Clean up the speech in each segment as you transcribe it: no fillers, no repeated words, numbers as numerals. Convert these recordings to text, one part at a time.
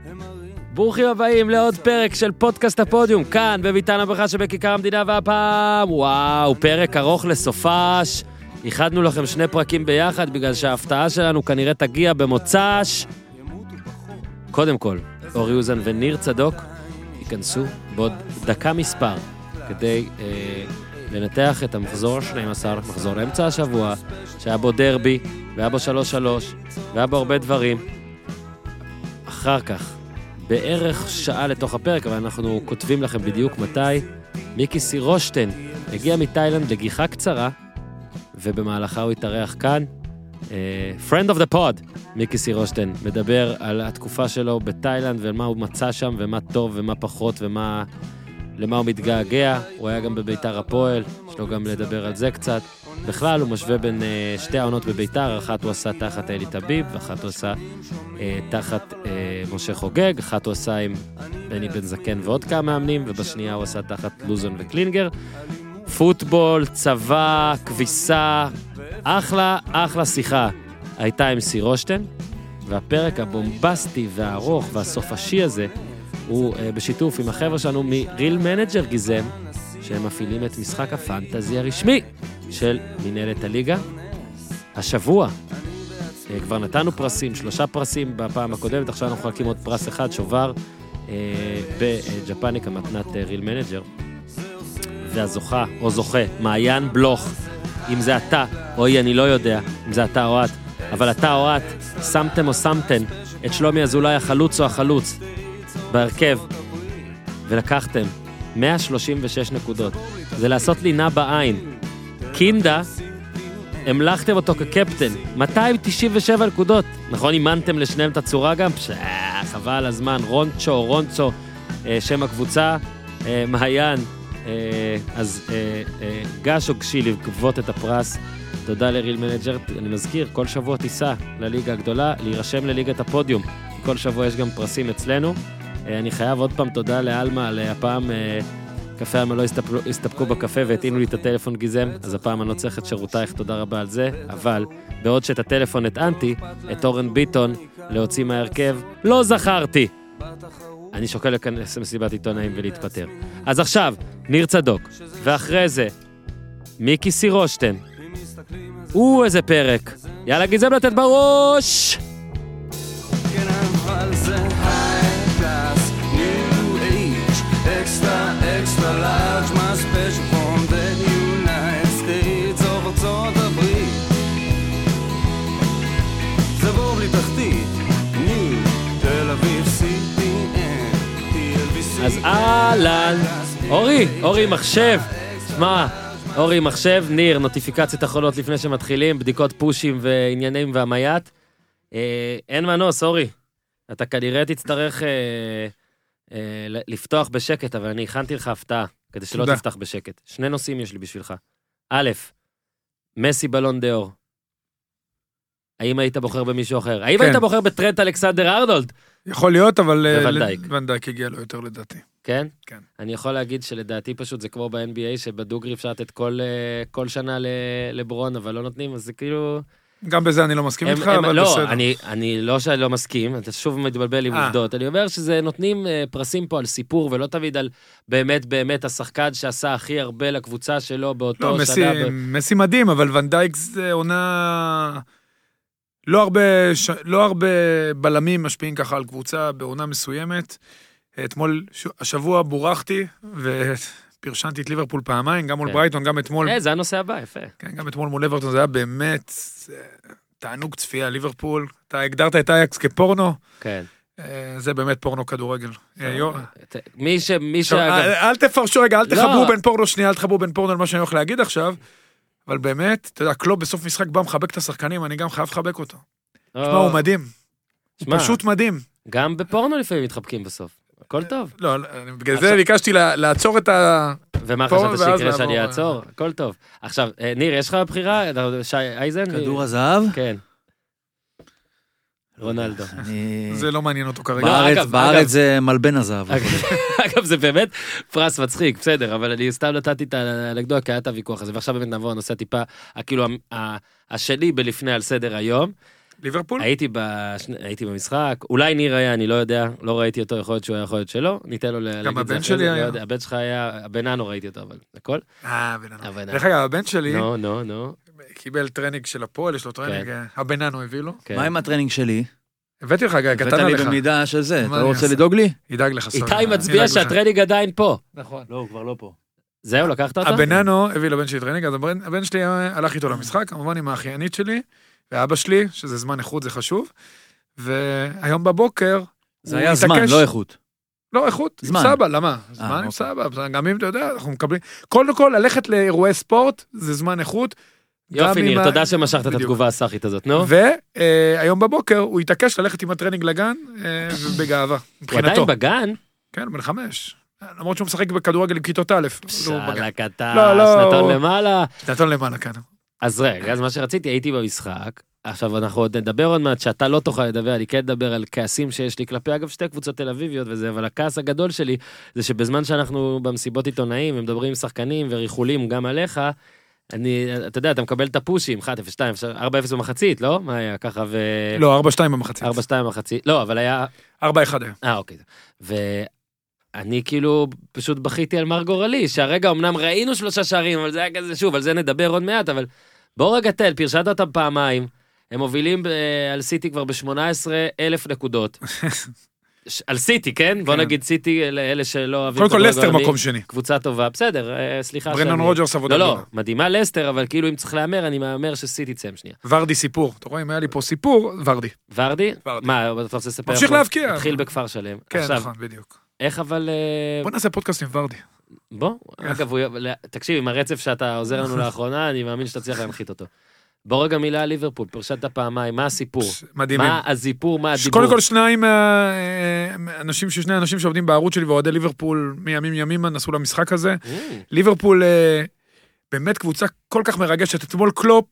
ברוכים הבאים לעוד פרק של פודקאסט הפודיום, כאן בביתן הברכה שבכיכר המדינה, והפעם, וואו, פרק ארוך לסופש. איחדנו לכם 2 פרקים ביחד, בגלל שההפתעה שלנו כנראה תגיע במוצ"ש. קודם כל, אורי אוזן וניר צדוק ייכנסו בעוד דקה מספר, כדי לנתח את המחזור ה-12, מחזור אמצע השבוע, שהיה בו דרבי, והיה בו 3-3, והיה בו הרבה דברים. אחר כך, בערך שעה לתוך הפרק, אבל אנחנו כותבים לכם בדיוק מתי, מיקי סירושטיין הגיע מתאילנד לגיחה קצרה, ובמהלכה הוא התארח כאן. Friend of the pod, מיקי סירושטיין, מדבר על התקופה שלו בתאילנד, ומה הוא מצא שם, ומה טוב ומה פחות, ולמה הוא מתגעגע. הוא היה גם בביתר הפועל, יש לו גם לדבר על זה קצת. בכלל הוא משווה בין 2 העונות בביתר, אחת הוא עשה תחת אלי טביב, ואחת הוא עשה תחת משה חוגג, אחת הוא עשה עם בני בן זקן ועוד כמה מאמנים, ובשנייה הוא עשה תחת לוזון וקלינגר. פוטבול, צבא, כביסה, אחלה שיחה הייתה עם סירושטיין, והפרק הבומבסטי והארוך והסופשי הזה הוא בשיתוף עם החבר'ה שלנו מריל מנג'ר גיזם, שהם מפעילים את משחק הפנטזי הרשמי של מנהלת הליגה. השבוע כבר נתנו פרסים, 3 פרסים בפעם הקודמת, עכשיו אנחנו חלקים עוד פרס אחד, שובר בג'פניק, המתנת ריל מנג'ר, והזוכה או זוכה, מעיין בלוך, אם זה אתה או היא, אני לא יודע אם זה אתה או את, אבל אתה או את שמתם או שמתן את שלומי אזולאי החלוץ או החלוץ בהרכב, ולקחתם 136 נקודות. זה לעשות לינה בעין. קינדה, המלכתם אותו כקפטן, 297 נקודות. נכון, אימנתם לשניהם את הצורה גם? חבל הזמן. רונצ'ו, שם הקבוצה, מעיין. אז גש הוגשי לגבות את הפרס. תודה לריל מנג'ר. אני מזכיר, כל שבוע טיסה לליגה הגדולה, להירשם לליגת הפודיום. כל שבוע יש גם פרסים אצלנו. אני חייב עוד פעם תודה לאלמה על הפעם קפה, אלמה לא הסתפקו בקפה והתאינו לי את הטלפון גיזם, אז הפעם אני לא צריך את שירותייך, תודה רבה על זה. אבל בעוד שאת הטלפון הטענתי, את אורן ביטון להוציא מהרכב, לא זכרתי. אני שוקל לכנס מסיבת עיתונאים ולהתפטר. אז עכשיו, ניר צדוק, ואחרי זה, מיקי סירושטיין. איזה פרק. יאללה גיזם לתת בראש! Extra large, my special from the United States of ארצות הברית. זה בור בלי תחתית, ניו, תל אביב, CPN, TLBC. אז אהלן, אורי מחשב, שמע, אורי מחשב, ניר, נוטיפיקציות אחרונות לפני שמתחילים, בדיקות פושים ועניינים והמיית. אין מנוס, אורי, אתה כנראה תצטרך לפתוח בשקט, אבל אני הכנתי לך הפתעה, כדי שלא תפתח בשקט. 2 נושאים יש לי בשבילך. א', מסי בלון דאור. האם היית בוחר במישהו אחר? האם היית בוחר בטרנט אלכסנדר ארנולד? יכול להיות, אבל ונדייק הגיע לו יותר לדעתי. כן? כן. אני יכול להגיד שלדעתי פשוט זה כמו ב-NBA, שבדוגרי אפשר לתת כל שנה לברון, אבל לא נותנים, אז זה כאילו... גם בזה אני לא מסכים איתך, אבל בסדר. אני לא מסכים, אתה שוב מתבלבל עם עובדות. אני אומר שזה נותנים פרסים פה על סיפור, ולא תמיד על באמת השחקן שעשה הכי הרבה לקבוצה שלו באותו שנה. מסי מדהים, אבל ונדייק זה עונה... לא הרבה בלמים משפיעים ככה על קבוצה בעונה מסוימת. אתמול, השבוע בורחתי, פרשנתי את ליברפול פעמיים, גם מול ברייטון, גם אתמול... זה הנושא הבא, יפה. כן, גם אתמול מול אברטון, זה היה באמת תענוג צפייה, ליברפול. אתה הגדרת את אייקס כפורנו. כן. זה באמת פורנו כדורגל. אל תפרשו, רגע, אל תחברו בין פורנו שנייה, אל תחברו בין פורנו על מה שאני הולך להגיד עכשיו, אבל באמת, אתה יודע, קלופ בסוף משחק בא מחבק את השחקנים, אני גם חייב לחבק אותו. תשמע, הוא מדהים. הוא פשוט מדהים. גם בפורנו לפעמים מתחבקים בסוף. הכל טוב. לא, בגלל זה ביקשתי לעצור את ה... ומה חשבת שיקרה שאני אעצור? הכל טוב. עכשיו, ניר, יש לך בחירה? שי אייזן? כדור הזהב? כן. רונלדו. זה לא מעניין אותו כרגע. בארץ זה מלבן הזהב. אגב, זה באמת פרס מצחיק, בסדר, אבל אני סתם נתתי את האנקדוטה, כי היה את הוויכוח הזה, ועכשיו באמת נעבור הנושא טיפה, כאילו, השני בלפני על סדר היום. ליברפול? הייתי במשחק, אולי ניר היה, אני לא יודע, לא ראיתי אותו, יכול להיות שהוא היה, יכול להיות שלא, ניתן לו להגיד את זה. גם הבן שלי היה. הבן שלך היה, הבננו ראיתי אותו, אבל הכל. בננו. דרך אגב, הבן שלי נו. קיבל טרנינג של הפועל, יש לו טרנינג, הבננו הביא לו. מה עם הטרנינג שלי? הבאתי לך, קטן הבאת לי עליך. במידה של זה, מה אתה אני רוצה אעשה? לדאוג לי? ידאג לך. איתי מצביע שהטרנינג עדיין פה. נכון. לא, הוא כבר לא פה. זהו, לקחת אותו? הבננו הביא לבן שלי טרנינג, אז הבן שלי הלך איתו למשחק, כמובן עם האחיינית שלי, ואבא שלי, שזה זמן איכות, זה חשוב, והיום בבוקר, זה היה זמן, לא איכות. לא איכות, זמן. סבא, למה? זמן עם סבא, גם אם אתה יודע, אנחנו מקבלים, קודם כל, ללכת לאירועי ספורט, זה זמן איכות. יופי ניר, תודה שמשכת את התגובה הסאחית הזאת, נו. והיום בבוקר הוא התעקש ללכת עם הטרנינג לגן, בגאווה, הוא עדיין בגן? כן, בן 5. למרות שהוא משחק בכדורגל עם כיתות א'. שאלה קטן, לא. שנתון למעלה. שנתון למעלה, כן. אז רגע, אז מה שרציתי, הייתי במשחק, עכשיו אנחנו עוד נדבר עוד מעט, שאתה לא תוכל לדבר, אני כן אדבר על כעסים שיש לי כלפי, אגב, שתי קבוצות תל אביביות וזה, אבל הכעס הגדול שלי, זה שבזמן שאנחנו במסיבות עיתונאים, ומדברים עם שחקנים וריחולים גם עליך, אתה יודע, אתה מקבל את הפושים, 1-0-2, 4-0 במחצית, לא? מה היה ככה ו... לא, 4-2 במחצית. 4-2 במחצית, לא, אבל היה... 4-1 היה. אוקיי. אני כאילו פשוט בכיתי על מר גורלי, שהרגע אמנם ראינו 3 שערים, אבל זה היה כזה שוב, על זה נדבר עוד מעט, אבל בואו רגע תל, פרשת אותם פעמיים, הם מובילים על סיטי כבר ב-18,000 נקודות. על סיטי, כן? בוא נגיד סיטי, אלה שלא אוהבים... קודם כל לסטר מקום שני. קבוצה טובה, בסדר, סליחה. ברנדון רוג'רס עבודה. לא, מדהימה לסטר, אבל כאילו אם צריך להאמר, אני מאמר שסיטי תסיים שנייה. ורדי סיפור. אתה רואה, אם היה לי פה סיפור, ורדי. ורדי? מה, אתה רוצה לספר? ממשיך להבקיע. התחיל בכפר שלם. כן, נכון, בדיוק. איך אבל... בוא נעשה פודקאסט עם ורדי. בוא, אגב, תקשיב, עם הרצף שאתה עוזר לנו לאחרונה, אני מאמין שאתה צריך להנחית אותו. בוא רגע מילה על ליברפול, פרשת הפעמיים, מה הסיפור? מדהימים. מה הזיפור, מה הדיבור? קודם כל שני אנשים שעובדים בערוץ שלי ואוהדי ליברפול מימים ימימה נסעו למשחק הזה. ליברפול באמת קבוצה כל כך מרגשת. אתמול קלופ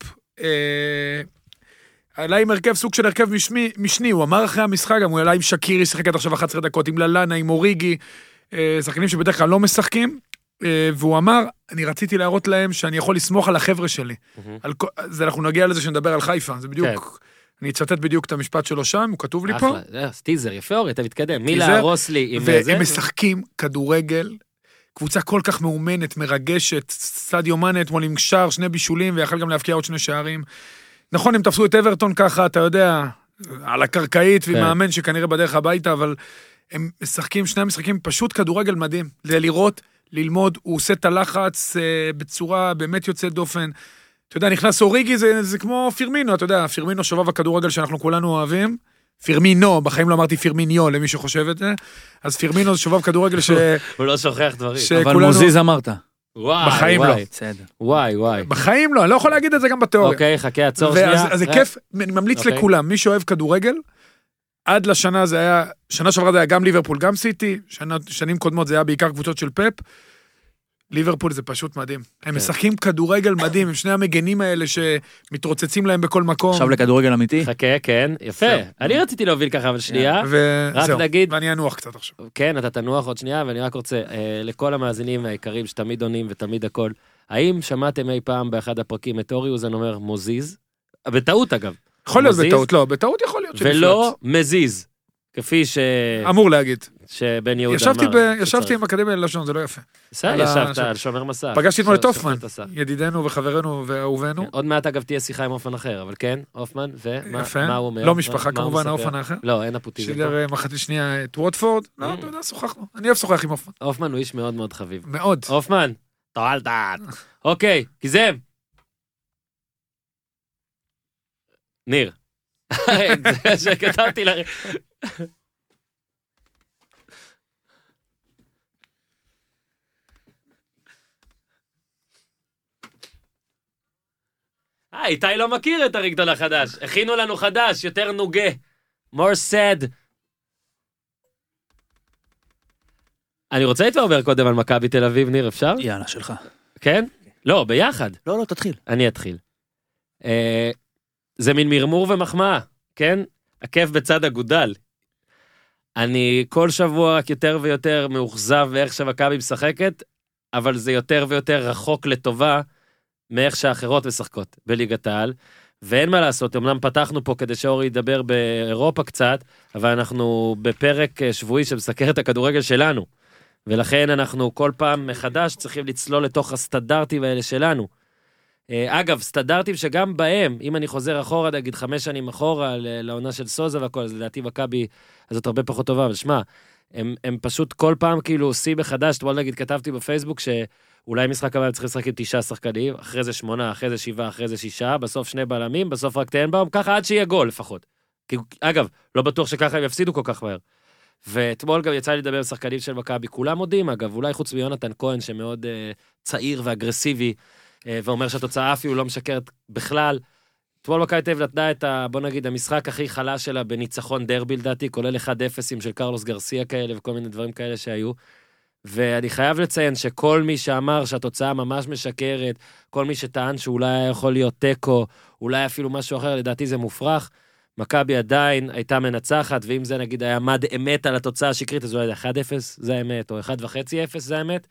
עלה עם הרכב, סוג של הרכב משני, הוא אמר אחרי המשחק, גם הוא עלה עם שקירי, שיחק עד עכשיו 11 דקות, עם ללנה, עם אוריגי, שחקנים שבדרך כלל לא משחקים, והוא אמר, אני רציתי להראות להם שאני יכול לסמוך על החבר'ה שלי. זה אנחנו נגיע לזה שנדבר על חיפה, זה בדיוק, אני אצטט בדיוק את המשפט שלו שם, הוא כתוב לי פה. אחלה, טיזר, יפה אורי, אתה מתקדם, מי להרוס לי עם זה? והם משחקים כדורגל, קבוצה כל כך מאומנת, מרגשת, סטדיו מאנה אתמול עם שער, 2 בישולים, ויכל גם להבקיע עוד 2 שערים. נכון, הם תפסו את אברטון ככה, אתה יודע, על הקרקעית, ומאמן שכנראה בדרך הביתה, אבל הם משחקים, 2 משחקים, פשוט כדורגל מדהים. זה לראות, ללמוד, הוא עושה את הלחץ בצורה באמת יוצאת דופן. אתה יודע, נכנס אוריגי, זה כמו פירמינו, אתה יודע, פירמינו שובב הכדורגל שאנחנו כולנו אוהבים. פירמינו, בחיים לא אמרתי פירמיניו, למי שחושב את זה. אז פירמינו זה שובב כדורגל הוא לא שוכח דברים. אבל מוזיז אמרת. בחיים לא. וואי. בחיים לא, אני לא יכול להגיד את זה גם בתיאוריה. אוקיי, חכה, עצור שנייה. אז זה כיף, אני ממליץ לכולם, מי שאוהב כדורגל, עד לשנה זה היה, שנה שעברה זה היה גם ליברפול, גם סיטי, שנים קודמות זה היה בעיקר קבוצות של פפ, ליברפול זה פשוט מדהים. הם משחקים כדורגל מדהים, עם שני המגנים האלה שמתרוצצים להם בכל מקום. עכשיו לכדורגל אמיתי? חכה, כן, יפה. אני רציתי להוביל ככה, אבל שנייה. רק נגיד... ואני אנוח קצת עכשיו. כן, אתה תנוח עוד שנייה, ואני רק רוצה, לכל המאזינים היקרים שתמיד עונים ותמיד הכל, האם שמעתם אי פעם באחד הפרקים את אורי אוזן אומר מוזיז? בטעות אגב. יכול להיות בטעות, לא, בטעות יכול להיות שנפלט. ולא מזיז, כפי ש... אמור להגיד. שבן יהודה אמר. ישבתי עם אקדמיה ללשון, זה לא יפה. ישבת על שומר מסע. פגשתי אתמול את אופמן, ידידנו וחברנו ואהובנו. עוד מעט אגב תהיה שיחה עם אופן אחר, אבל כן, אופמן, ומה הוא אומר? לא משפחה כמובן, האופן האחר. לא, אין הפוטיזם. שידר מחצית שנייה את ווטפורד. לא, אתה יודע, שוחחנו. אני אוהב שוחח עם אופמן. אופמן הוא איש מאוד מאוד חביב. מאוד. אופמן, תועל דעת. אוקיי, כיזם. ניר. זה שכתבתי לך. איתי לא מכיר את הריקדון החדש. הכינו לנו חדש, יותר נוגה. more sad. אני רוצה להתברבר קודם על מכבי תל אביב, ניר, אפשר? יאללה, שלך. כן? לא, ביחד. לא, תתחיל. אני אתחיל. זה מין מרמור ומחמאה, כן? הכיף בצד אגודל. אני כל שבוע רק יותר ויותר מאוכזב ואיך שמכבי משחקת, אבל זה יותר ויותר רחוק לטובה מאיך שהאחרות משחקות בליגת העל, ואין מה לעשות, אמנם פתחנו פה כדי שאורי ידבר באירופה קצת, אבל אנחנו בפרק שבועי שמסקר את הכדורגל שלנו, ולכן אנחנו כל פעם מחדש צריכים לצלול לתוך הסטנדרטים האלה שלנו. אגב, סטנדרטים שגם בהם, אם אני חוזר אחורה, נגיד 5 שנים אחורה, לעונה של סוזה והכל, אז לדעתי מכבי הזאת הרבה פחות טובה, אבל שמע, הם פשוט כל פעם כאילו עושים מחדש, תמול נגיד כתבתי בפייסבוק שאולי משחק הבא צריך לשחק עם 9 שחקנים, אחרי זה 8, אחרי זה 7, אחרי זה 6, בסוף 2 בלמים, בסוף רק טנבאום, ככה עד שיהיה גול לפחות. כי, אגב, לא בטוח שככה הם יפסידו כל כך מהר. ואתמול גם יצא לי לדבר עם שחקנים של מכבי, כולם מודים, אגב, אולי חוץ מיונתן כהן שמאוד צעיר ואגרסיבי, ואומר שהתוצאה אפילו לא משקרת בכלל. אתמול מכבי תל אביב נתנה את בוא נגיד, המשחק הכי חלש שלה בניצחון דרבי, לדעתי, כולל 1-0 של קרלוס גרסיה כאלה, וכל מיני דברים כאלה שהיו. ואני חייב לציין שכל מי שאמר שהתוצאה ממש משקרת, כל מי שטען שאולי יכול להיות טקו, אולי אפילו משהו אחר, לדעתי זה מופרך. מכבי עדיין הייתה מנצחת, ואם זה נגיד היה מד אמת על התוצאה השקרית, אז אולי 1-0 זה האמת, או 1.5-0 זה האמת.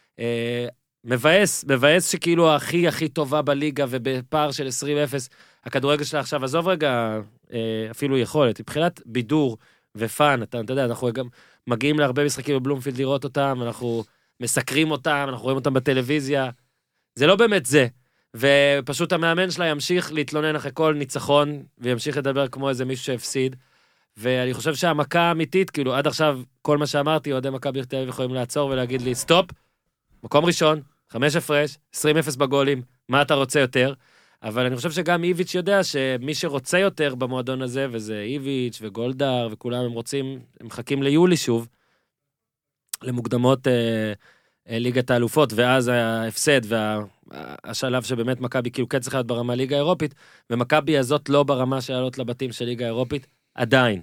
מבאס שכאילו הכי טובה בליגה, ובפער של 20-0, הכדורגל שלה עכשיו, עזוב רגע, אפילו יכולת, מבחינת בידור ופן, אתה יודע, אנחנו גם מגיעים להרבה משחקים בבלומפילד לראות אותם, אנחנו מסקרים אותם, אנחנו רואים אותם בטלוויזיה, זה לא באמת זה, ופשוט המאמן שלה ימשיך להתלונן אחרי כל ניצחון, וימשיך לדבר כמו איזה מישהו שהפסיד, ואני חושב שהמכה האמיתית, כאילו עד עכשיו כל מה שאמרתי, אוהדי מכבי תל אביב יכולים לעצור ולהגיד לי, סטופ, מקום ראשון, 5 הפרש, 20-0 בגולים, מה אתה רוצה יותר? אבל אני חושב שגם איביץ' יודע שמי שרוצה יותר במועדון הזה, וזה איביץ' וגולדהר וכולם הם רוצים, הם מחכים ליולי שוב, למוקדמות ליגת האלופות, ואז ההפסד והשלב שבאמת מכבי כאילו כן צריך להיות ברמה ליגה האירופית, ומכבי הזאת לא ברמה שעלות לבתים של ליגה האירופית, עדיין.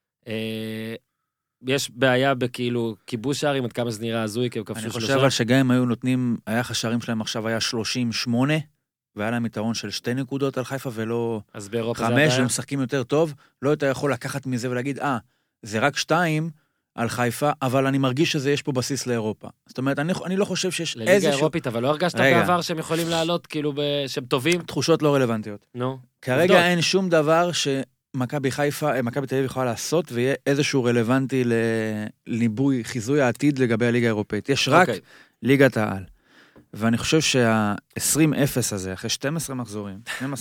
יש בעיה בכאילו כיבוש שערים, עד כמה זה נראה הזוי, כי הוא כבשו 3. אני חושב אבל שגם הם היו נותנים, היחס השערים שלהם עכשיו היה 38, והיה להם יתרון של 2 נקודות על חיפה ולא 5, והם משחקים יותר טוב, לא אתה יכול לקחת מזה ולהגיד, זה רק 2 על חיפה, אבל אני מרגיש שזה יש פה בסיס לאירופה. זאת אומרת, אני לא חושב שיש איזשהו... לליגה האירופית, אבל לא הרגשת בעבר שהם יכולים לעלות, כאילו, שהם טובים? תחושות לא רלוונטיות. נו. כרגע אין שום דבר מכבי חיפה, מכבי תל אביב יכולה לעשות, ויהיה איזשהו רלוונטי לליבוי, חיזוי העתיד לגבי הליגה האירופאית. יש רק ליגת העל. ואני חושב שה-20-0 הזה, אחרי 12 מחזורים,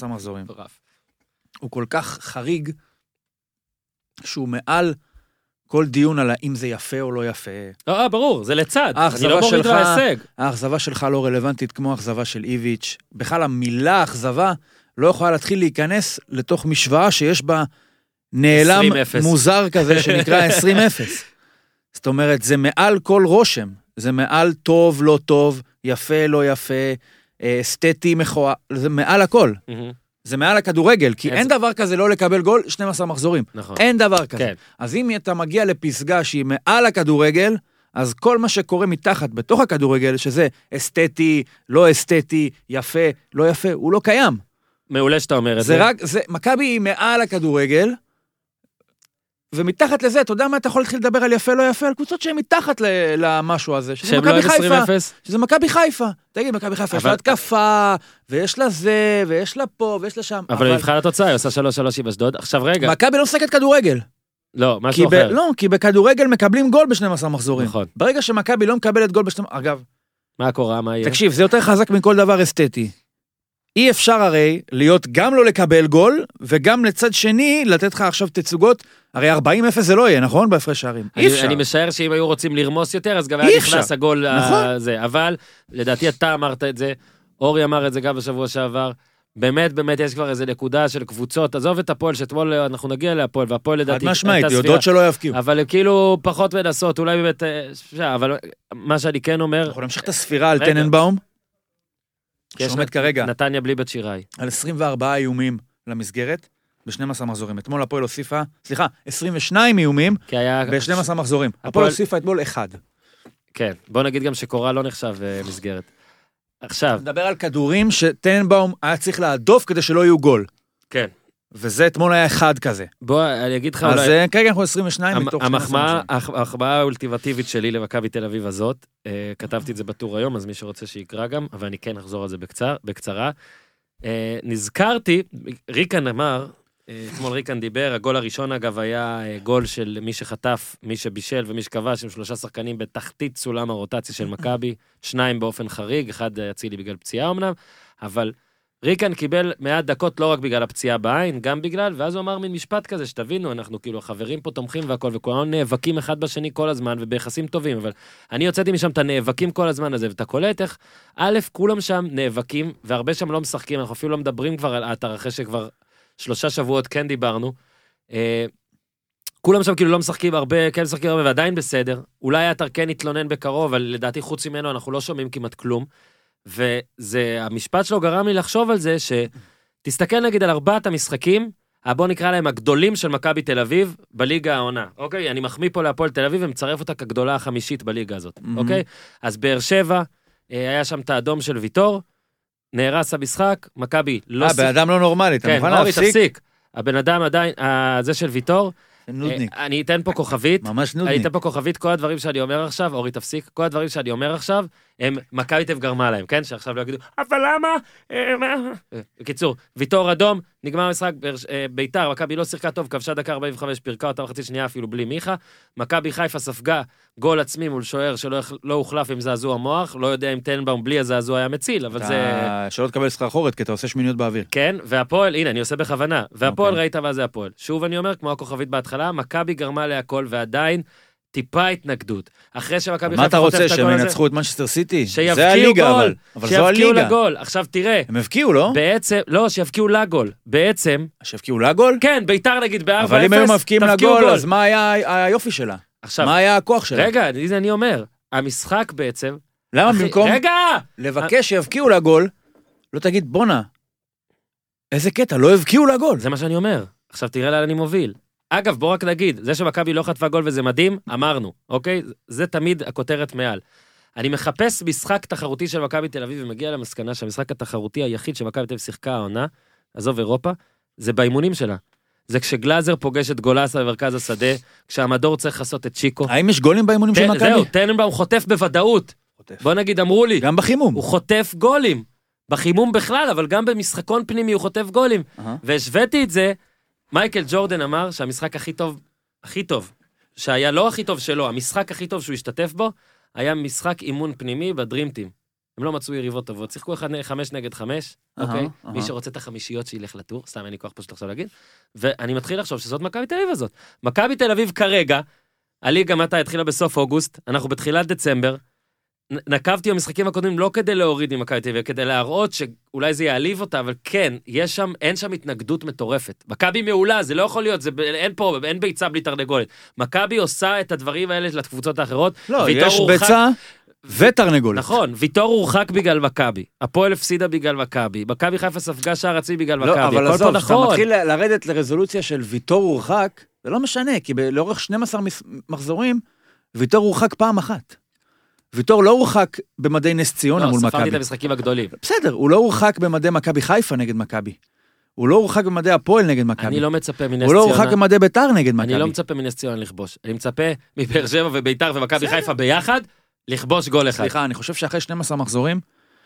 הוא כל כך חריג, שהוא מעל כל דיון על האם זה יפה או לא יפה. ברור, זה לצד. אני לא מוריד להישג. האכזבה שלך לא רלוונטית כמו האכזבה של איביץ'. בכלל המילה אכזבה, לא יכולה להתחיל להיכנס לתוך משוואה שיש בה נעלם מוזר כזה שנקרא 20-0. זאת אומרת, זה מעל כל רושם. זה מעל טוב, לא טוב, יפה, לא יפה, אסתטי, מכוער, זה מעל הכל. זה מעל הכדורגל, כי אין דבר כזה לא לקבל גול 12 מחזורים. אין דבר כזה. אז אם אתה מגיע לפסגה שהיא מעל הכדורגל, אז כל מה שקורה מתחת בתוך הכדורגל, שזה אסתטי, לא אסתטי, יפה, לא יפה, הוא לא קיים. מעולה שאתה אומר את זה. מכבי היא מעל הכדורגל, ומתחת לזה, אתה יודע מה אתה יכול להתחיל לדבר על יפה, לא יפה, על קבוצות שהן מתחת למשהו הזה, שזה מכבי חיפה. שזה מכבי חיפה. תגיד, מכבי חיפה, יש לה התקפה, ויש לה זה, ויש לה פה, ויש לה שם. אבל במבחן התוצאה, היא עושה 3-3 עם אשדוד. עכשיו רגע. מכבי לא משחקת כדורגל. לא, משהו אחר. לא, כי בכדורגל מקבלים גול ב-12 מחזורים. נכון. ברגע שמכבי לא מקבלת גול ב-12, אגב. מה קורה, מה יהיה? תקשיב, זה יותר חזק מכל דבר אסתטי. אי אפשר הרי להיות גם לא לקבל גול, וגם לצד שני לתת לך עכשיו תצוגות, הרי 40-0 זה לא יהיה, נכון? בהפרש שערים. אי אפשר. אני משער שאם היו רוצים לרמוס יותר, אז גם היה נכנס הגול הזה. אבל, לדעתי אתה אמרת את זה, אורי אמר את זה גם בשבוע שעבר, באמת יש כבר איזו נקודה של קבוצות, עזוב את הפועל, שאתמול אנחנו נגיע להפועל, והפועל לדעתי... עד משמעית, יודעות שלא יפקיעו. אבל הם כאילו פחות מנסות, אולי באמת... אבל מה שאני כן אומר... אנחנו נמשיך את הספירה על טננבאום. שעומד כרגע. נתניה בלי בת שיראי. על 24 איומים למסגרת, ב-12 מחזורים. אתמול הפועל הוסיפה, 22 איומים, ב-12 מחזורים. הפועל הוסיפה אתמול 1. כן, בוא נגיד גם שקורה לא נחשב מסגרת. עכשיו. נדבר על כדורים שטננבאום היה צריך להדוף כדי שלא יהיו גול. כן. וזה אתמול היה 1 כזה. בוא, אני אגיד לך אז כרגע אנחנו 22 מתוך 12. ההחמאה האולטימטיבית שלי למכבי תל אביב הזאת, כתבתי את זה בטור היום, אז מי שרוצה שיקרא גם, אבל אני כן אחזור על זה בקצרה. נזכרתי, ריקן אמר, אתמול ריקן דיבר, הגול הראשון אגב היה גול של מי שחטף, מי שבישל ומי שכבש, עם 3 שחקנים בתחתית סולם הרוטציה של מכבי, 2 באופן חריג, 1 הצילי בגלל פציעה אמנם, אבל ריקן קיבל 100 דקות לא רק בגלל הפציעה בעין, גם בגלל, ואז הוא אמר מין משפט כזה, שתבינו, אנחנו כאילו החברים פה תומכים והכל, וכולנו נאבקים אחד בשני כל הזמן, וביחסים טובים, אבל אני יוצאתי משם את הנאבקים כל הזמן הזה, ואתה קולט איך, א', כולם שם נאבקים, והרבה שם לא משחקים, אנחנו אפילו לא מדברים כבר על האתר, אחרי שכבר 3 שבועות כן דיברנו, כולם שם כאילו לא משחקים הרבה, כן משחקים הרבה, ועדיין בסדר, אולי האתר כן יתלונן בקרוב, אבל לדעתי חוץ ממנו אנחנו לא שומעים כמעט כלום, וזה, המשפט שלו גרם לי לחשוב על זה, שתסתכל נגיד על 4 המשחקים, בוא נקרא להם הגדולים של מכבי תל אביב, בליגה העונה, אוקיי? אני מחמיא פה להפועל תל אביב, ומצרף אותה כגדולה החמישית בליגה הזאת, אוקיי? אז באר שבע, היה שם את האדום של ויטור, נהרס המשחק, מכבי לא... בן אדם לא נורמלי, אתה מוכן להפסיק? אורי, תפסיק. הבן אדם עדיין, זה של ויטור, אני אתן פה כוכבית, ממש נודניק. אני אתן פה כוכבית, כל הדברים שאני אומר עכשיו, אורי תפסיק, כל הדברים שאני אומר עכשיו, הם מכבי תל גרמה להם, כן? שעכשיו לא יגידו, אבל למה? בקיצור, ויטור אדום, נגמר המשחק, ביתר, מכבי לא שיחקה טוב, כבשה דקה 45, פירקה אותה בחצי שנייה אפילו בלי מיכה, מכבי חיפה ספגה גול עצמי מול שוער שלא הוחלף עם זעזוע מוח, לא יודע אם טנבאום בלי הזעזוע היה מציל, אבל זה... שלא תקבל סחרחורת, כי אתה עושה שמיניות באוויר. כן, והפועל, הנה, אני עושה בכוונה, והפועל ראית מה זה הפועל. שוב אני אומר, כמו הכוכבית בהתחלה, מכבי גרמה להכל, ועדיין טיפה התנגדות. אחרי שמכבי מה אתה רוצה, שהם ינצחו את מנצ'סטר סיטי? שיבקיעו גול, שיבקיעו לגול. עכשיו תראה. הם הבקיעו, לא? בעצם, לא, שיבקיעו לגול. בעצם. שיבקיעו לגול? כן, ביתר נגיד ב-4-0. אבל אם היו מבקיעים לגול, אז מה היה היופי שלה? מה היה הכוח שלה? רגע, אני אומר, המשחק בעצם... למה במקום רגע! לבקש שיבקיעו לגול, לא תגיד, בונה, איזה קטע, לא הבקיעו לגול. זה מה שאני אומר. עכשיו תראה לאן אני מוביל. אגב, בוא רק נגיד, זה שמכבי לא חטפה גול וזה מדהים, אמרנו, אוקיי? זה תמיד הכותרת מעל. אני מחפש משחק תחרותי של מכבי תל אביב, ומגיע למסקנה שהמשחק התחרותי היחיד שמכבי תל אביב שיחקה העונה, עזוב אירופה, זה באימונים שלה. זה כשגלאזר פוגש את גולסה במרכז השדה, כשהמדור צריך לעשות את צ'יקו. האם יש גולים באימונים של מכבי? זהו, טננבאום חוטף בוודאות. בוא נגיד, אמרו לי. גם בחימום. הוא חוטף גולים. בחימום בכלל, אבל גם במשחקון פנימי הוא חוטף גולים. והשוויתי את זה, מייקל ג'ורדן אמר שהמשחק הכי טוב, שהיה לא הכי טוב שלו, המשחק הכי טוב שהוא השתתף בו, היה משחק אימון פנימי בדרימטים. הם לא מצאו יריבות טובות, שיחקו 5 נגד 5, אוקיי? מי שרוצה את החמישיות שילך לטור, סתם אין לי כוח פשוט עכשיו להגיד, ואני מתחיל לחשוב שזאת מכבי תל אביב הזאת. מכבי תל אביב כרגע, הליגה מתי התחילה בסוף אוגוסט, אנחנו בתחילת דצמבר, נקבתי במשחקים הקודמים לא כדי להוריד ממכבי תל אביב, כדי להראות שאולי זה יעליב אותה, אבל כן, אין שם התנגדות מטורפת. מכבי מעולה, זה לא יכול להיות, אין ביצה בלי תרנגולת. מכבי עושה את הדברים האלה לקבוצות האחרות. לא, יש ביצה ותרנגולת. נכון, ויטור הורחק בגלל מכבי, הפועל הפסידה בגלל מכבי, מכבי חיפה ספגה שער עצמי בגלל מכבי. לא, אבל עזוב, אתה מתחיל לרדת לרזולוציה של ויטור הורחק, זה לא משנה, כי לאורך 12 מחזורים, ויטור הורחק פעם אחת. ויטור לא הורחק במדי נס ציונה מול מכבי. לא, ספרתי את המשחקים הגדולים. בסדר, הוא לא הורחק במדי מכבי חיפה נגד מכבי. הוא לא הורחק במדי הפועל נגד מכבי. אני לא מצפה מנס ציונה. הוא לא הורחק במדי ביתר נגד מכבי. אני לא מצפה מנס ציונה לכבוש. אני מצפה מבאר שבע וביתר ומכבי חיפה ביחד, לכבוש גול אחד. סליחה, אני חושב שאחרי 12 מחזורים,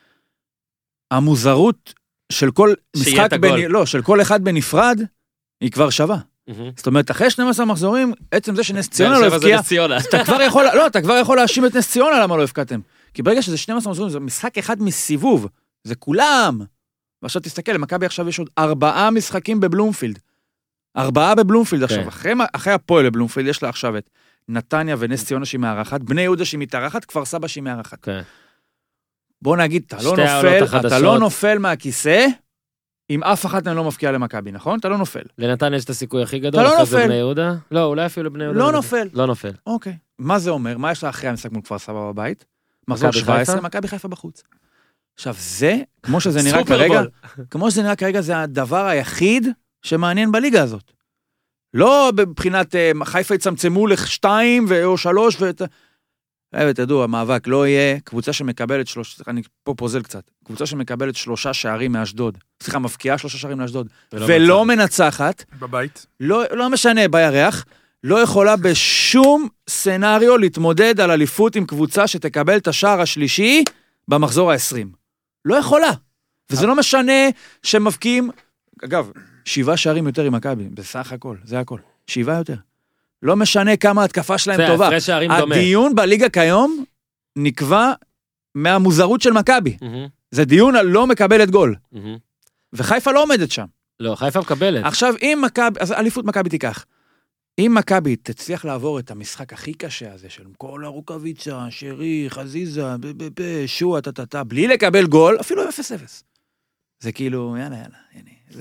המוזרות של כל משחק של כל אחד בנפרד, היא כבר שווה. זאת אומרת, אחרי 12 מחזורים, עצם זה שנס ציונה לא הבקיע, אתה כבר יכול להאשים את נס ציונה למה לא הבקעתם. כי ברגע שזה 12 מחזורים, זה משחק אחד מסיבוב, זה כולם. ועכשיו תסתכל, למכבי עכשיו יש עוד 4 משחקים בבלומפילד. 4 בבלומפילד עכשיו. אחרי הפועל בבלומפילד יש לה עכשיו את נתניה ונס ציונה שהיא מארחת, בני יהודה שהיא מתארחת, כפר סבא שהיא מארחת. בוא נגיד, אתה לא נופל מהכיסא, אם אף אחת מהם לא מפקיע למכבי, נכון? אתה לא נופל. לנתן יש את הסיכוי הכי גדול. אתה לא נופל. בני יהודה? לא, אולי אפילו בני יהודה. לא נופל. לא נופל. אוקיי. מה זה אומר? מה יש לה אחרי המשחק מול כפר סבא בבית? מחזור 17, מכבי חיפה בחוץ. עכשיו, זה, כמו שזה נראה כרגע, זה הדבר היחיד שמעניין בליגה הזאת. לא בבחינת חיפה יצמצמו ל2 או 3 תדעו, המאבק לא יהיה קבוצה שמקבלת אני פה פוזל קצת, קבוצה שמקבלת 3 שערים מאשדוד, סליחה, מפקיעה 3 שערים מאשדוד, ולא מנצחת, בבית, לא משנה, בירח, לא יכולה בשום סנריו להתמודד על אליפות עם קבוצה שתקבל את השער השלישי במחזור ה-20. לא יכולה. וזה לא משנה שמבקיעים, אגב, 7 שערים יותר עם מכבי, בסך הכל, זה הכל. 7 יותר. לא משנה כמה התקפה שלהם טובה. הדיון בליגה כיום נקבע מהמוזרות של מכבי. זה דיון על לא מקבלת גול. וחיפה לא עומדת שם. לא, חיפה מקבלת. עכשיו, אם מכבי, אז אליפות מכבי תיקח. אם מכבי תצליח לעבור את המשחק הכי קשה הזה, של כל הרוקביצה, שרי, חזיזה, שועה, בלי לקבל גול, אפילו 0-0. זה כאילו, יאללה, הנה.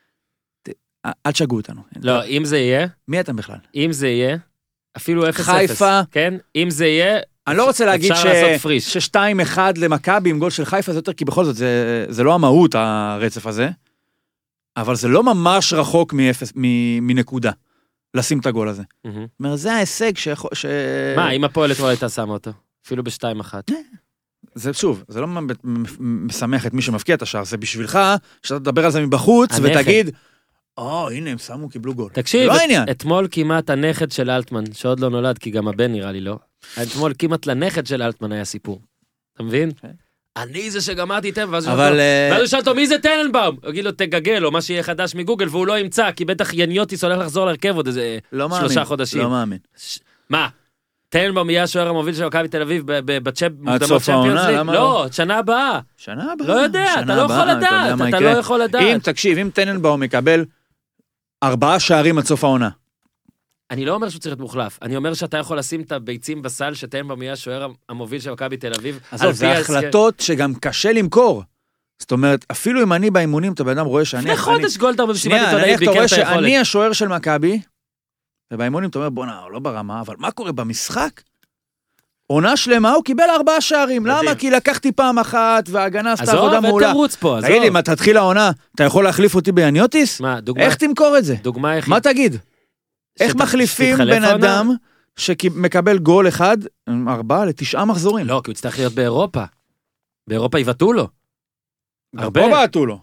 אל תשגעו אותנו. לא, אם זה יהיה... מי אתם בכלל? אם זה יהיה, אפילו 0-0. חיפה. כן? אם זה יהיה... אני לא רוצה להגיד ש2-1 למכבי עם גול של חיפה זה יותר, כי בכל זאת זה לא המהות הרצף הזה, אבל זה לא ממש רחוק מנקודה, לשים את הגול הזה. זאת אומרת, זה ההישג מה, אם הפועל אתמול הייתה שמה אותו? אפילו ב2-1. זה שוב, זה לא משמח את מי שמפקיע את השער, זה בשבילך, שאתה תדבר על זה מבחוץ ותגיד, הנה הם שמו, קיבלו גול. תקשיב, אתמול כמעט הנכד של אלטמן, שעוד לא נולד, כי גם הבן נראה לי לא, אתמול כמעט לנכד של אלטמן היה סיפור. אתה מבין? אני זה שגמרתי איתם, ואז הוא שאל אותו, מי זה טננבאום? הוא יגיד לו, תגגל, או מה שיהיה חדש מגוגל, והוא לא ימצא, כי בטח יניוטיס הולך לחזור להרכב עוד איזה 3 חודשים. לא מאמין. מה? טננבאום יהיה השוער המוביל של מכבי תל אביב מוקדמות צ'מפיונס ליג? לא, שנה הבאה. שנה הבאה. לא יודע, אתה לא יכול לדעת, אתה לא יכול לדעת. תקשיב, אם טננבאום יקבל 4 שערים עד סוף העונה. אני לא אומר שהוא צריך להיות מוחלף, אני אומר שאתה יכול לשים את הביצים בסל שטננבאום יהיה השוער המוביל של מכבי תל אביב. עזוב, זה החלטות שגם קשה למכור. זאת אומרת, אפילו אם אני באימונים, אתה בן אדם רואה שאני... לפני חודש גולדהר במסיבת עיתונאים ביקר את היכולת. שאני השוער של מכבי, ובאימונים אתה אומר, בוא נע, לא ברמה, אבל מה קורה במשחק? עונה שלמה, הוא קיבל 4 שערים. למה? כי לקחתי פעם אחת, וההגנה עשתה עבודה מעולה. עזוב, ותרוץ פה, עזוב. תגיד לי, אם אתה תתחיל העונה, אתה יכול להחליף אותי ביניוטיס? מה, דוגמה? איך תמכור את זה? דוגמה איך... מה תגיד? איך מחליפים בן אדם שמקבל גול אחד, 4 ל9 מחזורים? לא, כי הוא יצטרך להיות באירופה. באירופה יבטאו לו. גם פה בעטו לו.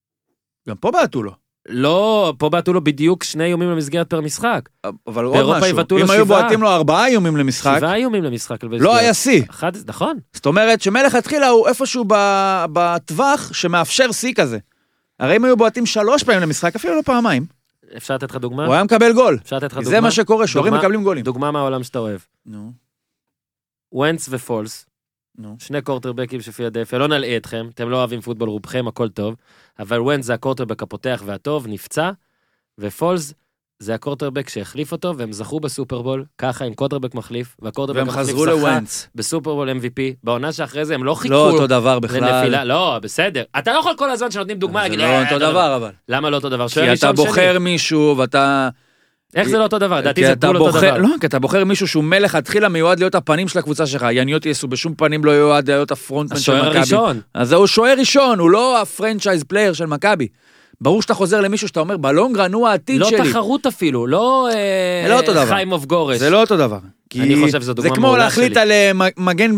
גם פה בעטו לו. לא, פה בעטו לו בדיוק 2 איומים למסגרת פר משחק. אבל עוד משהו, אם היו בעטים לו 4 איומים למשחק, 7 איומים למשחק. לא היה שיא. נכון. זאת אומרת שמלך התחילה הוא איפשהו בטווח שמאפשר שיא כזה. הרי אם היו בעטים 3 פעמים למשחק, אפילו לא פעמיים. אפשר לתת לך דוגמה? הוא היה מקבל גול. אפשר לתת לך דוגמה? זה מה שקורה, שוערים מקבלים גולים. דוגמה מהעולם שאתה אוהב. נו. ונץ ופולס. 2 קורטרבקים של פילדלפיה, לא נלאה אתכם, אתם לא אוהבים פוטבול רובכם, הכל טוב, אבל ונץ זה הקורטרבק הפותח והטוב, נפצע, ופולס זה הקורטרבק שהחליף אותו, והם זכו בסופרבול, ככה עם קורטרבק מחליף, והקורטרבק מחליף זכה בסופרבול MVP, בעונה שאחרי זה הם לא חיכו. לא אותו דבר בכלל. לא, בסדר. אתה לא יכול כל הזמן שנותנים דוגמה, זה לא אותו דבר, אבל. למה לא אותו דבר? כי אתה בוחר מישהו, ואתה... איך זה לא אותו דבר? דעתי זה בול אותו דבר. לא, כי אתה בוחר מישהו שהוא מלך התחילה מיועד להיות הפנים של הקבוצה שלך, יניוטיס הוא בשום פנים לא יועד להיות הפרונטמן של מכבי. השוער הראשון. אז הוא שוער ראשון, הוא לא הפרנצ'ייז פלייר של מכבי. ברור שאתה חוזר למישהו שאתה אומר, בלונגרן הוא העתיד שלי. לא תחרות אפילו, לא חיים אוף גורש. זה לא אותו דבר. אני חושב שזו דוגמה זה כמו להחליט על מגן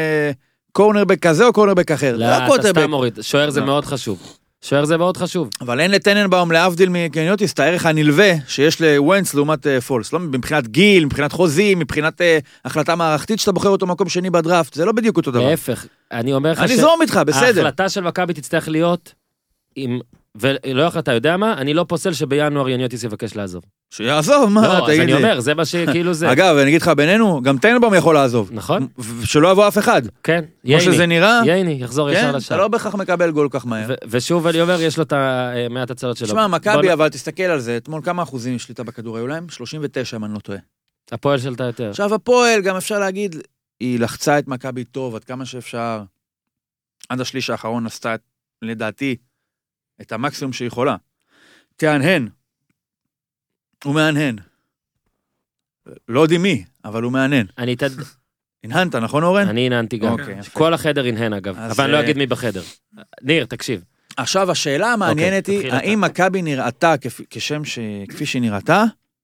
קורנרבק כזה או קורנרבק אחר. לא, אתה סתם מוריד. שוער זה מאוד חשוב. שוער זה מאוד חשוב. אבל אין לטננבאום להבדיל מקניוטיס את הערך הנלווה שיש לוונץ לעומת פולס. לא מבחינת גיל, מבחינת חוזים, מבחינת החלטה מערכתית שאתה בוחר אותו מקום שני בדראפט. זה לא בדיוק אותו דבר. להפך, אני אומר לך אני זורם איתך, בסדר. ההחלטה של מכבי תצטרך להיות עם... ולא החלטה, יודע מה? אני לא פוסל שבינואר יניוטיס יבקש לעזוב. שיעזוב, מה? לא, אז אני אומר, זה מה שכאילו זה. אגב, אני אגיד לך, בינינו, גם טננבאום יכול לעזוב. נכון. שלא יבוא אף אחד. כן, כמו שזה נראה. ייני, יחזור ישר לשם. אתה לא בהכרח מקבל גול כך מהר. ושוב אני אומר, יש לו את מעט הצלות שלו. תשמע, מכבי, אבל תסתכל על זה, אתמול כמה אחוזים שליטה בכדור היו להם? 39, אם אני לא טועה. הפועל שלטה יותר. עכשיו, הפועל, גם אפשר להגיד, היא לחצה את מכבי טוב, עד כמה שאפשר. עד השליש האחרון עשתה, לדעתי, את המקסימום שיכולה. תענהן. הוא מענהן. לא יודעים מי, אבל הוא מענהן. הנהנת, נכון אורן? אני הנהנתי גם. כל החדר הנהן אגב, אבל אני לא אגיד מי בחדר. ניר, תקשיב. עכשיו, השאלה המעניינת היא, האם מכבי נראתה כפי שהיא נראתה,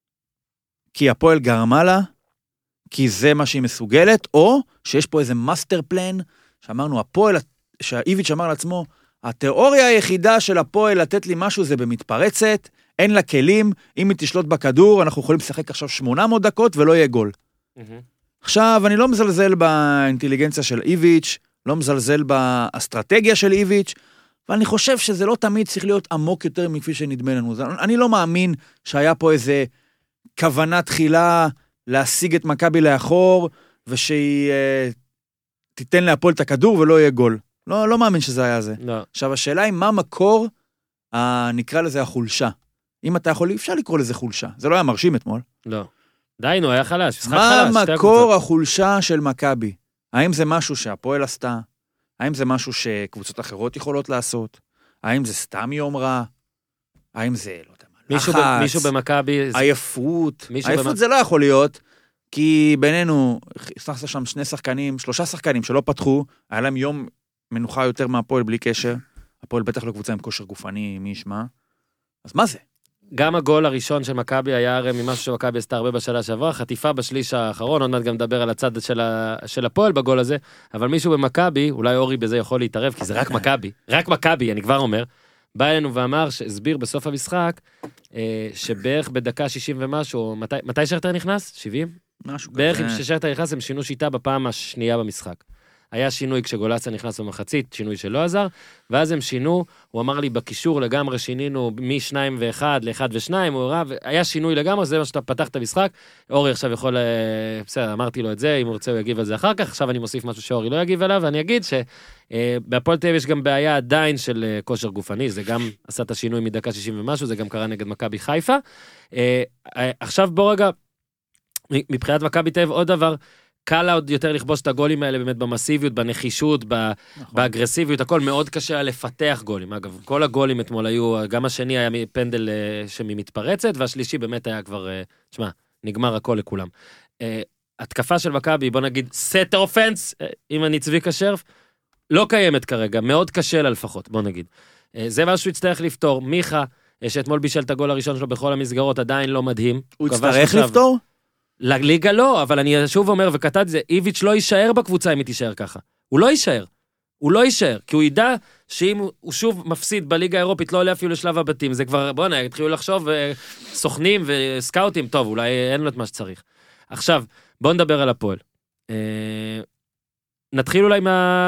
כי הפועל גרמה לה, כי זה מה שהיא מסוגלת, או שיש פה איזה מאסטר פלן, שאמרנו, הפועל, שהאיביץ' אמר לעצמו, התיאוריה היחידה של הפועל לתת לי משהו זה במתפרצת, אין לה כלים, אם היא תשלוט בכדור, אנחנו יכולים לשחק עכשיו 800 דקות ולא יהיה גול. עכשיו, אני לא מזלזל באינטליגנציה של איביץ', לא מזלזל באסטרטגיה של איביץ', אבל אני חושב שזה לא תמיד צריך להיות עמוק יותר מכפי שנדמה לנו. אני לא מאמין שהיה פה איזה כוונה תחילה להשיג את מכבי לאחור, ושהיא תיתן להפועל את הכדור ולא יהיה גול. לא מאמין שזה היה זה. לא. עכשיו, השאלה היא מה מקור, נקרא לזה החולשה. אם אתה יכול, אפשר לקרוא לזה חולשה. זה לא היה מרשים אתמול. לא. דיינו, היה חלש, משחק חלש. מה מקור החולשה של מכבי? האם זה משהו שהפועל עשתה? האם זה משהו שקבוצות אחרות יכולות לעשות? האם זה סתם יום רע? האם זה, לא יודע מה, לחץ? מישהו במכבי... עייפות. עייפות זה לא יכול להיות, כי בינינו, הכנסנו שם 3 שחקנים שלא פתחו, היה להם יום מנוחה יותר מהפועל בלי קשר. הפועל בטח לא קבוצה עם כושר גופני, מי ישמע. אז מה זה? גם הגול הראשון של מכבי היה הרי ממשהו שמכבי עשתה הרבה בשנה שעברה, חטיפה בשליש האחרון, עוד מעט גם מדבר על הצד של הפועל בגול הזה, אבל מישהו במכבי, אולי אורי בזה יכול להתערב, כי זה רק מכבי, אני כבר אומר, בא אלינו ואמר, הסביר בסוף המשחק, שבערך בדקה 60 ומשהו, מתי שרטר נכנס? 70? בערך אם ששרטר נכנס, הם שינו שיטה בפעם השנייה במשחק. היה שינוי כשגולסה נכנס במחצית, שינוי שלא עזר, ואז הם שינו, הוא אמר לי בקישור לגמרי שינינו מ-2 ו-1 ל-1 ו-2, היה שינוי לגמרי, זה מה שאתה פתח את המשחק, אורי עכשיו יכול, בסדר, אמרתי לו את זה, אם הוא רוצה הוא יגיב על זה אחר כך, עכשיו אני מוסיף משהו שאורי לא יגיב עליו, ואני אגיד שבהפועל תל אביב יש גם בעיה עדיין של כושר גופני, זה גם עשה את השינוי מדקה 60 ומשהו, זה גם קרה נגד מכבי חיפה. עכשיו בוא רגע, מבחינת מכבי תל אביב עוד דבר, קל עוד יותר לכבוש את הגולים האלה באמת במסיביות, בנחישות, באגרסיביות, הכל מאוד קשה לפתח גולים. אגב, כל הגולים אתמול היו, גם השני היה פנדל שמתפרצת, והשלישי באמת היה כבר, תשמע, נגמר הכל לכולם. התקפה של מכבי, בוא נגיד, סט אופנס, אם אני צביקה שרף, לא קיימת כרגע, מאוד קשה לה לפחות, בוא נגיד. זה משהו יצטרך לפתור. מיכה, שאתמול בישל את הגול הראשון שלו בכל המסגרות, עדיין לא מדהים. הוא יצטרך לפתור? לליגה לא, אבל אני שוב אומר, וכתת זה, איביץ' לא יישאר בקבוצה אם היא תישאר ככה. הוא לא יישאר, כי הוא ידע שאם הוא שוב מפסיד בליגה האירופית, לא עולה אפילו לשלב הבתים, זה כבר, בוא נהיה, התחילו לחשוב, סוכנים וסקאוטים, טוב, אולי אין לו את מה שצריך. עכשיו, בוא נדבר על הפועל. נתחיל אולי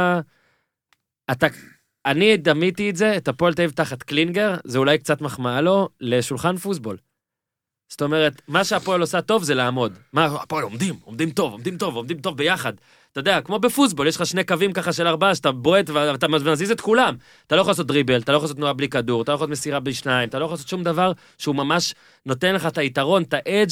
אני דמיתי את זה, את הפועל תל אביב תחת קלינגר, זה אולי קצת מחמאה לו, לשולחן פוסבול. זאת אומרת, מה שהפועל עושה טוב זה לעמוד. מה, הפועל עומדים טוב ביחד. אתה יודע, כמו בפוסבול, יש לך 2 קווים ככה של 4, שאתה בועט ואתה מזיז את כולם. אתה לא יכול לעשות דריבל, אתה לא יכול לעשות תנועה בלי כדור, אתה לא יכול לעשות מסירה ב2, אתה לא יכול לעשות שום דבר שהוא ממש נותן לך את היתרון, את האדג'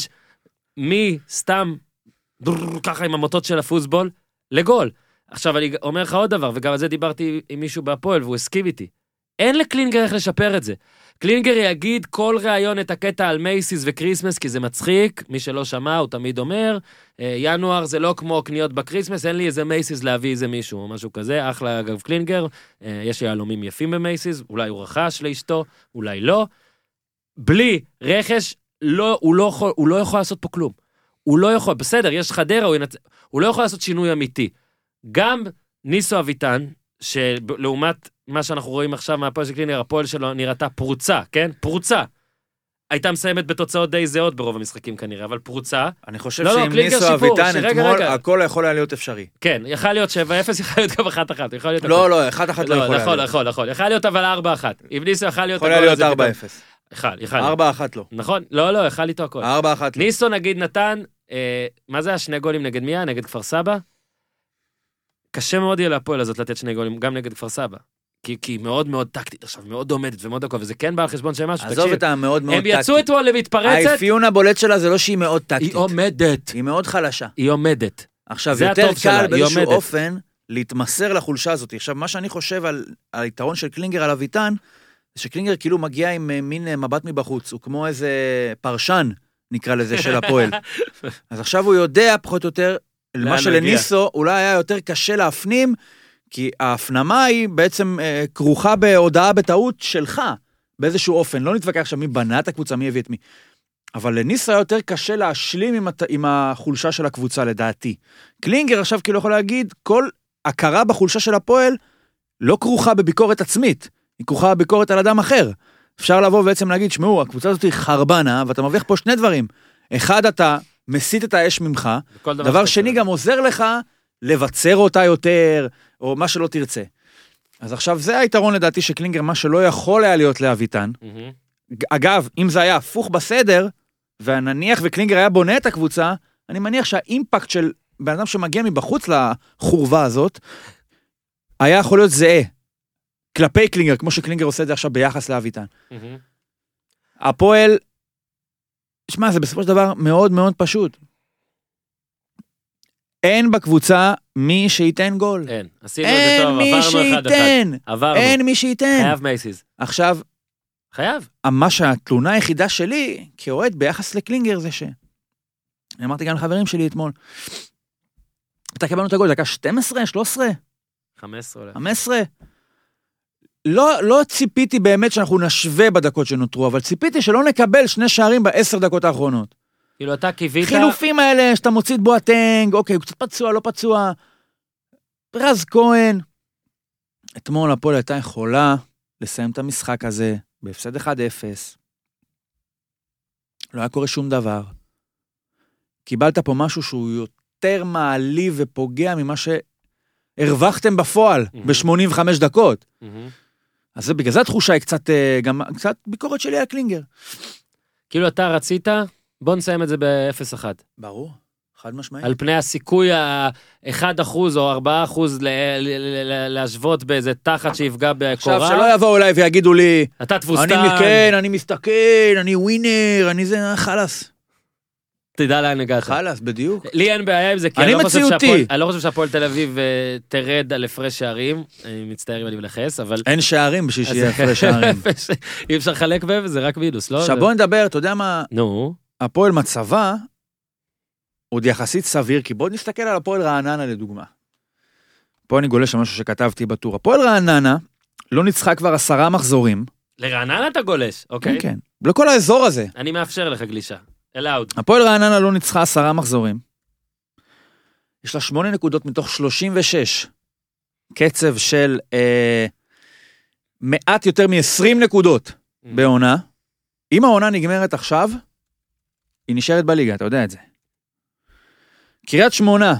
מסתם ככה עם המוטות של הפוסבול לגול. עכשיו אני אומר לך עוד דבר, וגם על זה דיברתי עם מישהו בהפועל, והוא הסכים איתי. אין לקלינגר איך לשפר את זה. קלינגר יגיד כל ראיון את הקטע על מייסיס וקריסמס, כי זה מצחיק, מי שלא שמע הוא תמיד אומר, ינואר זה לא כמו קניות בקריסמס, אין לי איזה מייסיס להביא איזה מישהו, או משהו כזה, אחלה אגב קלינגר, יש יהלומים יפים במייסיס, אולי הוא רכש לאשתו, אולי לא, בלי רכש, הוא לא יכול לעשות פה כלום, הוא לא יכול, בסדר, יש חדרה, הוא לא יכול לעשות שינוי אמיתי, גם ניסו אביטן, שלעומת מה שאנחנו רואים עכשיו מהפועל של קלינגר, הפועל שלו נראתה פרוצה, כן? פרוצה. הייתה מסיימת בתוצאות די זהות ברוב המשחקים כנראה, אבל פרוצה. אני חושב שעם ניסו אביטן אתמול, הכל יכול היה להיות אפשרי. כן, יכל להיות 7-0, יכל להיות גם 1-1. לא, 1-1 לא יכול להיות. יכול. יכל להיות אבל 4-1. עם ניסו יכל להיות... יכול להיות 4-0. יכל. 4-1 לא. נכון? לא, יכל איתו הכל. 4-1 לא. ניסו נגיד נתן, מה זה 2 גולים נגד מיה? נגד כפר סבא? קשה מאוד יהיה להפועל הזאת לתת 2 גולים, גם נגד כפר סבא. כי היא מאוד מאוד טקטית עכשיו, מאוד עומדת ומאוד הכל, וזה כן בא על חשבון של משהו, עזוב אותה, מאוד מאוד טקטית. הם יצאו אתמול למתפרצת. האפיון הבולט שלה זה לא שהיא מאוד טקטית. היא עומדת. היא מאוד חלשה. היא עומדת. עכשיו, יותר קל באיזשהו אופן להתמסר לחולשה הזאת. עכשיו, מה שאני חושב על היתרון של קלינגר על אביטן, זה שקלינגר כאילו מגיע עם מין מבט מבחוץ, הוא כמו איזה פרשן, נקרא לזה, של הפועל. אז עכשיו הוא יודע פחות או יותר, מה שלניסו אולי היה יותר קשה להפנים, כי ההפנמה היא בעצם כרוכה בהודעה בטעות שלך, באיזשהו אופן. לא נתווכח עכשיו מי בנה את הקבוצה, מי הביא את מי. אבל לניסו היה יותר קשה להשלים עם החולשה של הקבוצה, לדעתי. קלינגר עכשיו כאילו יכול להגיד, כל הכרה בחולשה של הפועל לא כרוכה בביקורת עצמית, היא כרוכה בביקורת על אדם אחר. אפשר לבוא בעצם להגיד, שמעו, הקבוצה הזאת היא חרבנה, ואתה מרוויח פה 2 דברים. אחד, אתה מסית את האש ממך, דבר שני גם עוזר לך לבצר אותה יותר, או מה שלא תרצה. אז עכשיו זה היתרון לדעתי שקלינגר, מה שלא יכול היה להיות לאביטן. אגב, אם זה היה הפוך בסדר, ונניח וקלינגר היה בונה את הקבוצה, אני מניח שהאימפקט של בן אדם שמגיע מבחוץ לחורבה הזאת, היה יכול להיות זהה, כלפי קלינגר, כמו שקלינגר עושה את זה עכשיו ביחס לאביטן. הפועל, שמע, זה בסופו של דבר מאוד מאוד פשוט. אין בקבוצה מי שייתן גול. אין, עשינו את זה טוב, עברנו אחד אחד. אין מי שייתן. חייב מייסיס. עכשיו, חייב. מה שהתלונה היחידה שלי, כאוהד ביחס לקלינגר, זה ש... אני אמרתי גם לחברים שלי אתמול, אתה קיבלנו את הגול, דקה 12, 13? 15 אולי. 15? לא ציפיתי באמת שאנחנו נשווה בדקות שנותרו, אבל ציפיתי שלא נקבל 2 שערים ב10 דקות האחרונות. כאילו אתה קיווית... חילופים האלה, שאתה מוציא את בואטנג, אוקיי, הוא קצת פצוע, לא פצוע. רז כהן. אתמול הפועל הייתה יכולה לסיים את המשחק הזה, בהפסד 1-0. לא היה קורה שום דבר. קיבלת פה משהו שהוא יותר מעליב ופוגע ממה שהרווחתם בפועל ב-85 דקות. אז זה בגלל זה התחושה היא גם קצת ביקורת שלי על קלינגר. כאילו אתה רצית, בוא נסיים את זה ב-0-1. ברור, חד משמעי. על פני הסיכוי ה-1% או 4% להשוות באיזה תחת שיפגע בקורה. עכשיו שלא יבואו אליי ויגידו לי, אתה תבוסתן. אני מסתכל, אני ווינר, אני זה, חלס. תדע לאן הגעת. חלס, בדיוק. לי אין בעיה עם זה, כי אני מציאותי. אני לא חושב שהפועל תל אביב תרד על הפרש שערים, אני מצטער אם אני מלחס, אבל... אין שערים בשביל שיהיה הפרש שערים. אי אפשר לחלק בהם, זה רק מינוס, לא? עכשיו בוא נדבר, אתה יודע מה? נו. הפועל מצבה, עוד יחסית סביר, כי בוא נסתכל על הפועל רעננה לדוגמה. פה אני גולש על משהו שכתבתי בטור. הפועל רעננה לא ניצחה כבר 10 מחזורים. לרעננה אתה גולש, אוקיי? כן, כן. לכל האזור הזה. אני מאפשר לך גלישה. אלאוד. הפועל רעננה לא ניצחה 10 מחזורים. יש לה 8 נקודות מתוך 36. קצב של מעט יותר מ-20 נקודות בעונה. אם העונה נגמרת עכשיו, היא נשארת בליגה, אתה יודע את זה. קריית שמונה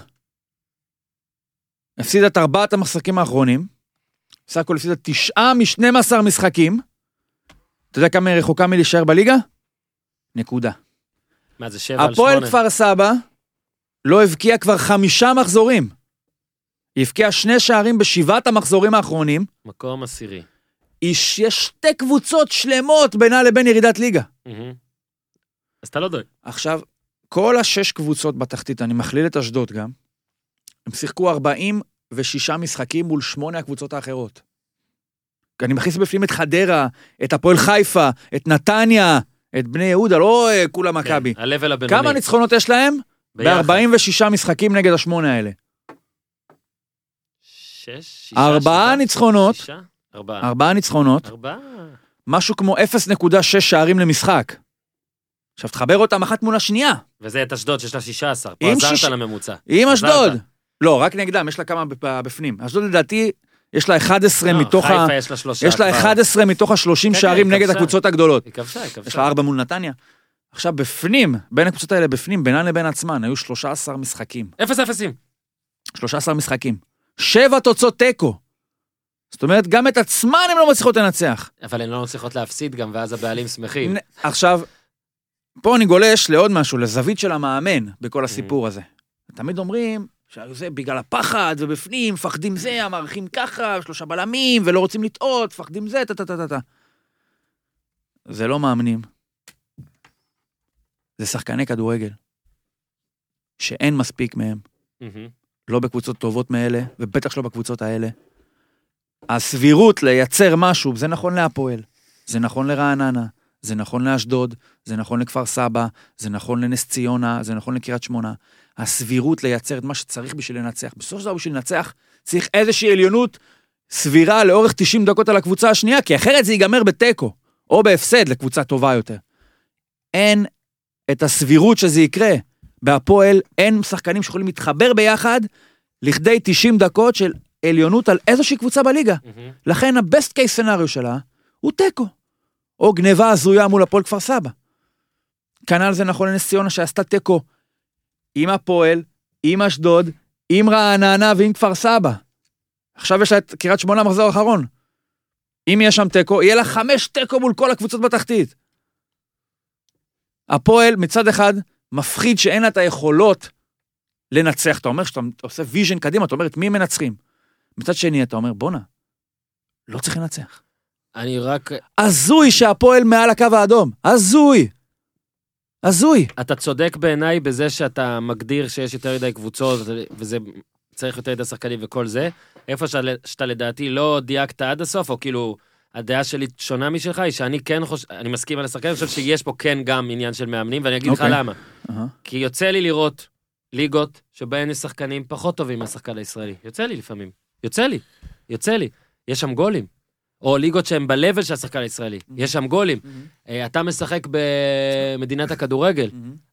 הפסידה את 4 המשחקים האחרונים, בסך הכל הפסידה 9 מ-12 משחקים. אתה יודע כמה רחוקה מלהישאר בליגה? נקודה. מה זה 7 על 8? הפועל כפר סבא לא הבקיע כבר 5 מחזורים. היא הבקיעה 2 שערים ב7 המחזורים האחרונים. מקום 10. יש 2 קבוצות שלמות בינה לבין ירידת ליגה. אז אתה לא דואג. עכשיו, כל 6 קבוצות בתחתית, אני מכליל את אשדוד גם, הם שיחקו 46 משחקים מול 8 הקבוצות האחרות. אני מכניס בפנים את חדרה, את הפועל חיפה, את נתניה, את בני יהודה, לא כולם מכבי. הלבל הבינוני. כמה ניצחונות יש להם? ב-46 משחקים נגד 8 האלה. 6, 4 ניצחונות. 4 ניצחונות. 4. משהו כמו 0.6 שערים למשחק. עכשיו תחבר אותם אחת מול השנייה. וזה את אשדוד שיש לה 16. פה עזרת לממוצע. עם אשדוד. לא, רק נגדם, יש לה כמה בפנים. אשדוד לדעתי, יש לה 11 מתוך חיפה יש לה 3. יש לה 11 מתוך ה-30 שערים נגד הקבוצות הגדולות. היא כבשה. יש לה 4 מול נתניה. עכשיו בפנים, בין הקבוצות האלה בפנים, בינן לבין עצמן, היו 13 משחקים. 0-0. 13 משחקים. 7 תוצאות תיקו. זאת אומרת, גם את עצמן הן לא מצליחות לנצח. אבל הן לא מצליחות להפסיד גם, ואז הבעלים שמחים. עכשיו, פה אני גולש לעוד משהו, לזווית של המאמן בכל הסיפור הזה. תמיד אומרים שזה בגלל הפחד, ובפנים, פחדים זה, המערכים ככה, 3 בלמים, ולא רוצים לטעות, פחדים זה, זה לא מאמנים. זה שחקני כדורגל. שאין מספיק מהם. לא בקבוצות טובות מאלה, ובטח שלא בקבוצות האלה. הסבירות לייצר משהו, זה נכון להפועל, זה נכון לרעננה, זה נכון לאשדוד, זה נכון לכפר סבא, זה נכון לנס ציונה, זה נכון לקריית שמונה. הסבירות לייצר את מה שצריך בשביל לנצח. בסופו של דבר בשביל לנצח, צריך איזושהי עליונות סבירה לאורך 90 דקות על הקבוצה השנייה, כי אחרת זה ייגמר בטקו, או בהפסד לקבוצה טובה יותר. אין את הסבירות שזה יקרה. בהפועל אין שחקנים שיכולים להתחבר ביחד, לכדי 90 דקות של עליונות על איזושהי קבוצה בליגה. לכן הבסט קייס סנריו שלה הוא טקו. או גניבה הזויה מול הפועל כפר סבא. כנ"ל זה נכון לנס ציונה שעשתה טקו עם הפועל, עם אשדוד, עם רעננה ועם כפר סבא. עכשיו יש לה את קריית שמונה מחזור האחרון. אם יש שם טקו, יהיה לה 5 טקו מול כל הקבוצות בתחתית. הפועל מצד אחד מפחיד שאין לה את היכולות לנצח. אתה אומר שאתה עושה ויז'ן קדימה, אתה אומר את מי מנצחים. מצד שני אתה אומר בונה, לא צריך לנצח. אני רק... הזוי שהפועל מעל הקו האדום. הזוי. הזוי. אתה צודק בעיניי בזה שאתה מגדיר שיש יותר ידי קבוצות, וזה צריך יותר ידי שחקנים וכל זה. איפה שאתה לדעתי לא דייקת עד הסוף, או כאילו הדעה שלי שונה משלך, היא שאני כן חושב, אני מסכים על השחקנים, אני חושב שיש פה כן גם עניין של מאמנים, ואני אגיד לך למה. כי יוצא לי לראות ליגות שבהן יש שחקנים פחות טובים מהשחקן הישראלי. יוצא לי לפעמים. יוצא לי. יש שם גולים. או ליגות שהם בלבל של השחקן הישראלי. יש שם גולים. אתה משחק במדינת הכדורגל.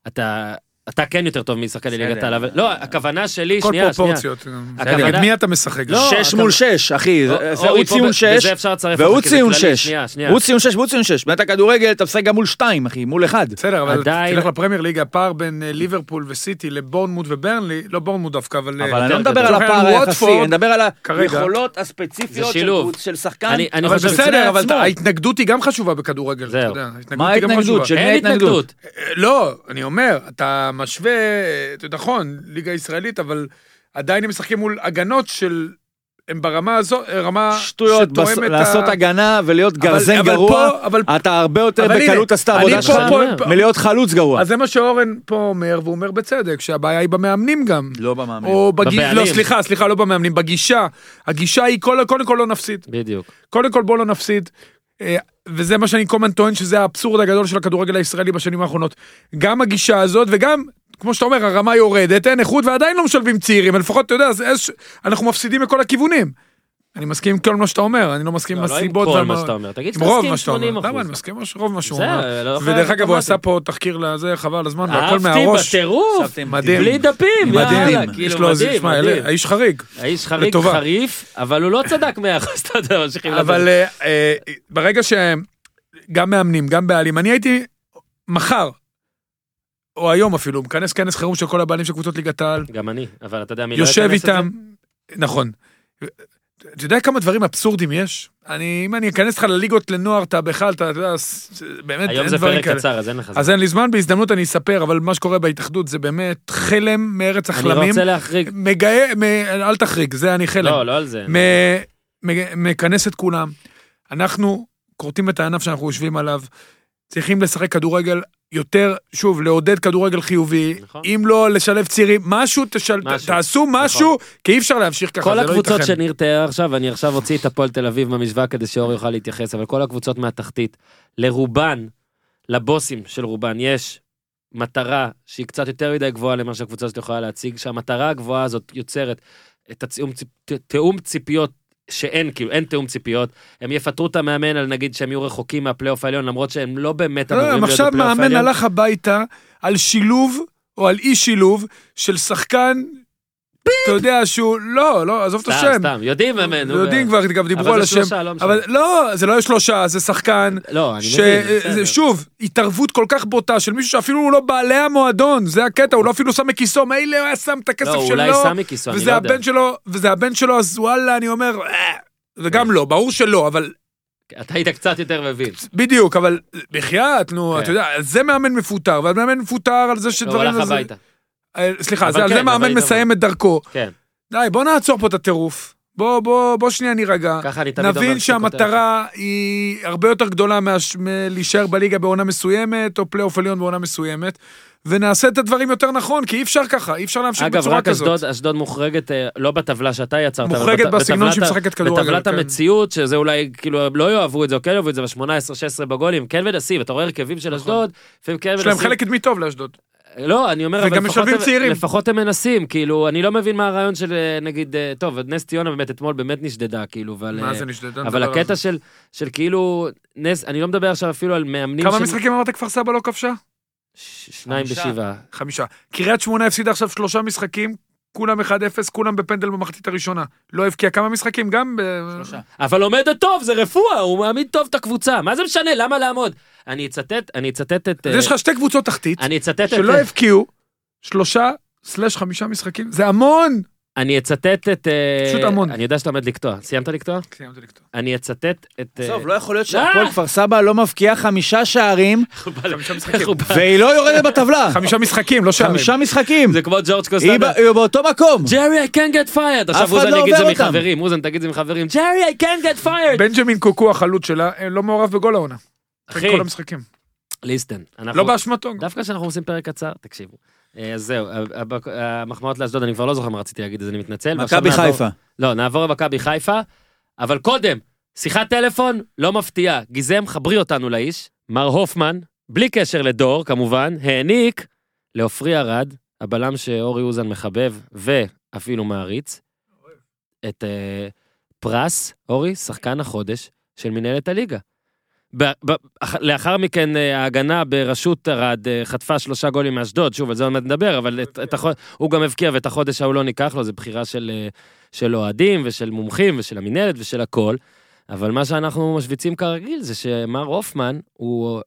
אתה כן יותר טוב משחקן ליגת העל. לא, הכוונה שלי, כל פרופורציות. מי אתה משחק? 6 מול 6, אחי. הוא ציון 6, והוא ציון 6. הוא ציון 6 והוא ציון 6. בנת הכדורגל אתה משחק גם מול 2, אחי, מול 1. בסדר, אבל תלך לפרמייר ליגה, הפער בין ליברפול וסיטי לבורנמוט וברנלי, לא בורנמוט דווקא, אבל אני לא מדבר על הפער היחסי, אני מדבר על היכולות הספציפיות של שחקן. אבל בסדר, אבל ההתנגדות היא גם חשובה בכדורגל. מה ההתנגדות? של מי ההתנגדות? לא, אני אומר, אתה משווה, נכון, ליגה ישראלית, אבל עדיין הם משחקים מול הגנות של, הם ברמה הזו, רמה שטויות, לעשות הגנה ולהיות גרזן גרוע, אתה הרבה יותר בקלות עשתה עבודה שלך, מלהיות חלוץ גרוע. אז זה מה שאורן פה אומר, והוא אומר בצדק, שהבעיה היא במאמנים גם. לא במאמנים. לא, סליחה, לא במאמנים, בגישה. הגישה היא קודם כל לא נפסיד. בדיוק. קודם כל בוא לא נפסיד. וזה מה שאני כל הזמן טוען שזה האבסורד הגדול של הכדורגל הישראלי בשנים האחרונות. גם הגישה הזאת וגם, כמו שאתה אומר, הרמה יורדת, אין איכות ועדיין לא משלבים צעירים, לפחות אתה יודע, אנחנו מפסידים מכל הכיוונים. אני מסכים עם כל מה שאתה אומר, אני לא מסכים עם הסיבות. לא עם כל מה שאתה אומר, תגיד שאתה מסכים 80%. למה, אני מסכים עם רוב מה שהוא אומר. ודרך אגב, הוא עשה פה תחקיר לזה, חבל הזמן, והכל מהראש. אהבתי בטירוף, בלי דפים, מדהים. האיש חריג. האיש חריג חריף, אבל הוא לא צדק 100%, אתה יודע, ממשיכים לדבר. אבל ברגע שגם מאמנים, גם בעלים, אני הייתי מחר, או היום אפילו, מכנס כנס חירום של כל הבעלים של קבוצות ליגת העל. גם אני, אבל אתה יודע מי לא יושב איתם, נכון. אתה יודע כמה דברים אבסורדים יש? אם אני אכנס לך לליגות לנוער, אתה בכלל, אתה יודע, באמת היום זה פרק קצר, אז אין לך זה. אז אין לי זמן, בהזדמנות אני אספר, אבל מה שקורה בהתאחדות זה באמת חלם מארץ החלמים. אני רוצה להחריג. אל תחריג, זה אני חלם. לא על זה. מכנס את כולם. אנחנו קורטים את הענף שאנחנו יושבים עליו, צריכים לשחק כדורגל יותר, שוב, לעודד כדורגל חיובי, נכון. אם לא לשלב צעירים, משהו, תעשו משהו, נכון. כי אי אפשר להמשיך ככה, כל הקבוצות שניר תיאר עכשיו, אני עכשיו הוציא את הפועל תל אביב במשוואה כדי שאור יוכל להתייחס, אבל כל הקבוצות מהתחתית, לרובן, לבוסים של רובן, יש מטרה שהיא קצת יותר מדי גבוהה למה שהקבוצה הזאת יכולה להציג, שהמטרה הגבוהה הזאת יוצרת את תאום ציפיות שאין, כאילו, אין תאום ציפיות, הם יפטרו את המאמן על נגיד שהם יהיו רחוקים מהפלייאוף העליון, למרות שהם לא באמת אמורים להיות בפלייאוף העליון. עכשיו מאמן הלך הביתה על שילוב, או על אי שילוב, של שחקן, אתה יודע שהוא, לא, עזוב את השם. סתם, יודעים מאמן. יודעים כבר, גם דיברו על השם. אבל לא, זה לא שלושה, זה שחקן. לא, אני מבין. שוב, התערבות כל כך בוטה של מישהו שאפילו הוא לא בעלי המועדון, זה הקטע, הוא לא אפילו שם מכיסו, מילא הוא היה שם את הכסף שלו. לא, אולי שם מכיסו, אני לא יודע. וזה הבן שלו, אז וואלה, אני אומר, וגם לא, ברור שלא, אבל... אתה היית קצת יותר מבין. בדיוק, אבל בחייאת, נו, אתה יודע, זה מאמן מפוטר, והמאמן מפוטר על זה שדברים... סליחה, על זה מאמן מסיים את דרכו. כן. די, בוא נעצור פה את הטירוף. בוא שנייה נירגע. נבין שהמטרה היא הרבה יותר גדולה מלהישאר בליגה בעונה מסוימת, או פלייאוף עליון בעונה מסוימת, ונעשה את הדברים יותר נכון, כי אי אפשר ככה, אי אפשר להמשיך בצורה כזאת. אגב, רק אשדוד מוחרגת, לא בטבלה שאתה יצרת, מוחרגת בסגנון שמשחקת כדורגל. בטבלת המציאות, שזה אולי, כאילו, לא יאהבו את זה, או כן יאהבו את זה, ב-18-16 בגולים, כן ודסיב, אתה רואה הרכבים של אשדוד, יש להם חלק קדמי טוב לאשדוד. לא, אני אומר, אבל לפחות הם מנסים, כאילו, אני לא מבין מה הרעיון של, נגיד, טוב, נס ציונה באמת אתמול באמת נשדדה, כאילו, מה זה נשדדה? אבל הקטע של כאילו, נס, אני לא מדבר עכשיו אפילו על מאמנים כמה משחקים אמרת כפר סבא לא כבשה? 2-7. 5. קריית שמונה הפסידה עכשיו 3 משחקים, כולם 1-0, כולם בפנדל במחצית הראשונה. לא הבקיע כמה משחקים, גם 3. אבל עומדת טוב, זה רפואה, הוא מעמיד טוב את הקבוצה. מה זה משנה? למה לעמוד? אני אצטט את... יש לך 2 קבוצות תחתית, שלא הבקיעו 3/5 משחקים. זה המון! אני אצטט את... פשוט המון. אני יודע שאתה עומד לקטוע. סיימת לקטוע? סיימתי לקטוע. אני אצטט את... טוב, לא יכול להיות שהפועל כפר סבא לא מבקיעה 5 שערים, 5 משחקים. והיא לא יורדת בטבלה. 5 משחקים, לא שערים. 5 משחקים. זה כמו ג'ורג' קוסטדה. היא באותו מקום. ג'רי, I can't get fired. עכשיו אוזן יגיד זה מחברים. אוזן תגיד זה מחברים. ג'רי, I can't get fired. בנג'מין קוקו, החלוץ שלה, לא מעורב בגול העונה. אחי. כל המשחקים. ליסטן. לא באשמתו. דווקא כשאנחנו עושים פרק קצר, תקשיבו. אז זהו, המחמאות לאשדוד, אני כבר לא זוכר מה רציתי להגיד, אז אני מתנצל. מכבי חיפה. לא, נעבור למכבי חיפה, אבל קודם, שיחת טלפון לא מפתיעה, גיזם, חברי אותנו לאיש, מר הופמן, בלי קשר לדור, כמובן, העניק לאופרי ארד, הבלם שאורי אוזן מחבב, ואפילו מעריץ, את פרס, אורי, שחקן החודש של מנהלת הליגה. לאחר מכן ההגנה בראשות ארד חטפה 3 גולים מאשדוד, שוב על זה עוד נדבר, אבל הוא גם הבקיע ואת החודש ההוא לא ניקח לו, זה בחירה של אוהדים ושל מומחים ושל המנהלת ושל הכל, אבל מה שאנחנו משוויצים כרגיל זה שמר הופמן הוא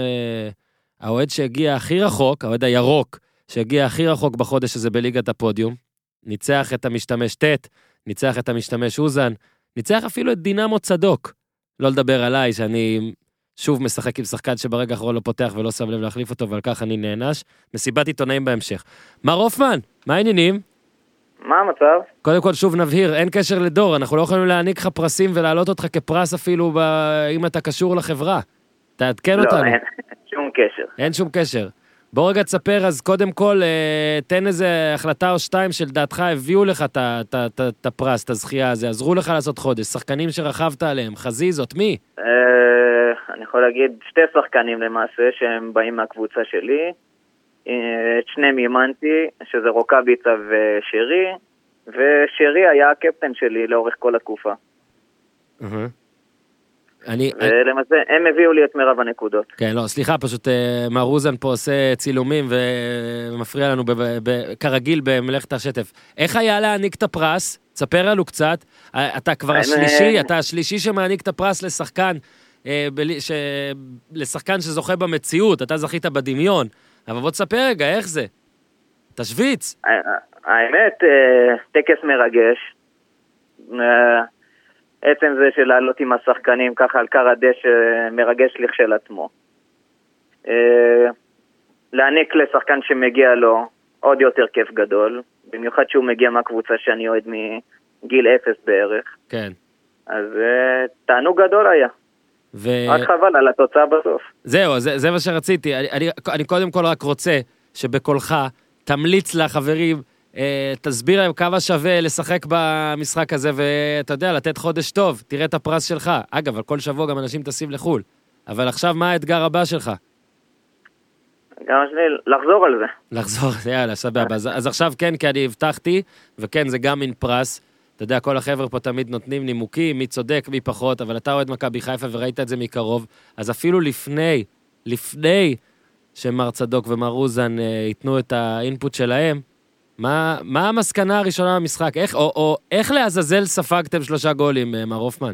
האוהד שהגיע הכי רחוק, האוהד הירוק שהגיע הכי רחוק בחודש הזה בליגת הפודיום, ניצח את המשתמש טט, ניצח את המשתמש אוזן, ניצח אפילו את דינמו צדוק, לא לדבר עליי, שאני שוב משחק עם שחקן שברגע האחרון לא פותח ולא שם לב להחליף אותו, ועל כך אני נענש. מסיבת עיתונאים בהמשך. מר הופמן, מה העניינים? מה המצב? קודם כל שוב נבהיר, אין קשר לדור, אנחנו לא יכולים להעניק לך פרסים ולהעלות אותך כפרס אפילו אם אתה קשור לחברה. תעדכן אותנו. לא, אין שום קשר. אין שום קשר. בוא רגע תספר, אז קודם כל, תן איזה החלטה או 2 של דעתך, הביאו לך את הפרס, את הזכייה הזה, עזרו לך לעשות חודש, שחקנים שרכבת עליהם, חזיזות, מי? אני יכול להגיד 2 שחקנים למעשה, שהם באים מהקבוצה שלי, את 2 מימנתי, שזה רוקביצה ושרי, ושרי היה הקפטן שלי לאורך כל התקופה. ולמעשה, הם הביאו לי את מרב הנקודות. כן, לא, סליחה, פשוט מר אוזן פה עושה צילומים ומפריע לנו כרגיל במלאכת השטף. איך היה להעניק את הפרס? תספר לנו קצת. אתה כבר השלישי, אתה השלישי שמעניק את הפרס לשחקן שזוכה במציאות, אתה זכית בדמיון. אבל בוא תספר רגע, איך זה? תשוויץ. האמת, טקס מרגש. עצם זה של לעלות עם השחקנים ככה על קר הדשא מרגש לכשלעצמו. להעניק לשחקן שמגיע לו עוד יותר כיף גדול, במיוחד שהוא מגיע מהקבוצה שאני אוהד מגיל 0 בערך. כן. אז תענוג גדול היה. רק חבל על התוצאה בסוף. זהו, זה מה שרציתי. אני קודם כל רק רוצה שבקולך תמליץ לחברים, תסביר להם כמה שווה לשחק במשחק הזה, ואתה יודע, לתת חודש טוב, תראה את הפרס שלך. אגב, על כל שבוע גם אנשים טסים לחול. אבל עכשיו מה האתגר הבא שלך? גם שלי, לחזור על זה. לחזור, יאללה, סבבה. אז עכשיו כן, כי אני הבטחתי, וכן, זה גם מין פרס. אתה יודע, כל החבר'ה פה תמיד נותנים נימוקים, מי צודק, מי פחות, אבל אתה אוהד מכבי חיפה וראית את זה מקרוב, אז אפילו לפני שמר צדוק ומר אוזן ייתנו את האינפוט שלהם, מה המסקנה הראשונה במשחק? איך לעזאזל ספגתם 3 גולים, מר הופמן?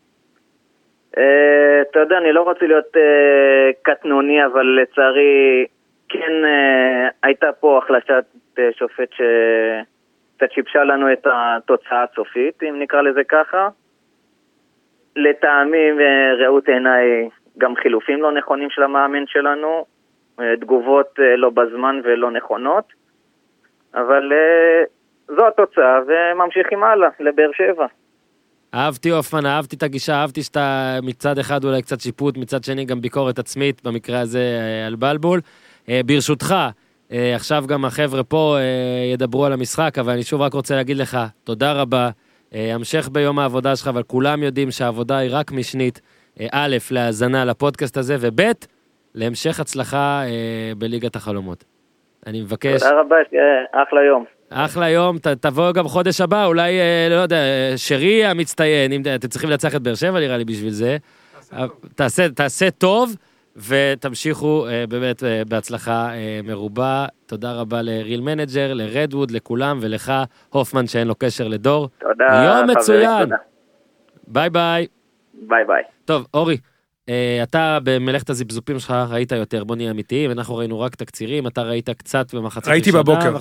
אתה יודע, אני לא רוצה להיות קטנוני, אבל לצערי כן הייתה פה החלשת שופט שקצת שיבשה לנו את התוצאה הסופית, אם נקרא לזה ככה. לטעמי וראות עיניי גם חילופים לא נכונים של המאמן שלנו, תגובות לא בזמן ולא נכונות, אבל זו התוצאה וממשיכים הלאה לבאר שבע. אהבתי הופמן, אהבתי את הגישה, אהבתי שאתה מצד אחד אולי קצת שיפוט, מצד שני גם ביקורת עצמית, במקרה הזה על בלבול. ברשותך, עכשיו גם החבר'ה פה ידברו על המשחק, אבל אני שוב רק רוצה להגיד לך, תודה רבה, המשך ביום העבודה שלך, אבל כולם יודעים שהעבודה היא רק משנית, א', להאזנה לפודקאסט הזה, וב', להמשך הצלחה בליגת החלומות. אני מבקש... תודה רבה, אחלה יום. אחלה יום, תבוא גם חודש הבא, אולי, לא יודע, שרי המצטיין, אם אתם צריכים לצח את באר שבע, נראה לי בשביל זה. תעשה טוב, ותמשיכו באמת בהצלחה מרובה. תודה רבה לריל מנג'ר, לרדווד, לכולם, ולך, הופמן, שאין לו קשר לדור. תודה. יום מצוין. ביי ביי. ביי ביי. טוב, אורי, אתה במלאכת הזיבזופים שלך ראית יותר, בוא נהיה אמיתיים, אנחנו ראינו רק תקצירים, אתה ראית קצת במחצית ראיתי בבוקר.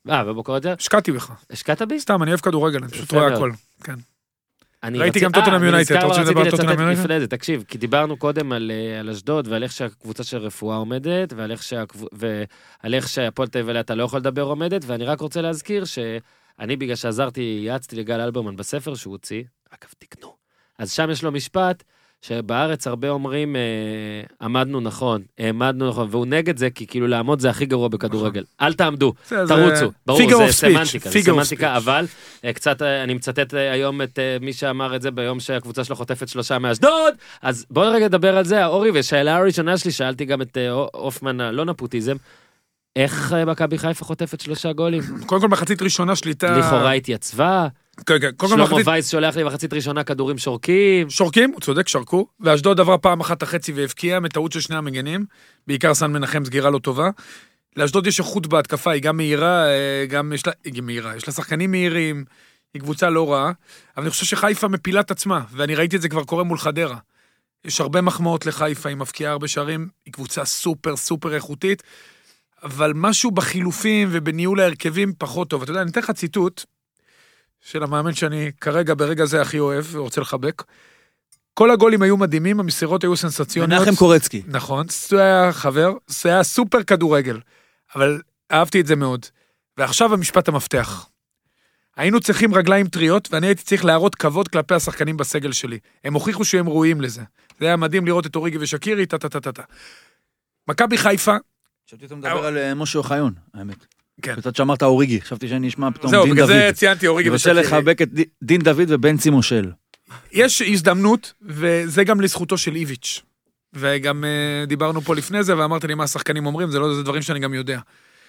ובקורג'ר? השקעתי בך. השקעת בי? סתם, אני אוהב כדורגל, אני פשוט רואה הכל. כן. ראיתי גם טוטנהאם יונייטד, אתה רוצה לדבר על טוטנהאם יונייטד? לפני זה, תקשיב, כי דיברנו קודם על אשדוד, ועל איך שהקבוצה של רפואה עומדת, ועל איך שהפועל תל אביב אתה לא יכול לדבר עומדת, ואני רק רוצה להזכיר שאני בגלל שעזרתי, יעצתי לגל אלברמן בספר שהוא הוציא, אגב תקנו, אז שם יש לו משפט, שבארץ הרבה אומרים, עמדנו נכון, העמדנו נכון, והוא נגד זה, כי כאילו לעמוד זה הכי גרוע בכדורגל. אל תעמדו, תרוצו. ברור, זה סמנטיקה, אבל קצת, אני מצטט היום את מי שאמר את זה ביום שהקבוצה שלו חוטפת 3 מאשדוד, אז בואו רגע נדבר על זה, אורי, ושאלה הראשונה שלי, שאלתי גם את אופמן, לא נפוטיזם, איך מכבי חיפה חוטפת 3 גולים? קודם כל מחצית ראשונה שליטה... לכאורה התייצבה. שלמה וייס שולח לי מחצית ראשונה כדורים שורקים. שורקים, הוא צודק, שרקו. ואשדוד עברה פעם אחת החצי והבקיעה, מטעות של שני המגנים, בעיקר סן מנחם סגירה לא טובה. לאשדוד יש איכות בהתקפה, היא גם מהירה, יש לה שחקנים מהירים, היא קבוצה לא רעה, אבל אני חושב שחיפה מפילה את עצמה, ואני ראיתי את זה כבר קורה מול חדרה. יש הרבה מחמאות לחיפה, היא מבקיעה הרבה שערים, היא קבוצה סופר סופר איכותית, אבל משהו בחילופים ובניהול ההרכבים פחות טוב. אתה יודע, אני אתן לך ציטוט של המאמן שאני כרגע ברגע זה הכי אוהב ורוצה לחבק. כל הגולים היו מדהימים, המסירות היו סנסציוניות. מנחם קורצקי. נכון, זה היה חבר, זה היה סופר כדורגל, אבל אהבתי את זה מאוד. ועכשיו המשפט המפתח. היינו צריכים רגליים טריות, ואני הייתי צריך להראות כבוד כלפי השחקנים בסגל שלי. הם הוכיחו שהם ראויים לזה. זה היה מדהים לראות את אוריגי ושקירי, מכבי חיפה, חשבתי אתה מדבר על משה אוחיון, האמת. כן. קצת שאמרת אוריגי, חשבתי שאני אשמע פתאום זהו, דין בגלל דוד. זה ציינתי אוריגי ושקירי. אני רוצה לחבק את דין דוד ובנצי מושל. יש הזדמנות, וזה גם לזכותו של איביץ'. וגם דיברנו פה לפני זה, ואמרת לי מה השחקנים אומרים, זה דברים שאני גם יודע.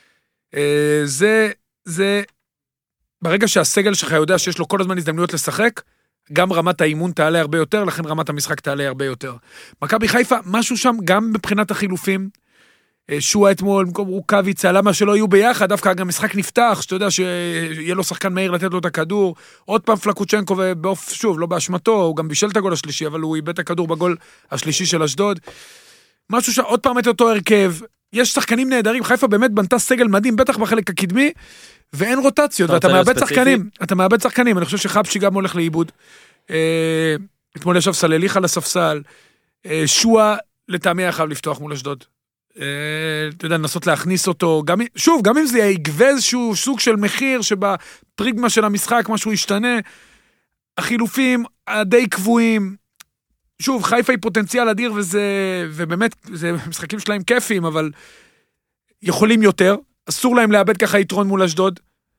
זה, ברגע שהסגל שלך יודע שיש לו כל הזמן הזדמנויות לשחק, גם רמת האימון תעלה הרבה יותר, לכן רמת המשחק תעלה הרבה יותר. מכבי חיפה, משהו שם, גם מבחינת החילופים, שואה אתמול, במקום רוקאביצה, למה שלא יהיו ביחד, דווקא גם משחק נפתח, שאתה יודע שיהיה לו שחקן מהיר לתת לו את הכדור, עוד פעם פלקוצ'נקו, שוב, לא באשמתו, הוא גם בישל את הגול השלישי, אבל הוא איבד את הכדור בגול השלישי של אשדוד. משהו שעוד פעם את אותו הרכב, יש שחקנים נהדרים, חיפה באמת בנתה סגל מדהים, בטח בחלק הקדמי, ואין רוטציות, ואתה מאבד שחקנים, אני חושב שחבשי גם הולך לאיבוד, אתמול ישב סלליך על הספסל, שואה לטעמי היה חייב לפתוח מול אשדוד. אתה יודע, לנסות להכניס אותו, גם אם זה יגווה איזשהו סוג של מחיר, שבפריגמה של המשחק משהו ישתנה, החילופים הדי קבועים, שוב, חיפה היא פוטנציאל אדיר, ובאמת, זה משחקים שלהם כיפים, אבל יכולים יותר, אסור להם לאבד ככה יתרון מול אשדוד,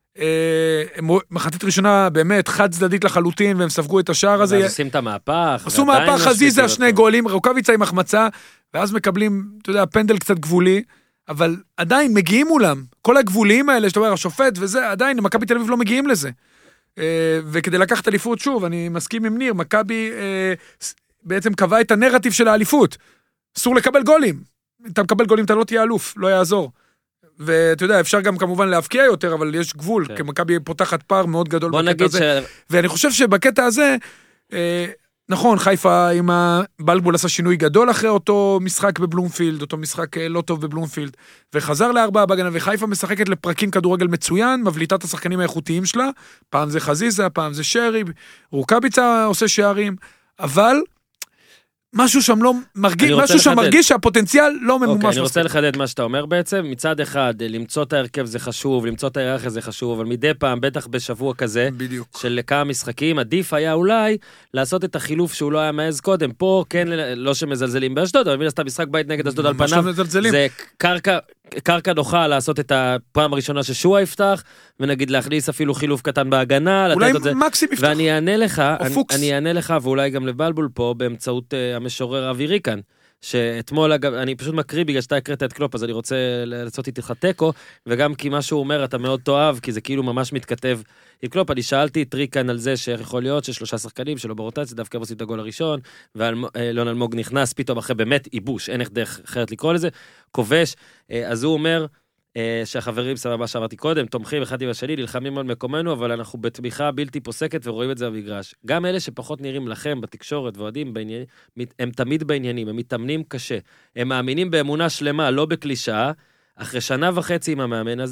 מחצית ראשונה באמת חד צדדית לחלוטין, והם ספגו את השער הזה. אז עושים את המהפך. עשו מהפך חזיזה, 2 גולים, רוקאביצה עם החמצה, ואז מקבלים, אתה יודע, פנדל קצת גבולי, אבל עדיין מגיעים מולם. כל הגבוליים האלה, שאתה אומר, השופט וזה, עדיין, מכבי תל אביב לא מגיעים לזה. וכדי לקחת אליפות, שוב, אני מסכים עם ניר, מכבי בעצם קבע את הנרטיב של האליפות. אסור לקבל גולים. אתה מקבל גולים, אתה לא תהיה אלוף, לא יעזור. ואתה יודע, אפשר גם כמובן להפקיע יותר, אבל יש גבול, כי מכבי פותחת פער מאוד גדול בקטע הזה. ואני חושב שבקטע הזה, נכון, חיפה עם הבלבול עשה שינוי גדול אחרי אותו משחק בבלומפילד, אותו משחק לא טוב בבלומפילד, וחזר ל4 בהגנה, וחיפה משחקת לפרקים כדורגל מצוין, מבליטה את השחקנים האיכותיים שלה, פעם זה חזיזה, פעם זה שרי, רוקאביצה עושה שערים, אבל משהו שם לא מרגיש שהפוטנציאל לא ממומש. אני רוצה לחדד מה שאתה אומר בעצם, מצד אחד, למצוא את ההרכב זה חשוב, למצוא את ההיררכיה זה חשוב, אבל מדי פעם, בטח בשבוע כזה, של כמה משחקים, עדיף היה אולי לעשות את החילוף שהוא לא היה מעז קודם, פה כן, לא שמזלזלים באשדוד, אבל מן הסתם משחק בית נגד אשדוד על פניו, זה קרקע נוחה לעשות את הפעם הראשונה ששואה יפתח, ונגיד להכניס אפילו חילוף קטן בהגנה, אולי מקסים יפתח. ואני אענה לך, ואולי גם לבלבול פה, באמצעות המשורר אווירי כאן, שאתמול, אגב, אני פשוט מקריא בגלל שאתה הקראת את קלופ, אז אני רוצה לעשות איתך טקו, וגם כי מה שהוא אומר, אתה מאוד תואב, כי זה כאילו ממש מתכתב עם קלופ. אני שאלתי את ריקן על זה שיכול להיות ש3 שחקנים שלו ברוטציה, דווקא עושים את הגול הראשון, ואלון אלמוג נכנס פתאום אחרי באמת איבוש, אין איך דרך אחרת לקרוא לזה, כובש, אז הוא אומר, שהחברים, סבבה שאמרתי קודם, תומכים אחד עם השני, נלחמים על מקומנו, אבל אנחנו בתמיכה בלתי פוסקת ורואים את זה במגרש. גם אלה שפחות נראים לכם בתקשורת ועודים בעניינים, הם תמיד בעניינים, הם מתאמנים קשה. הם מאמינים באמונה שלמה, לא בקלישאה, אחרי 1.5 עם המאמן הזה,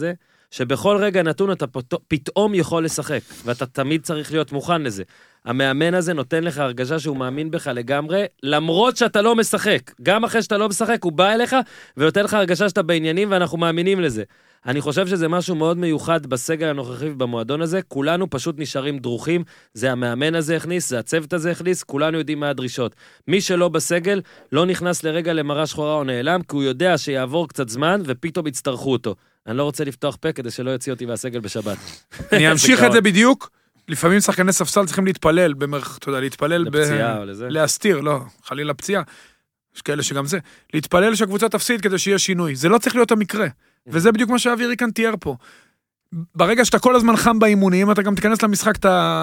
שבכל רגע נתון אתה פתאום יכול לשחק, ואתה תמיד צריך להיות מוכן לזה. המאמן הזה נותן לך הרגשה שהוא מאמין בך לגמרי, למרות שאתה לא משחק. גם אחרי שאתה לא משחק, הוא בא אליך ונותן לך הרגשה שאתה בעניינים, ואנחנו מאמינים לזה. אני חושב שזה משהו מאוד מיוחד בסגל הנוכחי במועדון הזה, כולנו פשוט נשארים דרוכים, זה המאמן הזה הכניס, זה הצוות הזה הכניס, כולנו יודעים מה הדרישות. מי שלא בסגל לא נכנס לרגע למראה שחורה או נעלם, כי הוא יודע שיעבור קצת זמן ופתאום יצטרכו אותו. אני לא רוצה לפתוח פה כדי שלא יוציא אותי מהסגל בשבת. אני אמשיך את זה בדיוק. לפעמים שחקני ספסל צריכים להתפלל, אתה יודע, להתפלל להסתיר, לא, חלילה פציעה. יש כאלה שגם זה. להתפלל שהקבוצה תפסיד כדי שיהיה שינוי. זה לא צריך להיות המקרה. וזה בדיוק מה שאווירי כאן תיאר פה. ברגע שאתה כל הזמן חם באימונים, אתה גם תיכנס למשחק,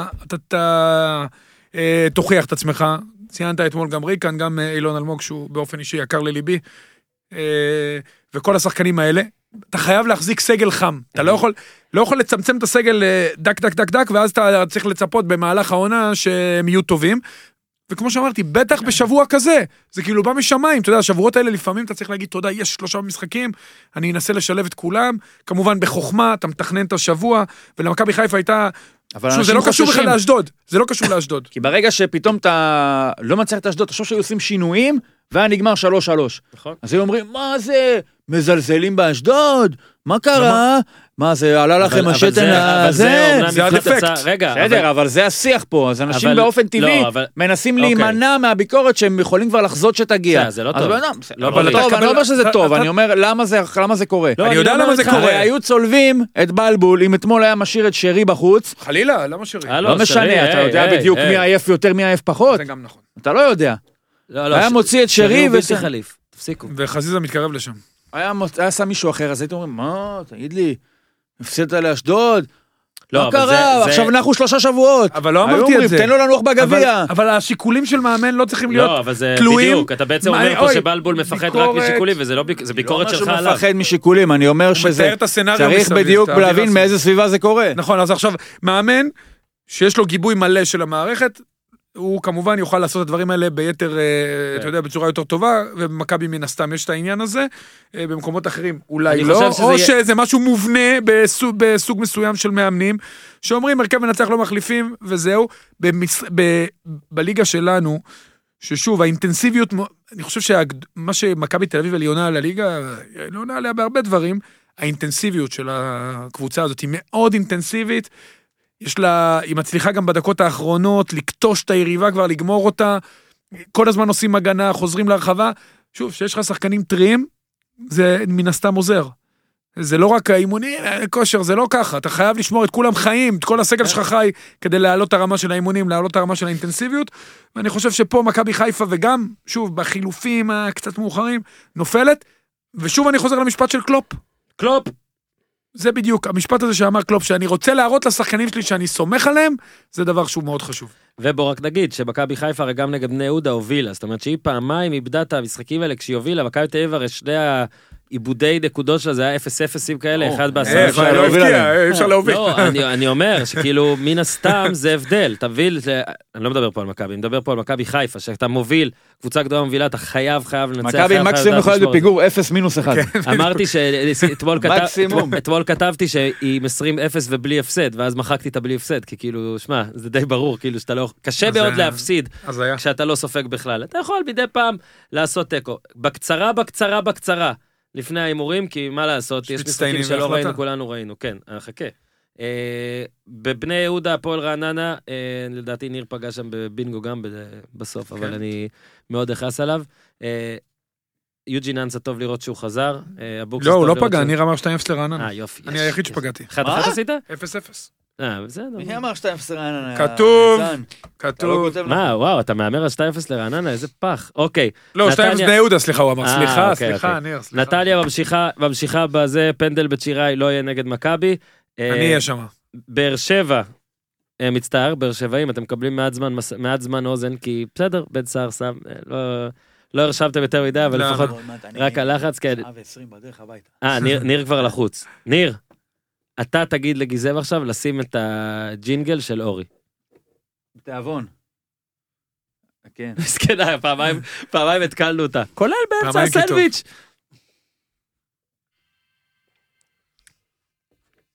אתה תוכיח את עצמך. ציינת אתמול גם ריקן, גם אילון אלמוג, שהוא באופן אישי יקר לליבי. וכל השחקנים האלה, אתה חייב להחזיק סגל חם. אתה לא יכול לצמצם את הסגל דק, דק, דק, דק, ואז אתה צריך לצפות במהלך העונה שהם יהיו טובים. וכמו שאמרתי, בטח בשבוע כזה, זה כאילו בא משמיים, אתה יודע, השבועות האלה לפעמים אתה צריך להגיד, תודה, יש 3 משחקים, אני אנסה לשלב את כולם, כמובן בחוכמה, אתה מתכנן את השבוע, ולמכבי חיפה הייתה, זה לא קשור בכלל לאשדוד, זה לא קשור לאשדוד. כי ברגע שפתאום אתה לא מצליח את אשדוד, אתה חושב שהיו עושים שינויים, והיה נגמר 3-3. אז הם אומרים, מה זה? מזלזלים באשדוד? מה קרה? מה זה, עלה לכם השתן הזה? זה הדפקט. בסדר, אבל זה השיח פה, אז אנשים באופן טבעי מנסים להימנע מהביקורת שהם יכולים כבר לחזות שתגיע. זה לא טוב. אני לא אומר שזה טוב, אני אומר למה זה קורה. אני יודע למה זה קורה. היו צולבים את בלבול, אם אתמול היה משאיר את שרי בחוץ. חלילה, למה שרי? לא משנה, אתה יודע בדיוק מי עייף יותר, מי עייף פחות. זה גם נכון. אתה לא יודע. היה מוציא את שרי תפסיקו. וחזיזה מתקרב לשם. היה שם מישהו אחר, אז הייתם אומרים, מה, תגיד לי, הפסדת לאשדוד? מה קרה? עכשיו אנחנו 3 שבועות. אבל לא אמרתי את זה. תן לו לנוח בגביע. אבל השיקולים של מאמן לא צריכים להיות תלויים. לא, אבל זה בדיוק. אתה בעצם אומר פה שבלבול מפחד רק משיקולים, וזה ביקורת שלך עליו. לא משהו מפחד משיקולים, אני אומר שזה צריך בדיוק להבין מאיזה סביבה זה קורה. נכון, אז עכשיו, מאמן שיש לו גיבוי מלא של המערכת, הוא כמובן יוכל לעשות את הדברים האלה ביתר, אתה יודע, בצורה יותר טובה, ובמכבי מן הסתם יש את העניין הזה, במקומות אחרים אולי לא, או שזה משהו מובנה בסוג מסוים של מאמנים, שאומרים, הרכב מנצח לא מחליפים, וזהו, בליגה שלנו, ששוב, האינטנסיביות, אני חושב שמה שמכבי תל אביב עליונה על הליגה, עליונה עליה בהרבה דברים, האינטנסיביות של הקבוצה הזאת היא מאוד אינטנסיבית, היא מצליחה גם בדקות האחרונות, לקטוש את היריבה כבר, לגמור אותה, כל הזמן עושים הגנה, חוזרים להרחבה, שוב, שיש לך שחקנים טריים, זה מן הסתם עוזר. זה לא רק האימונים, כושר, זה לא ככה, אתה חייב לשמור את כולם חיים, את כל הסגל שלך חי, כדי להעלות את הרמה של האימונים, להעלות את הרמה של האינטנסיביות, ואני חושב שפה מכבי חיפה, וגם, שוב, בחילופים הקצת מאוחרים, נופלת, ושוב אני חוזר למשפט של קלופ. זה בדיוק, המשפט הזה שאמר קלופ, שאני רוצה להראות לשחקנים שלי שאני סומך עליהם, זה דבר שהוא מאוד חשוב. ובוא רק נגיד, שמכבי חיפה הרי גם נגד בני יהודה הובילה, זאת אומרת שהיא פעמיים איבדה את המשחקים האלה, כשהיא הובילה, מכבי תל אביב הרי שני העיבודי נקודות שלה, זה היה 0-0 כאלה, אחד בעשרה. אפשר להוביל. לא, אני אומר שכאילו, מן הסתם זה הבדל, תביל, אני לא מדבר פה על מכבי, אני מדבר פה על מכבי חיפה, שאתה מוביל, קבוצה גדולה מובילה, אתה חייב לנצח. מכבי מקסימום יכול להיות בפיגור 0-1. אמרתי שאתמול כתבתי שהיא עם 20-0 ובלי הפסד, ואז מחקתי את הבלי הפסד, כי כאילו, שמע, זה די ברור, כאילו שאתה לא, קשה מאוד להפסיד, כשאתה לא סופג בכלל. אתה יכול מדי פעם לעשות טקו. בקצרה, לפני האימורים, כי מה לעשות, יש משחקים שלא ראינו, כולנו ראינו, כן, חכה. בבני יהודה, הפועל רעננה, לדעתי ניר פגש שם בבינגו גם בסוף, אבל אני מאוד אכעס עליו. יוג'י ננסה טוב לראות שהוא חזר. לא, הוא לא פגע, ניר אמר 2-0 לרעננה. יופי. אני היחיד שפגעתי. 1-1 עשית? 0-0. בסדר. מי אמר 2-0 לרעננה? כתוב. מה, וואו, אתה מאמר על 2-0 לרעננה, איזה פח. אוקיי. לא, 2-0 בני יהודה, סליחה, הוא אמר. סליחה, ניר, סליחה. נטליה ממשיכה בזה, פנדל בצ'יראי לא יהיה נגד מכבי. אני אהיה שם. באר שבע, מצטער, באר שבעים, אתם מקבלים מעט זמן אוזן, כי בסדר, בן סער שם, לא הרשבתם יותר מדי, אבל לפחות רק הלחץ, כן. ניר כבר לחוץ. ניר, אתה תגיד לגיזם עכשיו לשים את הג'ינגל של אורי. תיאבון. כן. מסכנה, פעמיים התקלנו אותה. כולל באמצע הסנדוויץ'.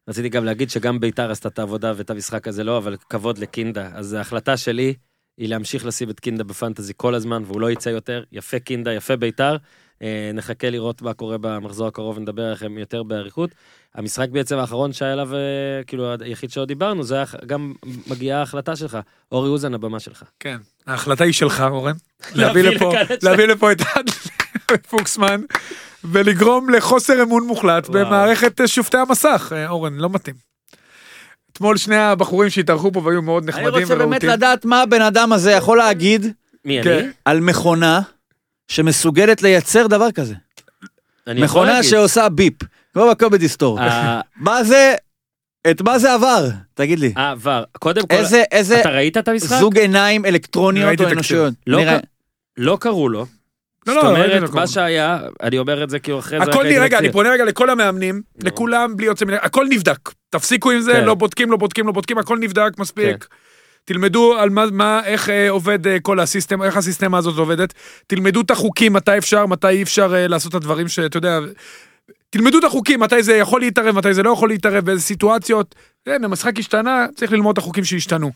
רציתי גם להגיד שגם ביתר עשתה את העבודה ואת המשחק הזה לא, אבל כבוד לקינדה. אז ההחלטה שלי היא להמשיך לשים את קינדה בפנטזי כל הזמן, והוא לא יצא יותר. יפה קינדה, יפה ביתר. נחכה לראות מה קורה במחזור הקרוב, ונדבר עליכם יותר בעריכות. המשחק בעצם האחרון שהיה אליו, כאילו היחיד שעוד דיברנו, זה גם מגיעה ההחלטה שלך. אורי אוזן, הבמה שלך. כן, ההחלטה היא שלך, אורן. להביא לפה את פוקסמן, ולגרום לחוסר אמון מוחלט במערכת שופטי המסך. אורן, לא מתאים. אתמול שני הבחורים שהתארחו פה והיו מאוד נחמדים אני רוצה באמת לדעת מה הבן אדם הזה יכול להגיד על מכונה שמסוגלת לייצר דבר כזה. מכונה שעושה ביפ, כמו בקומדי סטור. מה זה, את מה זה עבר? תגיד לי. עבר. קודם כל, אתה ראית את המשחק? זוג עיניים אלקטרוניות או אנושיות. לא קראו לו. זאת אומרת, מה שהיה, אני אומר את זה כאילו אחרי זה... הכל רגע, אני פונה רגע לכל המאמנים, לכולם בלי יוצא מן... הכל נבדק. תפסיקו עם זה, לא בודקים, הכל נבדק, מספיק. תלמדו על איך עובד כל הסיסטם, איך הסיסטמה הזאת עובדת. תלמדו את החוקים, מתי אפשר, מתי אי אפשר לעשות את הדברים שאתה יודע... תלמדו את החוקים, מתי זה יכול להתערב, מתי זה לא יכול להתערב, באיזה סיטואציות. המשחק השתנה, צריך ללמוד את החוקים שהשתנו.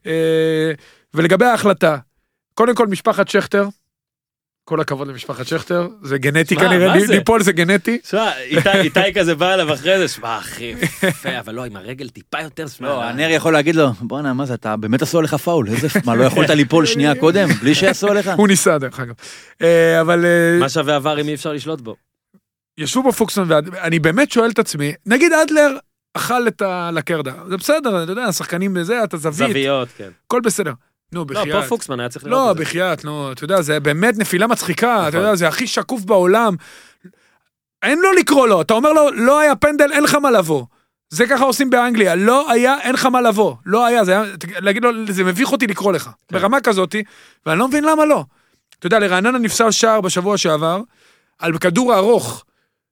ולגבי ההחלטה, קודם כל משפחת שכטר, כל הכבוד למשפחת שכטר, זה גנטי כנראה, ליפול זה גנטי. שמה, איתי כזה בא אליו אחרי זה, שמה אחי, יפה, אבל לא, עם הרגל טיפה יותר, לא, הנר יכול להגיד לו, בוא'נה, מה זה, אתה באמת עשו עליך פאול, מה, לא יכולת ליפול שנייה קודם, בלי שיעשו עליך? הוא ניסה, דרך אגב. אבל... מה שווה עבר אם אי אפשר לשלוט בו? ישבו בו פוקסמן, ואני באמת שואל את עצמי, נגיד אדלר אכל את הלקרדה, זה בסדר, אתה יודע, השחקנים בזה, אתה זווית. זוויות, כן. הכל בסדר. נו, בחייאת. לא, פה פוקסמן היה צריך לראות את זה. לא, בחייאת, נו, אתה יודע, זה באמת נפילה מצחיקה, אתה יודע, זה הכי שקוף בעולם. אין לו לקרוא לו, אתה אומר לו, לא היה פנדל, אין לך מה לבוא. זה ככה עושים באנגליה, לא היה, אין לך מה לבוא. לא היה, זה היה, להגיד לו, זה מביך אותי לקרוא לך. ברמה כזאת, ואני לא מבין למה לא. אתה יודע, לרעננה נפסל שער בשבוע שעבר, על כדור הארוך,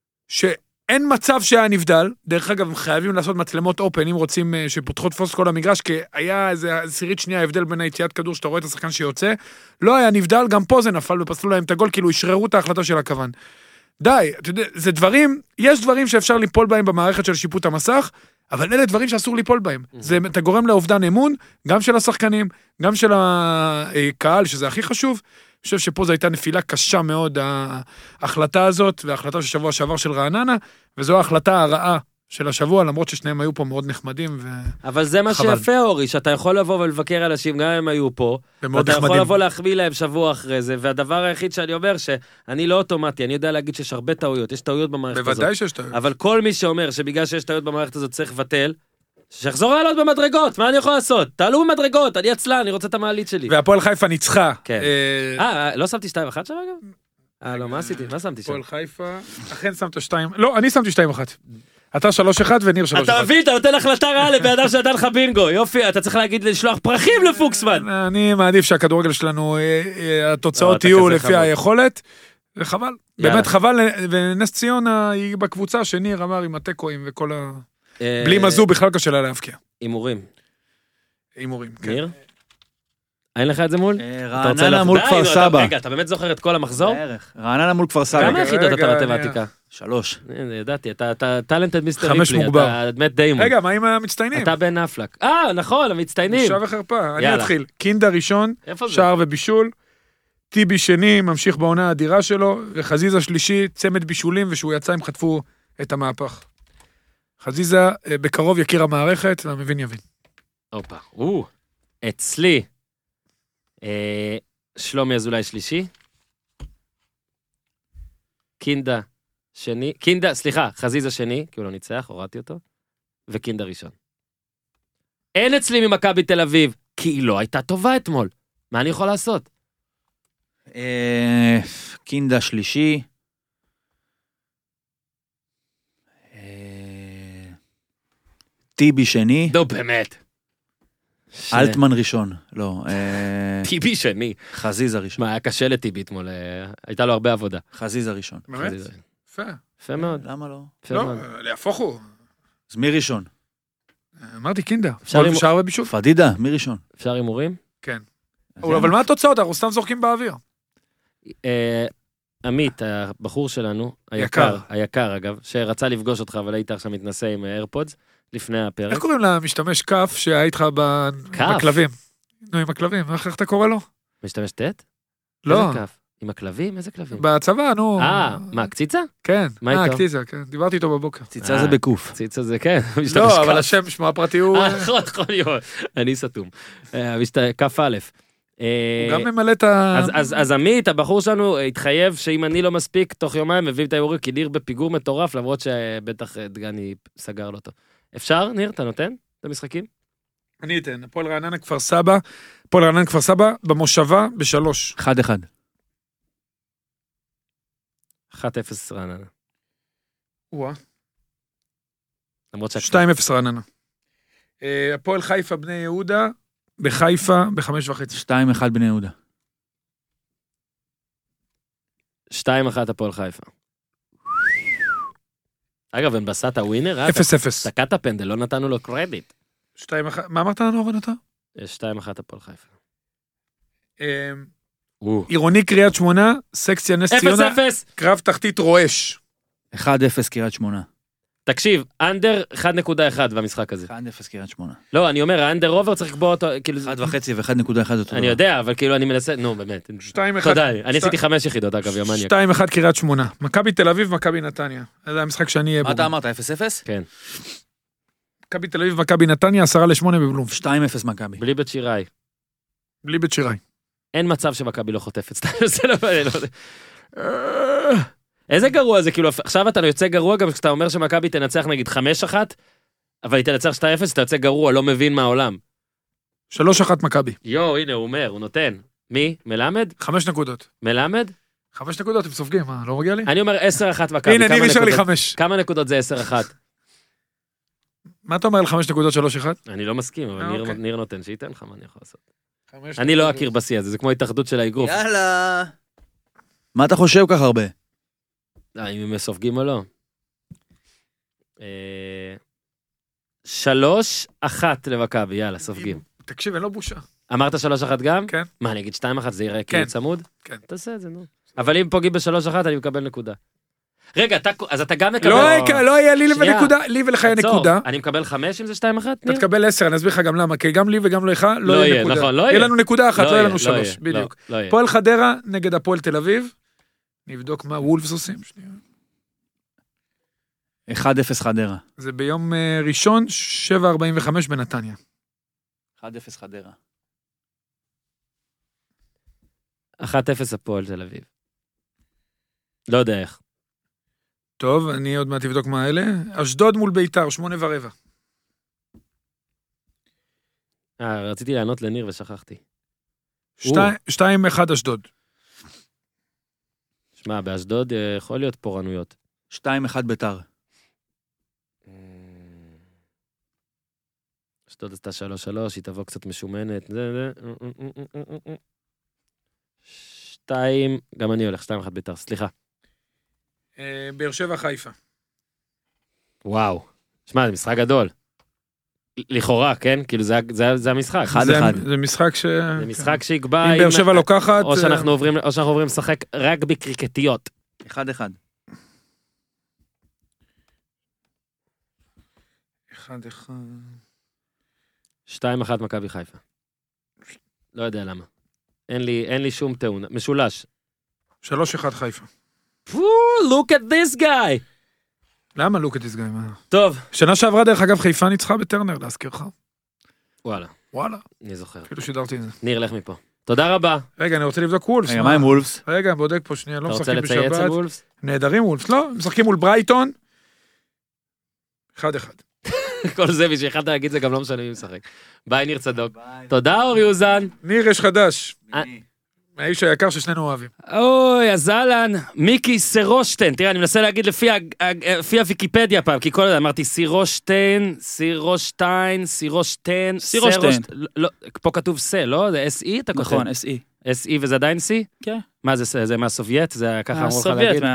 שאין מצב שהיה נבדל, דרך אגב, הם חייבים לעשות מצלמות אופן, אם רוצים שפותחו תפוס כל המגרש, כי היה איזה עשירית שנייה הבדל בין היציאת כדור, שאתה רואה את השחקן שיוצא, לא היה נבדל, גם פה זה נפל ופסלו להם את הגול, כאילו ישררו את ההחלטה של הכוון. די, אתה יודע, זה דברים, יש דברים שאפשר ליפול בהם במערכת של שיפוט המסך, אבל אלה דברים שאסור ליפול בהם. זה, אתה גורם לאובדן אמון, גם של השחקנים, גם של הקהל, שזה הכי חשוב. אני חושב שפה זו הייתה נפילה קשה מאוד, ההחלטה הזאת, וההחלטה של שבוע שעבר של רעננה, וזו ההחלטה הרעה של השבוע, למרות ששניהם היו פה מאוד נחמדים. אבל זה מה שיפה, אורי, שאתה יכול לבוא ולבקר אנשים, גם הם היו פה, ואתה יכול לבוא להחמיא להם שבוע אחרי זה, והדבר היחיד שאני אומר, שאני לא אוטומטי, אני יודע להגיד שיש הרבה טעויות, יש טעויות במערכת הזאת. בוודאי שיש טעויות. אבל כל מי שאומר שבגלל שיש טעויות במערכת הזאת צריך לבטל, שיחזור לעלות במדרגות, מה אני יכול לעשות? תעלו במדרגות, אני עצלן, אני רוצה את המעלית שלי. והפועל חיפה ניצחה. כן. לא שמתי 2-1 שם אגב? לא, מה עשיתי? מה שמתי שם? הפועל חיפה, אכן שמת 2, לא, אני שמתי 2-1. אתה 3-1 וניר 3-1. אתה מבין, אתה נותן החלטה רעה לבאדם שנתן לך בינגו, יופי, אתה צריך להגיד לשלוח פרחים לפוקסמן. אני מעדיף שהכדורגל שלנו, התוצאות יהיו לפי היכולת, וחבל, באמת חבל, ונס ציונה היא בקבוצה שניר אמר עם הטקואים וכל ה... בלי מזו בכלל קשה לה להפקיע. הימורים. הימורים, כן. ניר? אין לך את זה מול? רעננה מול כפר סבא. רגע, אתה באמת זוכר את כל המחזור? רעננה מול כפר סבא. כמה יחידות אתה מתמטיקה? 3. ידעתי, אתה טלנטד מיסטר 5 ריפלי, מוגבר. אתה באמת דיימון. רגע, מה עם המצטיינים? אתה בן אפלק. נכון, המצטיינים. בושה וחרפה, אני אתחיל. קינדה ראשון, שער ובישול, טיבי שני, ממשיך בעונה האדירה שלו, וחזיזה שלישי, צמד בישולים, ושהוא יצא הם חטפו את המהפך. חזיזה בקרוב יכיר המערכת, והמבין יבין. אופה, אצלי, שלומי אזולאי שלישי, חזיזה שני, כי הוא לא ניצח, הורדתי אותו, וקינדה ראשון. אין אצלי ממכבי תל אביב, כי היא לא הייתה טובה אתמול. מה אני יכול לעשות? קינדה שלישי, טיבי שני. לא, באמת. אלטמן ראשון. לא. טיבי שני. חזיזה ראשון. מה, היה קשה לטיבי אתמול, הייתה לו הרבה עבודה. חזיזה ראשון. באמת? יפה. יפה מאוד. למה לא? לא, להפוך הוא. אז מי ראשון? אמרתי קינדה. אפשר ובישול. פדידה, מי ראשון? אפשר הימורים? כן. אבל מה התוצאות? אנחנו סתם זורקים באוויר. עמית, הבחור שלנו, היקר אגב, שרצה לפגוש אותך, אבל היית עכשיו מתנסה עם איירפודס, לפני הפרק. איך קוראים למשתמש כף שהיה איתך בכלבים? נו, עם הכלבים, איך אתה קורא לו? משתמש טט? לא. איזה כף? עם הכלבים? איזה כלבים? בצבא, נו. מה, קציצה? כן. מה איתו? קציצה, כן. דיברתי איתו בבוקר. ציצה זה בקוף. קציצה זה, כן. לא, אבל השם, שמו הפרטי הוא... נכון, אני סתום. כף א'. הוא גם ממלא את ה... אז עמית, הבחור שלנו, התחייב שאם אני לא מספיק, תוך יומיים מביא את העיורי, כי ניר בפיגור מטורף, למרות שבטח דגני סגר לו אותו. אפשר, ניר, אתה נותן את המשחקים? אני אתן. הפועל רעננה כפר סבא, במושבה, 3. 1-1. 1-0 רעננה. וואה. למרות 2-0 רעננה. הפועל חיפה בני יהודה, בחיפה, 5.5. 2-1 בני יהודה. 2-1 הפועל חיפה. אגב, בן בסט הווינר, 0-0. תקעת פנדל, לא נתנו לו קרדיט. 2-1, מה אמרת לנו, אורן, אתה? 2-1 הפועל חיפה. עירוני קריית שמונה, סקציה נס ציונה, 0-0. קרב תחתית רועש. 1-0 קריית שמונה. תקשיב, אנדר 1.1 במשחק הזה. 1-0 קריית שמונה. לא, אני אומר, האנדר רובר צריך לקבוע אותו, כאילו... 1.5 ו1.1 אותו. אני יודע, אבל כאילו אני מנסה, נו, באמת. 2-1. תודה, אני עשיתי 5 יחידות, אגב, ימניאק. 2-1 קריית שמונה. מכבי תל אביב, מכבי נתניה. זה המשחק שאני אהיה בו. מה אתה אמרת, 0-0? כן. מכבי תל אביב, מכבי נתניה, 10-8 בבלום. 2-0 מכבי. בלי בית שיראי. בלי בית שיראי. אין מצב שמכבי לא חוטפת, סתם זה לא מעניין. איזה גרוע זה, כאילו, עכשיו אתה יוצא גרוע גם כשאתה אומר שמכבי תנצח נגיד 5-1, אבל היא תנצח 2-0, אתה יוצא גרוע, לא מבין מה העולם. 3-1 מכבי. יו, הנה, הוא אומר, הוא נותן. מי? מלמד? 5 נקודות. מלמד? 5 נקודות, הם סופגים, מה, לא מגיע לי? אני אומר 10-1 מכבי. הנה, ניר ישר לי 5. כמה נקודות זה 10-1? מה אתה אומר על 5 נקודות 3-1? אני לא מסכים, אבל אוקיי. ניר נותן, שייתן לך מה אני יכול לעשות. אני לא אכיר בשיא הזה, זה כמו התאחדות של האגרוף. יאללה. מה אתה חושב כך הרבה? אם הם סופגים או לא. 3-1 למכבי, יאללה, סופגים. תקשיב, אין לו בושה. אמרת 3-1 גם? כן. מה, אני אגיד 2-1, זה יראה כאילו צמוד? כן. תעשה את זה, נו. אבל אם פוגעים ב3-1, אני מקבל נקודה. רגע, אז אתה גם מקבל... לא יהיה לי ונקודה, לי ולך יהיה נקודה. אני מקבל 5 אם זה 2-1, ניר? אתה תקבל 10, אני אסביר לך גם למה, כי גם לי וגם לך לא יהיה נקודה. נכון, לא יהיה. יהיה לנו נקודה אחת, לא יהיה לנו 3, בדיוק. פועל חדרה נגד הפועל תל אביב. נבדוק מה וולפס עושים. 1-0 חדרה. זה ביום ראשון, 7:45 בנתניה. 1-0 חדרה. 1-0 הפועל תל אביב. לא יודע איך. טוב, אני עוד מעט אבדוק מה האלה. אשדוד מול ביתר, 8:15. רציתי לענות לניר ושכחתי. 2-1 אשדוד. שמע, באשדוד יכול להיות פורענויות. 2-1 ביתר. אשדוד עשתה 3-3, היא תבוא קצת משומנת. 2, גם אני הולך, 2-1 ביתר, סליחה. באר שבע חיפה. וואו. שמע, זה משחק גדול. לכאורה, כן? כאילו זה המשחק. 1-1. זה משחק ש... זה משחק שיקבע... אם באר שבע לוקחת... או שאנחנו עוברים לשחק רק בקריקטיות. 1-1. 1-1. 2-1 מכבי חיפה. לא יודע למה. אין לי שום טעון. משולש. 3-1 חיפה. look at this guy. למה look at this guy? טוב. שנה שעברה דרך אגב חיפה ניצחה בטרנר, להזכיר לך. וואלה. אני זוכר. אפילו שידרתי את זה. ניר, לך מפה. תודה רבה. רגע, אני רוצה לבדוק וולפס. רגע, מה עם וולפס? רגע, בודק פה שנייה, לא משחקים בשבת. אתה רוצה לצייץ על וולפס? נהדרים וולפס, לא, משחקים מול ברייטון. 1-1. כל זה, בשביל אחד להגיד זה גם לא משנה מי משחק. ביי, ניר צדוק. תודה, אור יוזן. ניר, יש חדש. האיש היקר ששנינו אוהבים. אוי, אז אהלן, מיקי סירושטיין. תראה, אני מנסה להגיד לפי הוויקיפדיה פעם, כי כל הזמן אמרתי סירושטיין, פה כתוב סה, לא? זה SE אתה כותב? נכון, SE. SE וזה עדיין C? כן. מה זה מהסובייט? זה ככה אמרו לך הסובייט,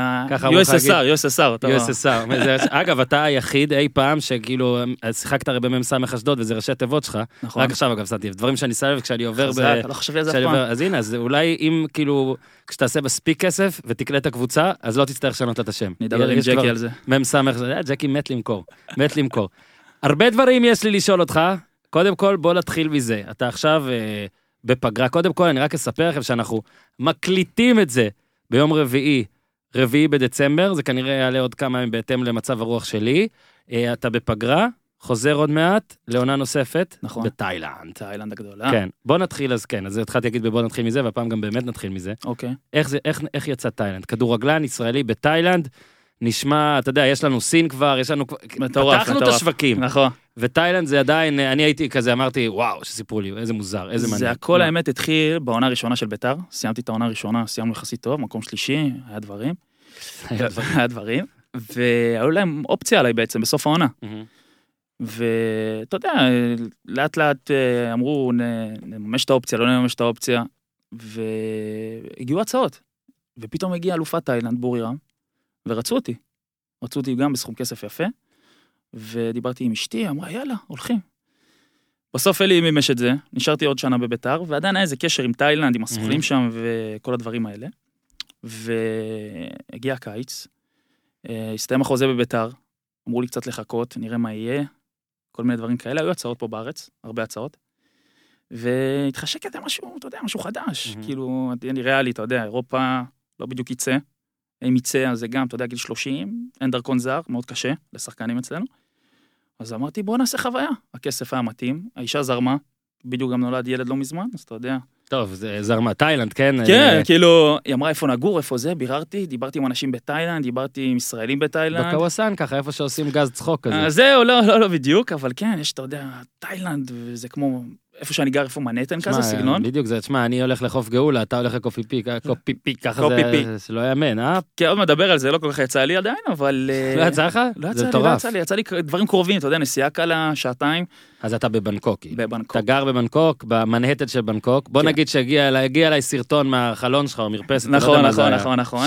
USSR. אגב, אתה היחיד אי פעם שכאילו, שיחקת הרי בממסע אשדוד, וזה ראשי תיבות שלך. נכון. רק עכשיו, אגב, שמתי, דברים שאני סלב כשאני עובר אתה לא חשב על זה אף פעם. אז הנה, אז אולי אם כאילו, כשתעשה בספיק כסף ותקלה את הקבוצה, אז לא תצטרך לשנות את השם. נדבר עם ג'קי על זה. ממסע ג'קי מת למכור. הרבה דברים יש לי לשאול אותך. קודם כל, בוא נתחיל מזה. אתה עכשיו בפגרה. קודם כל, אני רק אספר לכם שאנחנו מקליטים את זה ביום רביעי בדצמבר. זה כנראה יעלה עוד כמה ימים בהתאם למצב הרוח שלי. אתה בפגרה, חוזר עוד מעט לעונה נוספת. נכון. בתאילנד. תאילנד הגדולה. כן. בוא נתחיל אז כן. אז התחלתי להגיד בוא נתחיל מזה, והפעם גם באמת נתחיל מזה. אוקיי. איך יצא תאילנד? כדורגלן ישראלי בתאילנד, נשמע, אתה יודע, יש לנו סין כבר, יש לנו... מטורף. פתחנו את השווקים. נכון. ותאילנד זה עדיין, אני הייתי כזה, אמרתי, וואו, שסיפרו לי, איזה מוזר, איזה מעניין. זה הכל האמת התחיל בעונה הראשונה של ביתר, סיימתי את העונה הראשונה, סיימנו יחסית טוב, מקום שלישי, היה דברים, והיו להם אופציה עליי בעצם בסוף העונה. ואתה יודע, לאט לאט אמרו, נממש את האופציה, לא נממש את האופציה, והגיעו הצעות, ופתאום הגיעה אלופת תאילנד, בורירם, ורצו אותי גם בסכום כסף יפה, ודיברתי עם אשתי, אמרה, יאללה, הולכים. בסוף אלי מימש את זה, נשארתי עוד שנה בביתר, ועדיין היה איזה קשר עם תאילנד, עם הסוכנים שם, וכל הדברים האלה. והגיע הקיץ, הסתיים החוזה בביתר, אמרו לי קצת לחכות, נראה מה יהיה, כל מיני דברים כאלה, היו הצעות פה בארץ, הרבה הצעות, והתחשק את זה משהו, אתה יודע, משהו חדש, כאילו, נראה לי, אתה יודע, אירופה לא בדיוק יצא, אם יצא, אז זה גם, אתה יודע, גיל 30, אין דרכון זר, מאוד קשה, לשחקנים אצלנו. אז אמרתי, בוא נעשה חוויה. הכסף היה מתאים, האישה זרמה, בדיוק גם נולד ילד לא מזמן, אז אתה יודע. טוב, זה זרמה, תאילנד, כן? כן, כאילו, היא אמרה איפה נגור, איפה זה, ביררתי, דיברתי עם אנשים בתאילנד, דיברתי עם ישראלים בתאילנד. בקוואסן, ככה, איפה שעושים גז צחוק כזה. זהו, לא בדיוק, אבל כן, יש, אתה יודע, תאילנד, וזה כמו... איפה שאני גר, איפה מנהטן כזה, סגנון. בדיוק זה, תשמע, אני הולך לחוף גאולה, אתה הולך לקופי פי, ככה זה לא יאמן, אה? כן, עוד מדבר על זה, לא כל כך יצא לי עדיין, אבל... לא יצא לך? זה מטורף. יצא לי דברים קרובים, אתה יודע, נסיעה קלה, שעתיים. אז אתה בבנקוק. בבנקוק. אתה גר בבנקוק, במנהטן של בנקוק. בוא נגיד שהגיע אליי סרטון מהחלון שלך, או מרפסת. נכון.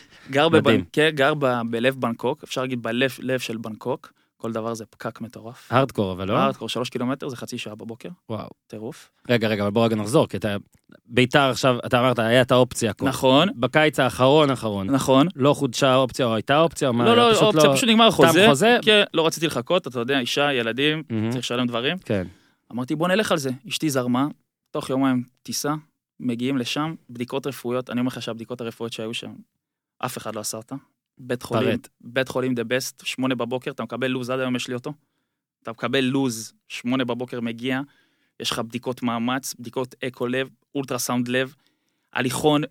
גר בלב בנקוק, אפשר להגיד בלב של בנקוק. כל דבר זה פקק מטורף. הארדקור, אבל לא? הארדקור, 3 קילומטר, זה חצי שעה בבוקר. וואו. טירוף. רגע, אבל בוא רגע נחזור, כי אתה... ביתר עכשיו, אתה אמרת, היה את האופציה. נכון. בקיץ האחרון. נכון. לא חודשה האופציה, או הייתה אופציה, או מה? לא, אופציה, פשוט נגמר חוזה. חוזה? כן, לא רציתי לחכות, אתה יודע, אישה, ילדים, צריך לשלם דברים. כן. אמרתי, בוא נלך על זה. אשתי זרמה, תוך יומיים טיסה, מגיעים לשם, בדיקות רפואיות, אני אומר לך שהבדיקות הרפואיות שהיו שם, אף אחד לא עשה אותה. בית חולים the best, 8 בבוקר, אתה מקבל לוז, עד היום יש לי אותו. אתה מקבל לוז, 8 בבוקר מגיע, יש לך בדיקות מאמץ, בדיקות אקו לב, אולטרסאונד לב, הליכון,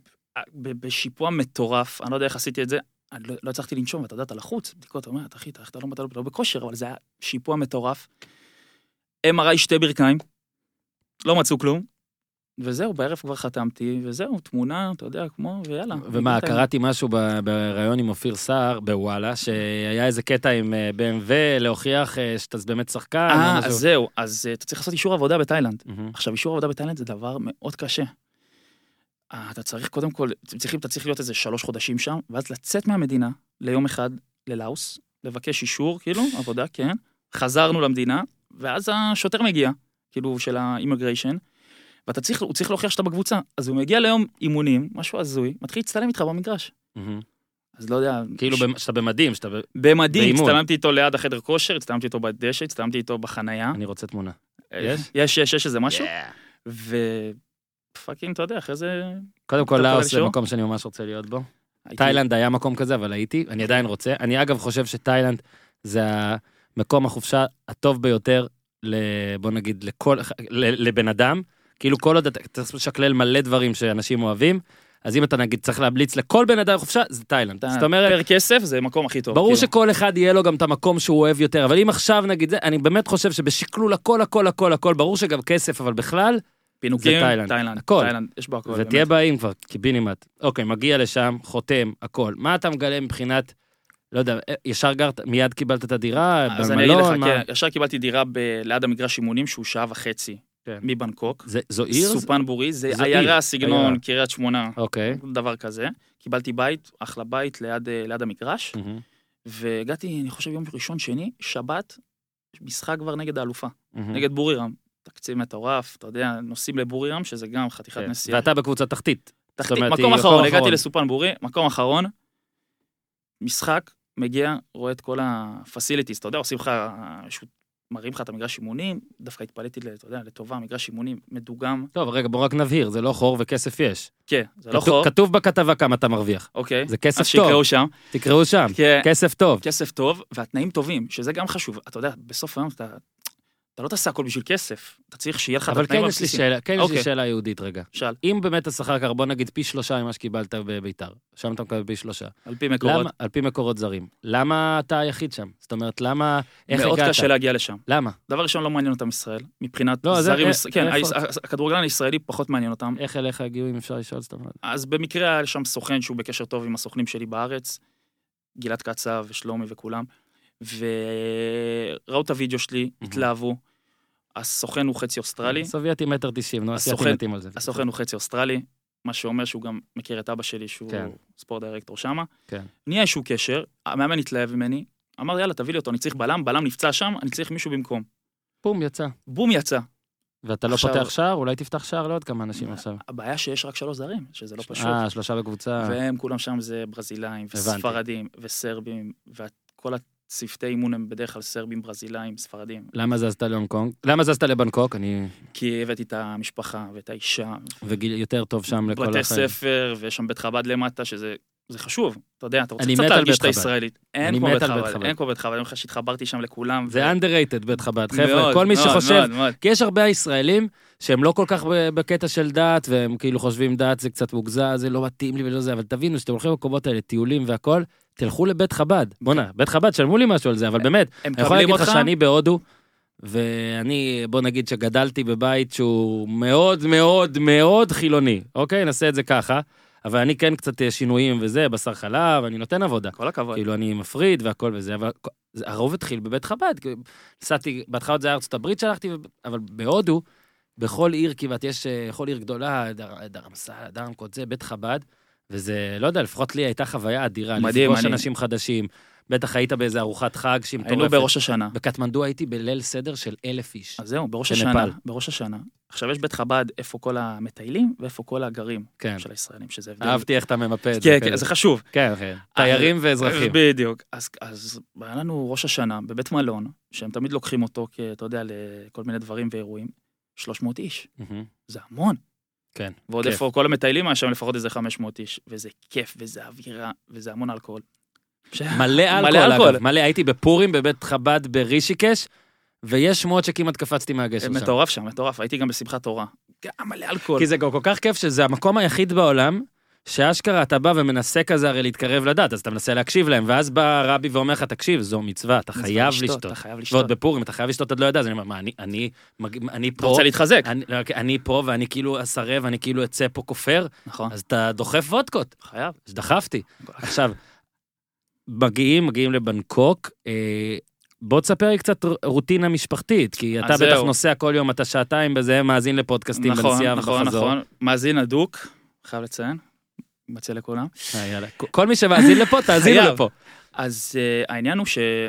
בשיפוע מטורף, אני לא יודע איך עשיתי את זה, אני לא הצלחתי לנשום, ואתה יודעת, על החוץ, בדיקות, אתה אומר, אחי, אתה לא בכושר, אבל זה היה שיפוע מטורף. MRI 2 ברכיים, לא מצאו כלום, וזהו, בערב כבר חתמתי, וזהו, תמונה, אתה יודע, כמו, ויאללה. ומה, קראתי משהו בראיון עם אופיר סער, בוואלה, שהיה איזה קטע עם BMW, להוכיח שאתה באמת שחקן. אז זהו, אז אתה צריך לעשות אישור עבודה בתאילנד. עכשיו, אישור עבודה בתאילנד זה דבר מאוד קשה. אתה צריך, קודם כל, אתה צריך להיות איזה 3 חודשים שם, ואז לצאת מהמדינה, ליום אחד, ללאוס, לבקש אישור, כאילו, עבודה, כן. חזרנו למדינה, ואז השוטר מגיע, כאילו, של האימיגריישן, הוא צריך להוכיח שאתה בקבוצה, אז הוא מגיע ליום אימונים, משהו הזוי, מתחיל להצטלם איתך במגרש. אז לא יודע... כאילו שאתה במדים, שאתה במדים, הצטלמתי איתו ליד החדר כושר, הצטלמתי איתו בדשא, הצטלמתי איתו בחנייה. אני רוצה תמונה. יש איזה משהו, ופאקינג, אתה יודע, אחרי זה... קודם כל, לאוס זה מקום שאני ממש רוצה להיות בו. תאילנד היה מקום כזה, אבל הייתי, אני עדיין רוצה. אני אגב חושב שתאילנד זה המקום החופשה הטוב ביותר, בוא נגיד, לבן אדם. כאילו כל עוד אתה צריך לשקלל מלא דברים שאנשים אוהבים, אז אם אתה נגיד צריך להמליץ לכל בן אדם חופשה, זה תאילנד. זאת אומרת... פר כסף זה מקום הכי טוב. ברור שכל אחד יהיה לו גם את המקום שהוא אוהב יותר, אבל אם עכשיו נגיד זה, אני באמת חושב שבשקלול הכל, ברור שגם כסף, אבל בכלל, פינוקים, זה תאילנד. הכל. יש בו הכל. ותהיה באים כבר, קיבינימט. אוקיי, מגיע לשם, חותם, הכל. מה אתה מגלה מבחינת, לא יודע, ישר גרת, מיד קיבלת את הדירה, אז אני אגיד לך, כן, ישר קיבלתי דירה ליד המגרש אימונים, שהוא 1.5 שעה מבנקוק. זו עיר? סופן בורי, זה עיירה, סגנון, קריית שמונה, אוקיי. דבר כזה. קיבלתי בית, אחלה בית ליד המגרש, והגעתי, אני חושב, יום ראשון, שני, שבת, משחק כבר נגד האלופה, נגד בורירם. תקציב מטורף, אתה יודע, נוסעים לבורירם, שזה גם חתיכת נסיעה. ואתה בקבוצה תחתית. מקום אחרון, הגעתי לסופן בורי, מקום אחרון, משחק, מגיע, רואה את כל הפסיליטיז, אתה יודע, עושים לך, מראים לך את המגרש אימונים, דווקא התפלאתי, אתה יודע, לטובה, מגרש אימונים מדוגם. טוב, רגע, בוא רק נבהיר, זה לא חור וכסף יש. כן, זה לא חור. כתוב בכתבה כמה אתה מרוויח. אוקיי. זה כסף אז טוב. שיקראו שם. תקראו שם, כסף טוב. כסף טוב, והתנאים טובים, שזה גם חשוב. אתה יודע, בסוף היום אתה לא תעשה הכל בשביל כסף, אתה צריך שיהיה לך את התנאים הבסיסיים. אבל כן יש לי שאלה יהודית רגע. שאל. אם באמת השכר ככה, בוא נגיד פי 3 ממה שקיבלת בביתר, שם אתה מקבל פי 3. על פי מקורות. על פי מקורות זרים. למה אתה היחיד שם? זאת אומרת, למה, איך הגעת? מאוד קשה להגיע לשם. למה? דבר ראשון לא מעניין אותם ישראל, מבחינת זרים, כן, הכדורגלן הישראלי פחות מעניין אותם. איך אליך הגיעו אם אפשר לשאול? אז במקרה היה שם סוכן שהוא בקשר טוב עם הסוכנים שלי בארץ, גלעד קצב ושלומי וכולם, וראו את הוידאו שלי, התלהבו. הסוכן הוא חצי אוסטרלי. סובייטי 1.90 מטר, אסייתי מתים על זה. הסוכן הוא חצי אוסטרלי, מה שאומר שהוא גם מכיר את אבא שלי, שהוא ספורט דירקטור שמה. נהיה איזשהו קשר, המאמן התלהב ממני, אמר יאללה תביא לי אותו, אני צריך בלם נפצע שם, אני צריך מישהו במקום. בום יצא. ואתה לא פותח שער? אולי תפתח שער לעוד כמה אנשים עכשיו. הבעיה שיש רק 3 זרים, שזה לא פשוט. 3 בקבוצה. והם כולם שם זה ברזילאים, וספרדים, וסרבים, וכל צוותי אימון הם בדרך כלל סרבים, ברזילאים, ספרדים. למה זזת להונקונג? למה זזת לבנקוק? כי הבאתי את המשפחה ואת האישה. וגיל יותר טוב שם לכל החיים. בתי ספר, ויש שם בית חב"ד למטה, שזה חשוב. אתה יודע, אתה רוצה קצת להרגיש את הישראלית. אין כמו בית חב"ד, אין כמו בית חב"ד. אני חושב שהתחברתי שם לכולם. זה underrated בית חב"ד, חבר'ה. כל מי שחושב, כי יש הרבה ישראלים שהם לא כל כך בקטע של דת, והם כאילו חושבים דת זה קצת מוגזע, זה לא מתאים לי ולא זה, אבל תבינו שאתם הולכים במקומות האלה, טיולים והכל, תלכו לבית חב"ד. בוא'נה, בית חב"ד, שלמו לי משהו על זה, אבל באמת, אני יכול להגיד לך שאני בהודו, ואני, בוא נגיד שגדלתי בבית שהוא מאוד מאוד מאוד חילוני, אוקיי? נעשה את זה ככה, אבל אני כן קצת שינויים וזה, בשר חלב, אני נותן עבודה. כל הכבוד. כאילו אני מפריד והכל וזה, אבל הרוב התחיל בבית חב"ד, נסעתי, בהתחלה זה ארצות הברית שהלכתי, אבל בהודו, בכל עיר כמעט יש, כל עיר גדולה, דרמסה, דרמקות, זה בית חב"ד, וזה, לא יודע, לפחות לי הייתה חוויה אדירה, מדהים, לפגוש אנשים חדשים, בטח היית באיזה ארוחת חג שהיא מטורפת. היינו בראש השנה. בקטמנדו הייתי בליל סדר של 1,000 איש. אז זהו, בראש השנה. עכשיו יש בית חב"ד, איפה כל המטיילים, ואיפה כל הגרים של הישראלים, שזה הבדל. אהבתי איך אתה ממפה את זה. כן, זה חשוב. כן, כן. תיירים ואזרחים. בדיוק. אז היה לנו ראש השנה בבית מלון, שהם תמיד לוקחים אותו, אתה יודע, לכל מיני דברים ואירועים, 300 איש. זה המון. כן. ועוד איפה כל המטיילים היה שם לפחות איזה 500 איש, וזה כיף, וזה אווירה, וזה המון אלכוהול. מלא אלכוהול, אגב. מלא, הייתי בפורים בבית חב"ד ברישיקש, ויש שמועות שכמעט קפצתי מהגשר שם. מטורף שם, מטורף. הייתי גם בשמחת תורה. גם מלא אלכוהול. כי זה כל כך כיף שזה המקום היחיד בעולם, שאשכרה אתה בא ומנסה כזה הרי להתקרב לדת, אז אתה מנסה להקשיב להם, ואז בא רבי ואומר לך, תקשיב, זו מצווה, אתה חייב לשתות. ועוד בפורים, אתה חייב לשתות, אתה לא יודע, אז אני אומר, מה, אני פה. רוצה להתחזק. אני פה, ואני כאילו אסרב, אני כאילו אצא פה כופר, אז אתה דוחף וודקות. חייב. אז דחפתי. עכשיו, מגיעים לבנקוק, בוא תספר לי קצת רוטינה משפחתית, כי אתה בטח נוסע כל יום, אתה שעתיים בזה, מאזין לפודקאסטים בנסיעה ובחזור. נכון, מאזין הדוק, חייב לציין, מצא לכולם. כל מי שמאזין לפה, תאזין לפה. אז העניין הוא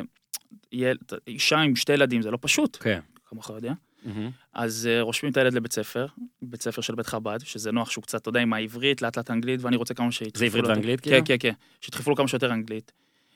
שאישה עם 2 ילדים זה לא פשוט, כמוך יודע. אז רושמים את הילד לבית ספר, בית ספר של בית חב"ד, שזה נוח שהוא קצת, אתה יודע, עם העברית, לאט לאט אנגלית, ואני רוצה כמה שיתחפו. זה עברית ואנגלית? כן, כן, כן. שיתחפו לו כמה שיותר אנגלית.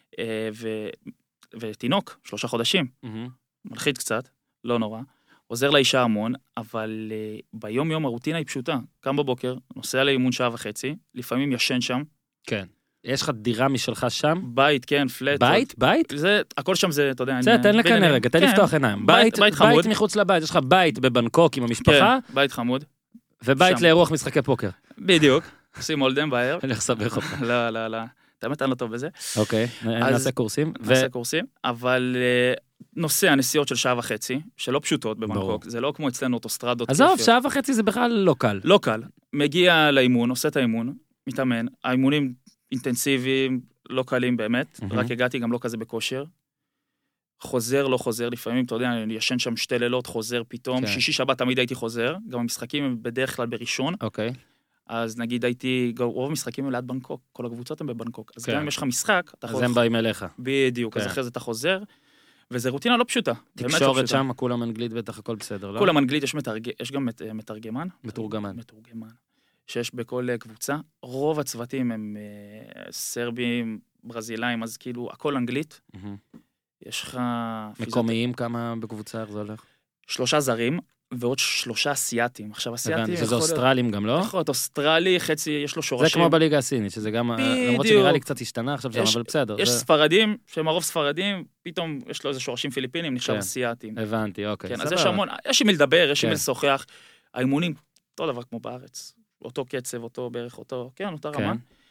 ותינוק, 3 חודשים, מלחיץ קצת, לא נורא, עוזר לאישה המון, אבל ביום יום הרוטינה היא פשוטה. קם בבוקר, נוסע לאימון 1.5 שעה, לפעמים ישן שם. כן. יש לך דירה משלך שם? בית, כן, פלט. בית? בית? זה, הכל שם זה, אתה יודע. זה, תן לכאן רגע, תן לפתוח עיניים. בית חמוד. בית מחוץ לבית, יש לך בית בבנקוק עם המשפחה. כן, בית חמוד. ובית לאירוח משחקי פוקר. בדיוק. עושים הולדם בערב. אני אסבך אותך. לא, לא, לא. האמת, אני לא טוב בזה. אוקיי, נעשה קורסים. נעשה קורסים, אבל נוסע נסיעות של 1.5 שעה, שלא פשוטות בבנקוק, זה לא כמו אצלנו אוטוסטרדות. עזוב, 1.5 שעה זה בכלל לא קל. לא קל. מגיע לאימון, עושה את האימון, מתאמן, האימונים אינטנסיביים, לא קלים באמת, רק הגעתי גם לא כזה בכושר. חוזר, לא חוזר, לפעמים, אתה יודע, אני ישן שם 2 לילות, חוזר פתאום, שישי שבת תמיד הייתי חוזר, גם המשחקים הם בדרך כלל בראשון. אוקיי. אז נגיד הייתי, רוב המשחקים הם ליד בנקוק, כל הקבוצות הם בבנקוק, אז גם אם יש לך משחק, אז הם באים אליך. בדיוק, אז אחרי זה אתה חוזר, וזה רוטינה לא פשוטה. תקשורת שם, כולם אנגלית בטח הכל בסדר, לא? כולם אנגלית, יש גם מתרגמן. מתורגמן. שיש בכל קבוצה, רוב הצוותים הם סרבים, ברזילאים, אז כאילו, הכל אנגלית. יש לך... מקומיים כמה בקבוצה, איך זה הולך? 3 זרים, ועוד 3 אסיאטים. עכשיו, אסיאטים... שזה אוסטרלים גם, לא? יכול להיות, אוסטרלי, חצי, יש לו שורשים. זה כמו בליגה הסינית, שזה גם... למרות שנראה לי קצת השתנה עכשיו שם, אבל בסדר. יש ספרדים, שהם הרוב ספרדים, פתאום יש לו איזה שורשים פיליפינים, נחשב אסיאטים. הבנתי, אוקיי. כן, אז יש המון, יש עם מי לדבר, יש עם מי לשוחח. האימונים, אותו דבר כמו בארץ. אותו קצב, אותו בערך, אותו... כן, אותה רמה.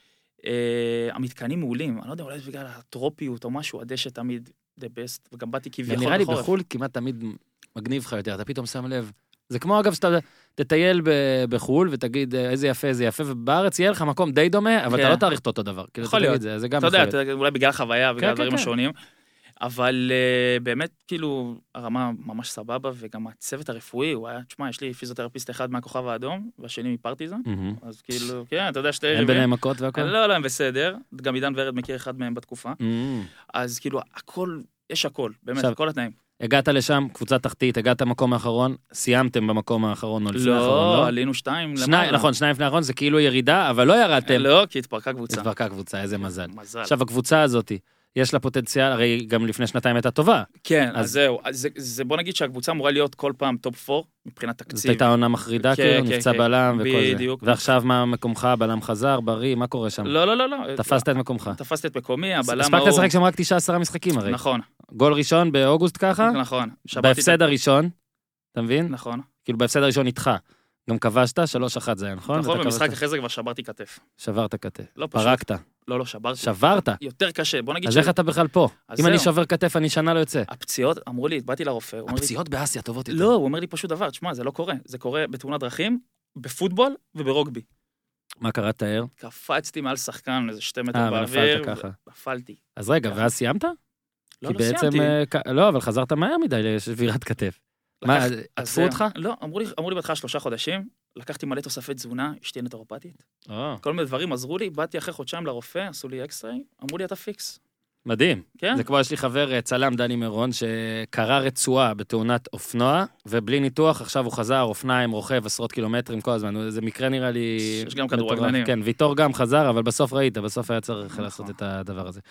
המתקנים מעולים, אני לא יודע, אולי זה בגלל הטרופיות או משהו, הדשא תמיד the best, וגם באתי כביכול בחורף. ונראה לי בחול כמעט תמיד מגניב לך יותר, אתה פתאום שם לב. זה כמו אגב שאתה תטייל בחול ותגיד איזה יפה, איזה יפה, ובארץ יהיה לך מקום די דומה, אבל אתה לא תעריך אותו דבר. יכול להיות. זה גם אתה יודע, אולי בגלל החוויה, בגלל הדברים השונים. אבל באמת, כאילו, הרמה ממש סבבה, וגם הצוות הרפואי, הוא היה, תשמע, יש לי פיזיותרפיסט אחד מהכוכב האדום, והשני מפרטיזן, אז כאילו, כן, אתה יודע שתי... אין ביניהם מכות והכל? לא, הם בסדר, גם עידן ורד מכיר אחד מהם בתקופה, אז כאילו, הכל, יש הכל, באמת, כל התנאים. הגעת לשם, קבוצה תחתית, הגעת למקום האחרון, סיימתם במקום האחרון או לפני האחרון, לא, עלינו 2 למעלה. נכון, 2 לפני האחרון, זה כאילו ירידה, אבל לא ירדתם. לא, כי התפרקה קבוצה. התפרקה קבוצה, איזה מזל. עכשיו, הקבוצה הזאת, יש לה פוטנציאל, הרי גם לפני 2 הייתה טובה. כן, אז זהו, בוא נגיד שהקבוצה אמורה להיות כל פעם טופ 4, מבחינת תקציב. זאת הייתה עונה מחרידה, כאילו, נפצע בלם וכל זה. ועכשיו מה מקומך, בלם חזר, בריא, מה קורה שם? לא. תפסת את מקומך. תפסת את מקומי, הבלם... הספקת לשחק שם רק 9-10 משחקים הרי. נכון. גול ראשון באוגוסט ככה? נכון. בהפסד הראשון, אתה מבין? נכון. כאילו בהפסד הראשון איתך. גם כבשת, 3-1 זה היה, נכון? נכון, במשחק אחרי זה כבר שברתי כתף. שברת כתף. לא פשוט. פרקת. לא, שברתי. שברת? יותר קשה, בוא נגיד אז איך אתה בכלל פה? אם אני שובר כתף, אני שנה לא יוצא. הפציעות, אמרו לי, באתי לרופא. הפציעות באסיה טובות יותר. לא, הוא אומר לי פשוט דבר, תשמע, זה לא קורה. זה קורה בתאונת דרכים, בפוטבול וברוגבי. מה קרה, תאר? קפצתי מעל שחקן, איזה 2 מטר באוויר. נפלתי. אז רגע, ואז סיימת? לא סיימתי. לא, אבל חזרת מהר מדי לשבירת כתף. מה, עטפו אותך? לא, אמרו לי בהתחלה 3 חודשים, לקחתי מלא תוספי תזונה, אשתי נטורופטית. כל מיני דברים עזרו לי, באתי אחרי חודשיים לרופא, עשו לי אקסטריי, אמרו לי אתה פיקס. מדהים. כן? זה כמו יש לי חבר צלם דני מירון, שקרא רצועה בתאונת אופנוע, ובלי ניתוח, עכשיו הוא חזר, אופניים, רוכב, עשרות קילומטרים כל הזמן. זה מקרה נראה לי... יש גם כדורגלנים. כן, ויטור גם חזר, אבל בסוף ראית, בסוף היה צריך לעשות את הדבר הזה.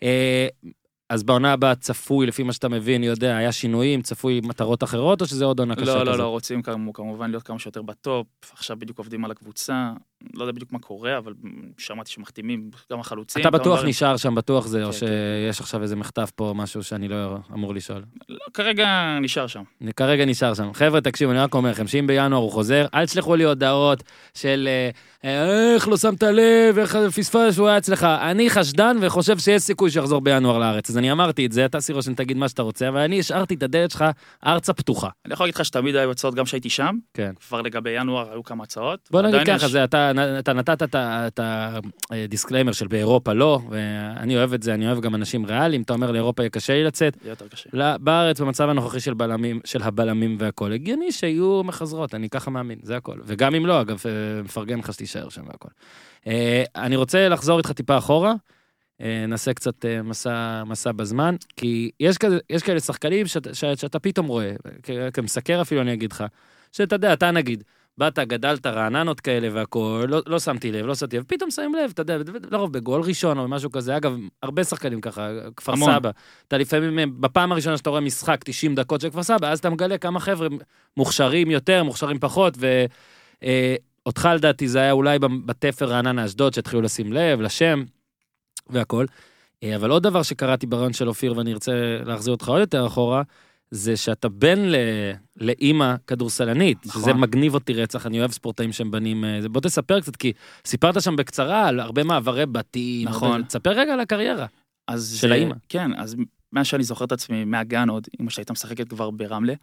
אז בעונה הבאה צפוי, לפי מה שאתה מבין, יודע, היה שינויים, צפוי מטרות אחרות, או שזה עוד עונה קשה כזה? לא, רוצים כמובן להיות כמה שיותר בטופ, עכשיו בדיוק עובדים על הקבוצה, לא יודע בדיוק מה קורה, אבל שמעתי שמחתימים גם החלוצים. אתה בטוח נשאר שם, בטוח זה, או שיש עכשיו איזה מכתב פה, משהו שאני לא אמור לשאול? לא, כרגע נשאר שם. כרגע נשאר שם. חבר'ה, תקשיבו, אני רק אומר לכם, שאם בינואר הוא חוזר, אל תשלחו לי הודעות של איך לא שמת לב, איך פספס שהוא היה אצלך. אני חשדן וחושב שיש סיכוי שיחזור בינואר לארץ. אז אני אמרתי את זה, אתה סירושן תגיד מה שאתה רוצה, אבל אני השארתי את הדלת שלך ארצה פתוחה. אני יכול להגיד לך שתמיד היו הצעות גם שהייתי שם. כן. כבר לגבי ינואר היו כמה הצעות. בוא נגיד ככה, אתה נתת את הדיסקליימר של באירופה לא, ואני אוהב את זה, אני אוהב גם אנשים ריאליים, אתה אומר לאירופה יהיה קשה לי לצאת. יהיה יותר קשה. בארץ, במצב הנוכחי של הבלמים והכל, הגיוני שיהיו מחזרות, אני ככה מאמין, זה הכל. וגם אם לא, אגב, מפרגן לך שתישאר שם והכל. אני רוצה לחזור איתך טיפה אחורה, נעשה קצת מסע בזמן, כי יש כאלה שחקנים שאתה פתאום רואה, כמסקר אפילו אני אגיד לך, שאתה יודע, אתה נגיד, באת, גדלת, רעננות כאלה והכל, לא שמתי לב, פתאום שמים לב, אתה יודע, לרוב בגול ראשון או משהו כזה, אגב, הרבה שחקנים ככה, כפר סבא, אתה לפעמים, בפעם הראשונה שאתה רואה משחק 90 דקות של כפר סבא, אז אתה מגלה כמה חבר'ה מוכשרים יותר, מוכשרים פחות, ואותך לדעתי זה היה אולי בתפר רעננה אשדוד, שהתחילו לשים לב, לשם והכל, אבל עוד דבר שקראתי ברעיון של אופיר, ואני ארצה להחזיר אותך עוד יותר אחורה, זה שאתה בן לאימא כדורסלנית, נכון. שזה מגניב אותי רצח, אני אוהב ספורטאים שהם בנים, בוא תספר קצת, כי סיפרת שם בקצרה על הרבה מעברי בתים, נכון. תספר רגע על הקריירה של האימא. כן, אז מה שאני זוכר את עצמי מהגן עוד, אמא שהייתה משחקת כבר ברמלה,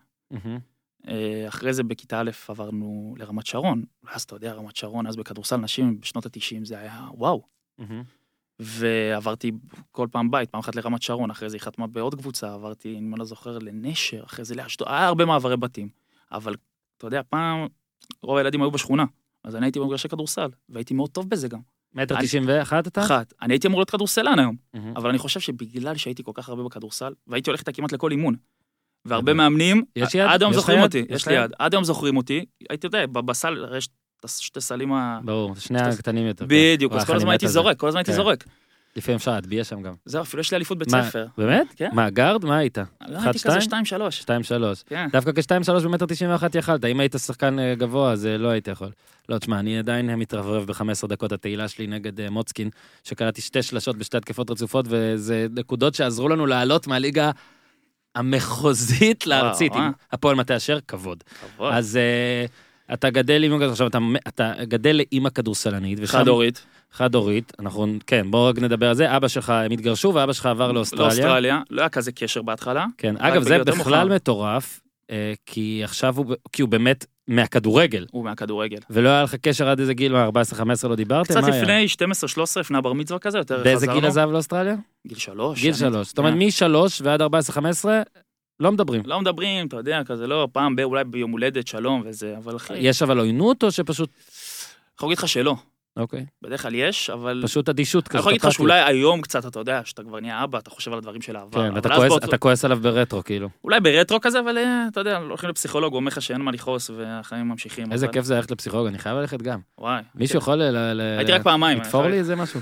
אחרי זה בכיתה א' עברנו לרמת שרון, אז אתה יודע, רמת שרון, אז בכדורסל נשים בשנות ה-90 זה היה וואו. ועברתי כל פעם בית, פעם אחת לרמת שרון, אחרי זה היא חתמה בעוד קבוצה, עברתי, אם אני לא זוכר, לנשר, אחרי זה לאשדוד, היה הרבה מעברי בתים, אבל אתה יודע, פעם רוב הילדים היו בשכונה, אז אני הייתי במגרשי כדורסל, והייתי מאוד טוב בזה גם. 1.91 אתה? אני הייתי אמור להיות כדורסלן היום, אבל אני חושב שבגלל שהייתי כל כך הרבה בכדורסל, והייתי הולך איתה כמעט לכל אימון, והרבה מאמנים, עד היום זוכרים אותי, יש לי יד, עד היום זוכרים אותי, הייתי יודע, בסל, שתי סלים ברור, שני הקטנים יותר. בדיוק, אז כל הזמן הייתי זורק, לפעמים אפשר להטביע שם גם. זהו, אפילו יש לי אליפות בית ספר. באמת? כן. מה, גארד? מה היית? לא, הייתי כזה 2-3. 2-3. כן. דווקא כ-2-3 במטר 91 יכלת, אם היית שחקן גבוה, אז לא היית יכול. לא, תשמע, אני עדיין מתרברב ב-15 דקות התהילה שלי נגד מוצקין, שקלעתי 2 שלשות בשתי התקפות רצופות, וזה נקודות שעזרו לנו לעלות מהליגה המחוזית לארצית. הפועל מטה אשר, כבוד. אז אתה גדל עם, עכשיו אתה גדל לאמא כדורסלנית. חד-הורית, אנחנו, כן, בואו רק נדבר על זה, אבא שלך, הם התגרשו, ואבא שלך עבר לאוסטרליה. לא היה כזה קשר בהתחלה. כן, אגב, זה בכלל מטורף, כי עכשיו כי הוא באמת מהכדורגל. הוא מהכדורגל. ולא היה לך קשר עד איזה גיל, 14-15 לא דיברתם? קצת לפני 12-13, לפני הבר מצווה כזה, יותר חזרנו. באיזה גיל עזב לאוסטרליה? גיל 3. גיל 3, זאת אומרת, מ-3 ועד 14-15, לא מדברים. לא מדברים, אתה יודע, כזה לא, פעם אולי ביום הולדת, שלום וזה, אבל אחי... יש אבל עוינות או שפשוט... יכול להגיד לך שלא. אוקיי. בדרך כלל יש, אבל... פשוט אדישות כזאת. אני יכול להגיד לך שאולי היום קצת, אתה יודע, שאתה כבר נהיה אבא, אתה חושב על הדברים של העבר. כן, אתה כועס עליו ברטרו, כאילו. אולי ברטרו כזה, אבל אתה יודע, הולכים לפסיכולוג, הוא אומר לך שאין מה לכעוס, והחיים ממשיכים. איזה כיף זה ללכת לפסיכולוג, אני חייב ללכת גם. וואי. מישהו יכול הייתי רק פעמיים. לתפור לי איזה משהו.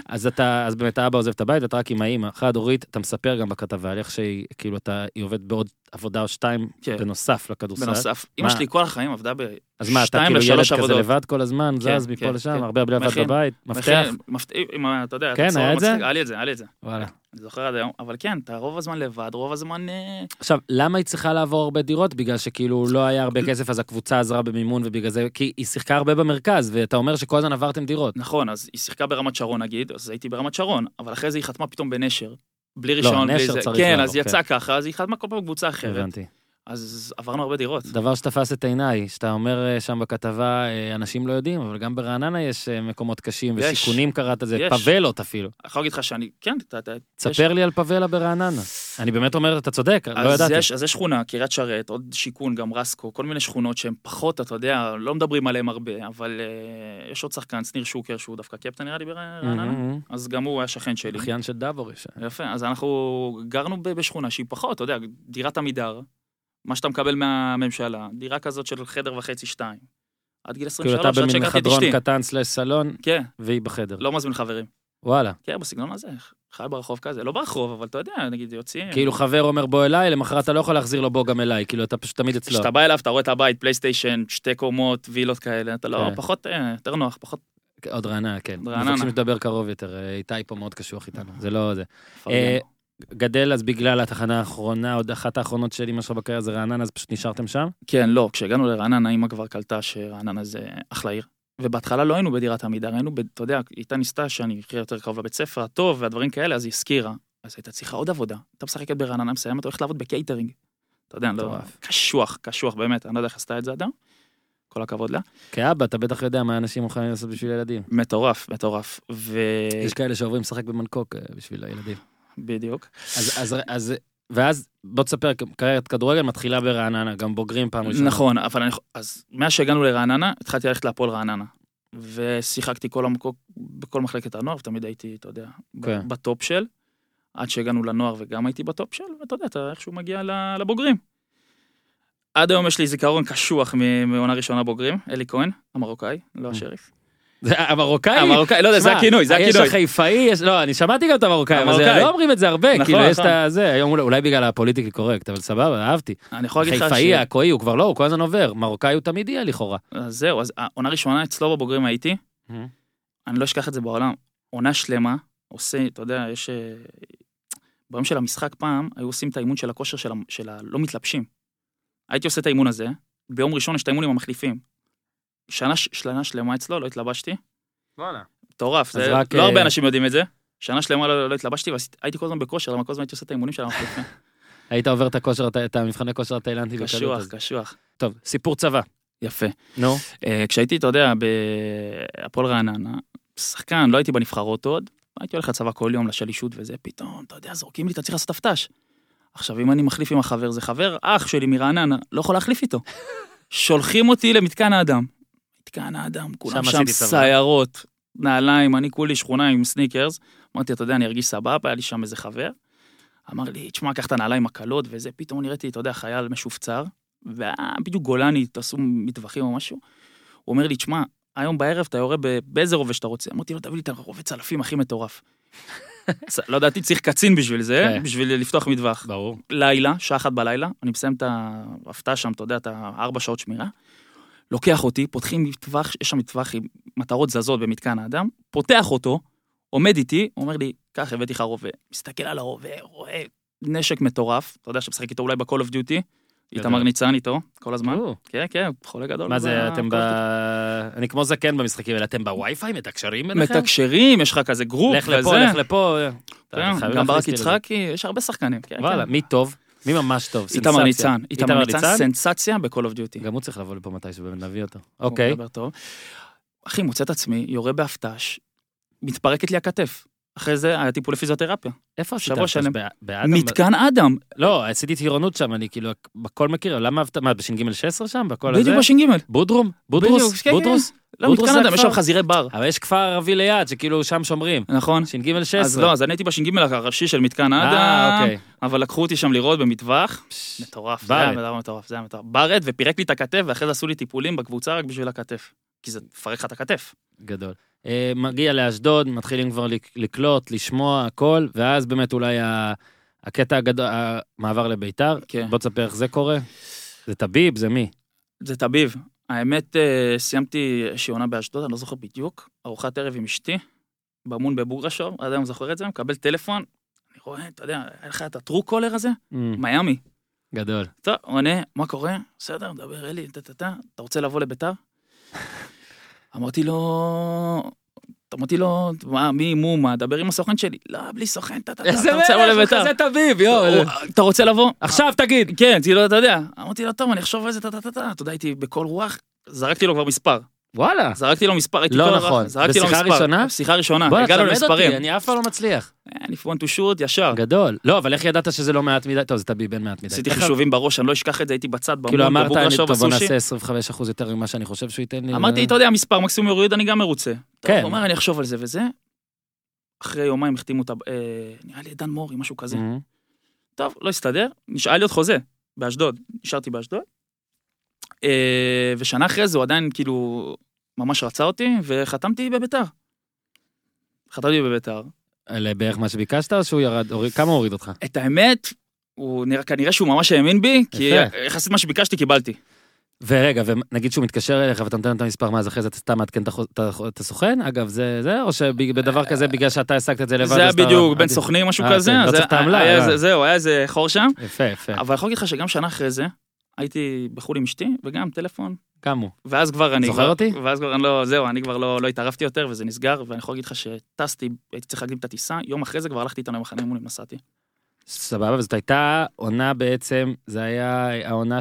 אז באמת האבא עוזב את הבית, ואתה רק עם האמא. חד-הורית, אתה מספר גם בכתבה, איך שהיא, כאילו, היא עובדת בעוד עבודה או 2 בנוסף לכדורסל. בנוסף. אמא שלי כל החיים עבדה אז מה, אתה כאילו ילד כזה לבד כל הזמן, זז מפה לשם, הרבה לבד בבית, מפתח? אתה יודע, כן, היה את זה? היה לי את זה. וואלה. אני זוכר עד היום, אבל כן, אתה רוב הזמן לבד, רוב הזמן... עכשיו, למה היא צריכה לעבור הרבה דירות? בגלל שכאילו לא היה הרבה כסף, אז הקבוצה עזרה במימון, ובגלל זה, כי היא שיחקה הרבה במרכז, ואתה אומר שכל הזמן עברתם דירות. נכון, אז היא שיחקה ברמת שרון, נגיד, אז הייתי ברמת שרון, אבל אחרי זה היא חתמה פתאום בנשר, בלי רישיון, בלי זה. כן, אז יצא ככה, אז היא חתמה כל פעם בקבוצה אחרת. הבנתי. אז עברנו הרבה דירות. דבר שתפס את עיניי, שאתה אומר שם בכתבה, אנשים לא יודעים, אבל גם ברעננה יש מקומות קשים, ושיכונים קראת זה, פבלות אפילו. אני יכול להגיד לך שאני, כן, תספר לי על פבלה ברעננה. אני באמת אומר, אתה צודק, לא ידעתי. אז יש שכונה, קריית שרת, עוד שיכון, גם רסקו, כל מיני שכונות שהן פחות, אתה יודע, לא מדברים עליהן הרבה, אבל יש עוד שחקן, שניר שוקר, שהוא דווקא קפטן נראה לי ברעננה, אז גם הוא היה שכן שלי. אחיין של דבוריש. יפה, אז אנחנו גרנו בשכונה שהיא פחות, אתה יודע, דירת עמידר, מה שאתה מקבל מהממשלה, דירה כזאת של חדר וחצי 2. עד גיל 23, כאילו אתה במין חדרון קטן סלון, כן. והיא בחדר. לא מזמין חברים. וואלה. כן, בסגנון הזה, חי ברחוב כזה, לא ברחוב, אבל אתה יודע, נגיד, יוצאים. כאילו חבר אומר בוא אליי, למחרת אתה לא יכול להחזיר לו בוא גם אליי, כאילו אתה פשוט תמיד אצלו. כשאתה בא אליו, אתה רואה את הבית, פלייסטיישן, 2 קומות, וילות כאלה, אתה לא, פחות, יותר נוח, פחות. עוד רעננה, כן. מבקשים לדבר קרוב יותר, איתי פה מאוד קשוח איתנו, זה לא זה. גדל אז בגלל התחנה האחרונה, עוד אחת האחרונות של אמא שלך בקריירה זה רעננה, אז פשוט נשארתם שם? כן, לא, כשהגענו לרעננה, אמא כבר קלטה שרעננה זה אחלה עיר. ובהתחלה לא היינו בדירת עמידר, היינו, אתה יודע, איתה ניסתה שאני אחיה יותר קרוב לבית ספר הטוב, והדברים כאלה, אז היא הזכירה. אז הייתה צריכה עוד עבודה. אתה משחקת ברעננה, מסיימת, הולכת לעבוד בקייטרינג. אתה יודע, לא, קשוח באמת, אני לא יודע איך עשתה את זה אדם. כל הכבוד לה. כאבא, אתה בטח יודע מה אנשים מוכנים לעשות בשביל ילדים. מטורף. יש כאלה שעוברים לשחק במנקוק בשביל הילדים. בדיוק. ואז בוא תספר, קריירת כדורגל מתחילה ברעננה, גם בוגרים פעם ראשונה. נכון, אבל אז מאז שהגענו לרעננה, התחלתי ללכת להפועל רעננה. ושיחקתי בכל מחלקת הנוער, ותמיד הייתי, אתה יודע, בטופ של, עד שהגענו לנוער וגם הייתי בטופ של, ואתה יודע, אתה איכשהו מגיע לבוגרים. עד היום יש לי זיכרון קשוח מעונה ראשונה בוגרים, אלי כהן, המרוקאי, לא השריף. זה המרוקאי? המרוקאי, לא יודע, זה הכינוי, זה הכינוי. יש החיפאי, לא, אני שמעתי גם את המרוקאי, אבל לא אומרים את זה הרבה, כאילו יש את זה, היום אולי בגלל הפוליטיקלי קורקט, אבל סבבה, אהבתי. חיפאי, הכוי, הוא כבר לא, הוא כל הזמן עובר, מרוקאי הוא תמיד יהיה לכאורה. אז זהו, אז העונה ראשונה אצלו בבוגרים הייתי, אני לא אשכח את זה בעולם, עונה שלמה, עושה, אתה יודע, יש... ביום של המשחק פעם, היו עושים את האימון של הכושר של הלא מתלבשים. הייתי עושה את האימון הזה, ביום ראשון יש את האימונים המחליפים. שנה שלמה אצלו, לא התלבשתי. וואלה. מטורף, לא הרבה אנשים יודעים את זה. שנה שלמה לא התלבשתי, והייתי כל הזמן בכושר, למה כל הזמן הייתי עושה את האימונים של המחליפים. היית עובר את המבחני כושר התאילנדי. קשוח. טוב, סיפור צבא. יפה. נו. כשהייתי, אתה יודע, בהפועל רעננה, שחקן, לא הייתי בנבחרות עוד, הייתי הולך לצבא כל יום לשלישות וזה, פתאום, אתה יודע, זורקים לי, אתה צריך לעשות הפתש. עכשיו, אם אני מחליף עם החבר, זה חבר, אח שלי מרעננה, לא יכול להחליף איתו. שולחים אותי למתקן האדם. מתקן האדם, כולם שם סיירות, נעליים, אני כולי שכונה עם סניקרס. אמרתי, אתה יודע, אני ארגיש סבבה, היה לי שם איזה חבר. אמר לי, תשמע, קח את הנעליים הקלות, וזה, פתאום נראיתי, אתה יודע, חייל משופצר, ובדיוק גולני, תעשו מטווחים או משהו. הוא אומר לי, תשמע, היום בערב אתה יורה באיזה רובה שאתה רוצה. אמרתי לו, תביא לי את הרובה צלפים הכי מטורף. לא ידעתי, צריך קצין בשביל זה, בשביל לפתוח מטווח. ברור. לילה, שעה אחת בלילה, אני מסיים את ההפתעה שם, אתה יודע, את 4 שעות שמירה, לוקח אותי, פותחים מטווח, יש שם מטווח עם מטרות זזות במתקן האדם, פותח אותו, עומד איתי, אומר לי, כך הבאתי לך רובה, מסתכל על הרובה, רואה נשק מטורף, אתה יודע שמשחק איתו אולי ב-Call of Duty, איתמר ניצן איתו, כל הזמן. כן, כן, חולה גדול. מה זה, אתם אני כמו זקן במשחקים, אלא אתם בווי-פיי, מתקשרים ביניכם? מתקשרים, יש לך כזה גרופ. לך לפה, לך לפה. גם ברק יצחקי, יש הרבה שחקנים. וואלה, מי טוב? מי ממש טוב? איתמר ניצן. איתמר ניצן, סנסציה ב-Call of Duty. גם הוא צריך לבוא לפה מתי שבאמת נביא אותו. אוקיי. אחי, מוצא את עצמי, יורה בהפתש, מתפרקת לי הכתף. אחרי זה היה טיפול לפיזיותרפיה. איפה עשית? באדם? מתקן אדם. לא, עשיתי טירונות שם, אני כאילו, בכל מכיר, למה אהבת, מה, בש"ג 16 שם? בכל הזה? בדיוק בש"ג. בודרום? בודרוס? בודרוס? לא, מתקן אדם, יש שם חזירי בר. אבל יש כפר ערבי ליד, שכאילו שם שומרים. נכון. ש"ג 16. אז לא, אז אני הייתי בש"ג הראשי של מתקן אדם, אבל לקחו אותי שם לראות במטווח. מטורף, זה היה מטורף, זה היה מטורף. ברד ופירק לי את הכתף, ואחרי זה עשו לי טיפולים בקבוצה רק בשביל הכתף. כי זה פרק לך את הכתף. גדול. מגיע לאשדוד, מתחילים כבר לקלוט, לשמוע, הכל, ואז באמת אולי הקטע הגדול, המעבר לביתר, בוא תספר איך זה קורה. זה טביב, זה מי? זה טביב. האמת, סיימתי שעונה באשדוד, אני לא זוכר בדיוק, ארוחת ערב עם אשתי, באמון בבוגרשוב, עד היום זוכר את זה, מקבל טלפון, אני רואה, אתה יודע, היה לך את הטרו קולר הזה? מיאמי. גדול. טוב, עונה, מה קורה? בסדר, מדבר אלי, אתה רוצה לבוא לביתר? אמרתי לו, מי, מה, דבר עם הסוכן שלי. לא, בלי סוכן, אתה רוצה לבוא לביתר. כזה טביב, יו. אתה רוצה לבוא? עכשיו תגיד. כן, אתה יודע. אמרתי לו, טוב, אני אחשוב על זה, אתה יודע, הייתי בכל רוח, זרקתי לו כבר מספר. וואלה. זרקתי לו מספר, הייתי לא נכון. בשיחה ראשונה? בשיחה ראשונה, הגענו למספרים. אני אף פעם לא מצליח. אני פרונט טו שוט, ישר. גדול. לא, אבל איך ידעת שזה לא מעט מדי? טוב, זה טביב בין מעט מדי. עשיתי חישובים בראש, אני לא אשכח את זה, הייתי בצד, כאילו אמרת, טוב, נעשה 25% יותר ממה שאני חושב שהוא ייתן לי. אמרתי, אתה יודע, מספר מקסימום יוריד, אני גם מרוצה. כן. הוא אומר, אני אחשוב על זה וזה. אחרי יומיים החתימו אותה, נראה לי דן מורי, משהו כזה. טוב, לא הסתדר, נשאל לי עוד חוזה, באשדוד. נשארתי באשדוד. ושנה אחרי זה הוא עדיין כאילו ממש רצה אותי, וחתמתי בביתר. חתמתי בביתר. בערך מה שביקשת, או שהוא ירד, כמה הוריד אותך? את האמת, כנראה שהוא ממש האמין בי, כי יחסית מה שביקשתי קיבלתי. ורגע, ונגיד שהוא מתקשר אליך ואתה נותן את המספר, מה, אז אחרי זה אתה סתם מעדכן את הסוכן? אגב, זה, או שבדבר כזה, בגלל שאתה השגת את זה לבד? זה היה בדיוק, בין סוכנים, משהו כזה. לא צריך את העמלה. זהו, היה איזה חור שם. יפה, יפה. אבל יכול להגיד לך שגם שנה אחרי זה, הייתי בחול עם אשתי, וגם טלפון. גם הוא. ואז כבר אני... זוכר אותי? ואז כבר אני לא, זהו, אני כבר לא התערבתי יותר, וזה נסגר, ואני יכול להגיד לך שטסתי, הייתי צריך להקדים את הטיסה, יום אחרי זה כבר הלכתי איתנו למחנה אימונים, נסעתי. סבבה, וזאת הייתה עונה בעצם, זה היה העונה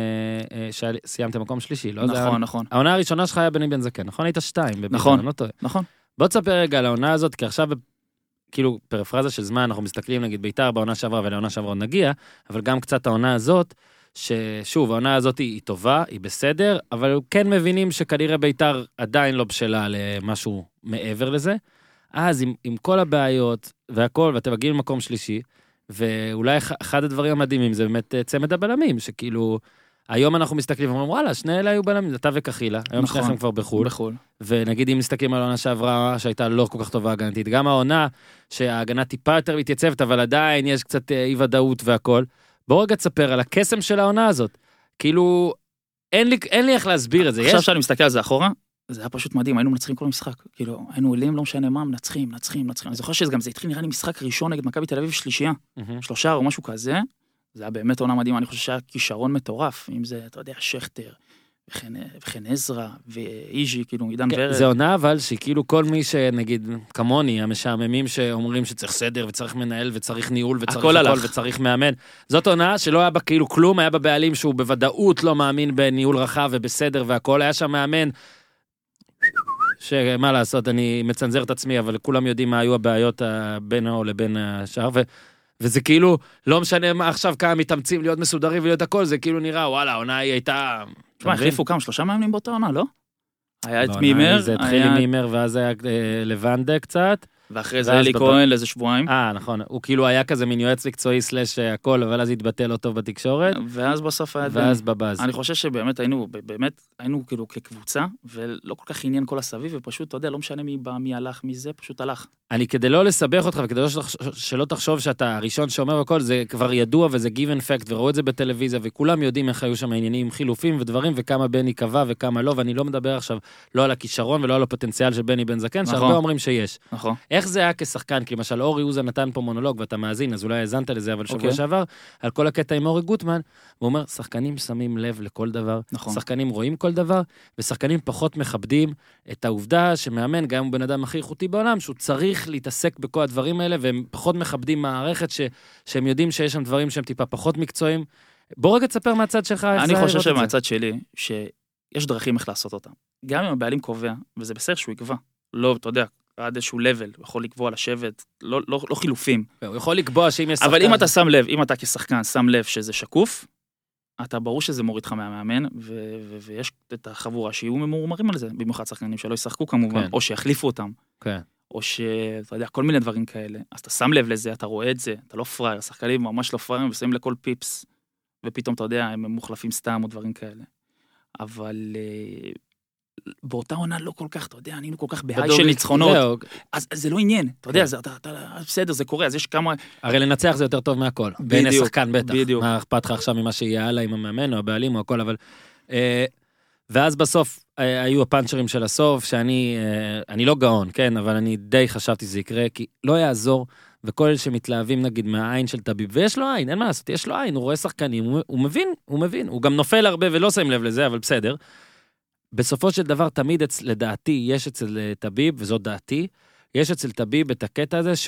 שסיימתם מקום שלישי, לא? נכון, נכון. העונה הראשונה שלך היה בני בן זקן, נכון? היית 2. נכון, נכון. בוא תספר רגע על העונה הזאת, כי עכשיו, כאילו, פרפרזה של זמן, אנחנו מסתכלים, נגיד, ביתר בעונה שעברה, ולעונה שעברה עוד נגיע, אבל גם קצת העונה הזאת, ששוב, העונה הזאת היא טובה, היא בסדר, אבל כן מבינים שכנראה ביתר עדיין לא בשלה למשהו מעבר לזה. אז עם כל הבעיות והכל, ואתם מגיעים למקום שלישי, ואולי אחד הדברים המדהימים זה באמת צמד הבלמים, שכאילו, היום אנחנו מסתכלים ואומרים, וואלה, שני אלה היו בלמים, אתה וכחילה, היום נכון, שניכם כבר בחול. ונגיד אם מסתכלים על העונה שעברה, שהייתה לא כל כך טובה הגנתית, גם העונה שההגנה טיפה יותר מתייצבת, אבל עדיין יש קצת אי ודאות והכל. בואו רגע תספר על הקסם של העונה הזאת. כאילו, אין לי איך להסביר את זה. עכשיו שאני מסתכל על זה אחורה, זה היה פשוט מדהים, היינו מנצחים כל משחק. כאילו, היינו עולים, לא משנה מה, מנצחים. אני זוכר שגם זה התחיל נראה לי משחק ראשון נגד מכבי תל אביב שלישייה. 3 או משהו כזה. זה היה באמת עונה מדהימה, אני חושב שהיה כישרון מטורף. אם זה, אתה יודע, שכטר, וכן עזרא, ואיז'י, כאילו, עידן ורד. זה עונה אבל שכאילו כל מי שנגיד, כמוני, המשעממים שאומרים שצריך סדר וצריך מנהל וצריך ניהול וצריך הכל וצריך מאמן. זאת עונה שלא היה בה כאילו כלום, היה בה בעלים שהוא בוודאות לא מאמין בניהול רחב ובסדר והכל, היה שם מאמן שמה לעשות, אני מצנזר את עצמי, אבל כולם יודעים מה היו הבעיות בינו לבין השאר, וזה כאילו, לא משנה מה עכשיו כמה מתאמצים להיות מסודרים ולהיות הכל, זה כאילו נראה, וואלה, העונה היא הייתה... תשמע, החליפו כמה, 3 מאמנים באותה עונה, לא? היה את מימר. זה התחיל עם מימר, ואז היה לבנדה קצת, ואחרי זה אלי כהן לאיזה שבועיים. נכון, הוא כאילו היה כזה מין יועץ מקצועי סלש הכל, אבל אז התבטא לא טוב בתקשורת. ואז בסוף היה ואז בבאז. אני חושב שבאמת היינו כאילו כקבוצה, ולא כל כך עניין כל הסביב, ופשוט, אתה יודע, לא משנה מי בא, מי הלך, מי זה, פשוט הלך. אני כדי לא לסבך אותך, וכדי שלא תחשוב שאתה הראשון שאומר הכל, זה כבר ידוע וזה given fact, וראו את זה בטלוויזיה, וכולם יודעים איך היו שם העניינים, חילופים ודברים, וכמה בני קבע וכמה לא, ואני לא מדבר עכשיו לא על הכישרון ולא על הפוטנציאל של בני בן זקן, שהרבה אומרים שיש. נכון. איך זה היה כשחקן? כי למשל אורי אוזן נתן פה מונולוג, ואתה מאזין, אז אולי האזנת לזה, אבל שבוע שעבר, על כל הקטע עם אורי גוטמן, הוא אומר, שחקנים שמים לב לכל דבר, שחקנים רואים כל דבר, ושחקנים פחות מכבדים את העובדה שמאמן, גם הוא בן אדם הכי איכותי בעולם, שהוא צריך להתעסק בכל הדברים האלה, והם פחות מכבדים מערכת שהם יודעים שיש שם דברים שהם טיפה פחות מקצועיים. בוא רגע תספר מהצד שלך. אני חושב שמהצד שלי, שיש דרכים איך לעשות אותם. גם אם הבעלים קובע, וזה בסדר שהוא יקבע, לא, אתה יודע, עד איזשהו לבל, הוא יכול לקבוע לשבת, לא חילופים. הוא יכול לקבוע שאם יש שחקן... אבל אם אתה שם לב, אם אתה כשחקן שם לב שזה שקוף, אתה ברור שזה מוריד לך מהמאמן, ויש את החבורה שיהיו ממורמרים על זה, במיוחד שחקנים שלא ישחקו כמובן, או שיחליפו אותם. או שאתה יודע, כל מיני דברים כאלה. אז אתה שם לב לזה, אתה רואה את זה, אתה לא פרייר, השחקנים ממש לא פריירים, ושמים לכל פיפס, ופתאום אתה יודע, הם מוחלפים סתם או דברים כאלה. אבל באותה עונה לא כל כך, אתה יודע, היינו כל כך בהיי של ניצחונות. אז זה לא עניין, אתה יודע, בסדר, זה קורה, אז יש כמה... הרי לנצח זה יותר טוב מהכל. בעיני שחקן בטח. מה אכפת לך עכשיו ממה שיהיה הלאה עם המאמן או הבעלים או הכל, אבל... ואז בסוף היו הפאנצ'רים של הסוף, שאני לא גאון, כן, אבל אני די חשבתי שזה יקרה, כי לא יעזור, וכל אלה שמתלהבים נגיד מהעין של טביב, ויש לו עין, אין מה לעשות, יש לו עין, הוא רואה שחקנים, הוא מבין, הוא גם נופל הרבה ולא שם לב לזה, אבל בסדר. בסופו של דבר, תמיד לדעתי, יש אצל טביב, וזאת דעתי, יש אצל טביב את הקטע הזה,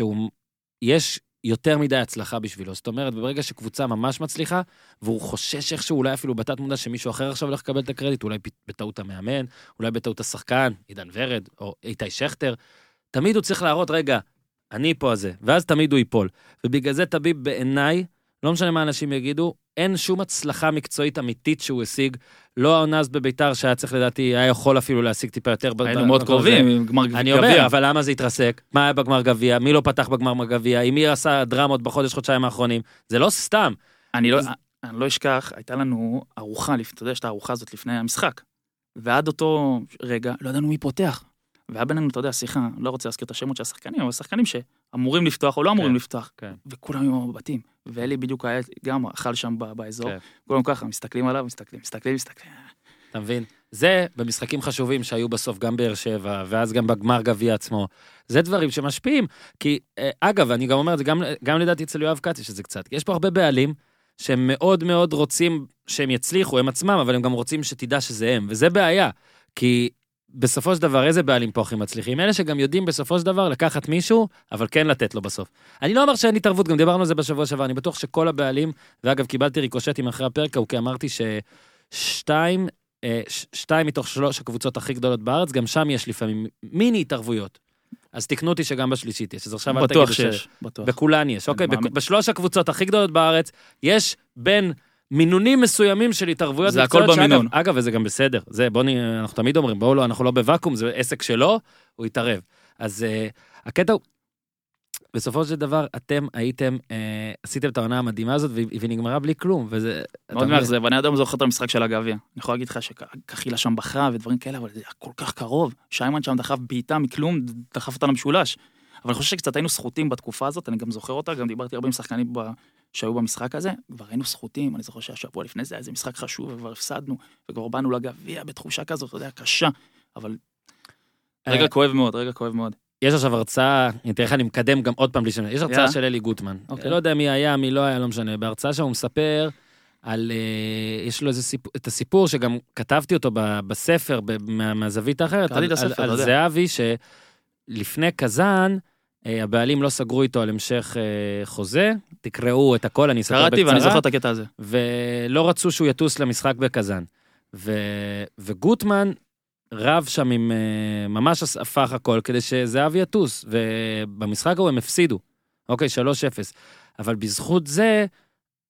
יש יותר מדי הצלחה בשבילו. זאת אומרת, ברגע שקבוצה ממש מצליחה, והוא חושש איכשהו, אולי אפילו בתת מודע שמישהו אחר עכשיו הולך לקבל את הקרדיט, אולי בטעות המאמן, אולי בטעות השחקן, עידן ורד, או איתי שכטר, תמיד הוא צריך להראות, רגע, אני פה הזה, ואז תמיד הוא ייפול. ובגלל זה טביב בעיניי, לא משנה מה אנשים יגידו, אין שום הצלחה מקצועית אמיתית שהוא השיג, לא העונז בביתר שהיה צריך לדעתי, היה יכול אפילו להשיג טיפה יותר. היינו מאוד קרובים עם גמר גביע. אני אומר, אבל למה זה התרסק? מה היה בגמר גביע? מי לא פתח בגמר גביע? עם מי עשה דרמות בחודש-חודשיים האחרונים? זה לא סתם. אני לא אשכח, הייתה לנו ארוחה, אתה יודע, יש את הארוחה הזאת לפני המשחק, ועד אותו רגע, לא ידענו מי פותח. והיה בינינו, אתה יודע, שיחה, לא רוצה להזכיר את השמות של השחקנים, אבל השחקנים שאמורים לפתוח או לא אמורים לפתוח, וכולם היו בבתים. ואלי בדיוק היה גם אכל שם באזור, כולם ככה, מסתכלים עליו, מסתכלים. אתה מבין? זה במשחקים חשובים שהיו בסוף גם באר שבע, ואז גם בגמר גביע עצמו. זה דברים שמשפיעים, כי, אגב, אני גם אומר את זה, גם לדעתי אצל יואב קצי, שזה קצת, יש פה הרבה בעלים, שהם מאוד מאוד רוצים שהם יצליחו, הם עצמם, אבל הם גם רוצים שתדע שזה הם, וזה בעיה, כי בסופו של דבר, איזה בעלים פה הכי מצליחים? אלה שגם יודעים בסופו של דבר לקחת מישהו, אבל כן לתת לו בסוף. אני לא אומר שאין התערבות, גם דיברנו על זה בשבוע שעבר, אני בטוח שכל הבעלים, ואגב, קיבלתי ריקושטים אחרי הפרק, כי אמרתי ששתיים מתוך 3 הקבוצות הכי גדולות בארץ, גם שם יש לפעמים מיני התערבויות. אז תקנו אותי שגם בשלישית יש, אז עכשיו אל תגידו בכולן יש, אוקיי? ב3 הקבוצות הכי גדולות בארץ, יש בין מינונים מסוימים של התערבויות. זה הכל במינון. אגב, וזה גם בסדר. זה, אנחנו תמיד אומרים, בואו לא, אנחנו לא בוואקום, זה עסק שלו, הוא יתערב. אז הקטע הוא, בסופו של דבר, אתם הייתם, עשיתם את העונה המדהימה הזאת, והיא נגמרה בלי כלום, וזה... מאוד מאכזב, ואני אדם זוכר את המשחק של הגביע. אני יכול להגיד לך שכחילה שם בחרה ודברים כאלה, אבל זה היה כל כך קרוב. שיימן שם דחף בעיטה מכלום, דחף אותה למשולש. אבל אני חושב שקצת היינו זכותים בתקופה הזאת, אני גם זוכר אותה, גם דיברתי הרבה עם שחקנים שהיו במשחק הזה, כבר היינו זכותים, אני זוכר שהשבוע לפני זה היה איזה משחק חשוב, וכבר הפסדנו, וכבר באנו לגביע בתחושה כזאת, אתה יודע, קשה, אבל רגע כואב מאוד. יש עכשיו הרצאה, תראה איך אני מקדם גם עוד פעם בלי שנה, יש הרצאה של אלי גוטמן, לא יודע מי היה, מי לא היה, לא משנה, בהרצאה שהוא מספר על, יש לו את הסיפור שגם כתבתי אותו בספר, מהזווית האחרת, על זהבי שלפני קזן, הבעלים לא סגרו איתו על המשך חוזה, תקראו את הכל, אני אספר בקצרה. קראתי ואני זוכר את הקטע הזה. ולא רצו שהוא יטוס למשחק בקזן. וגוטמן רב שם עם ממש הפך הכל, כדי שזהבי יטוס, ובמשחק הוא הם הפסידו. אוקיי, 3-0. אבל בזכות זה,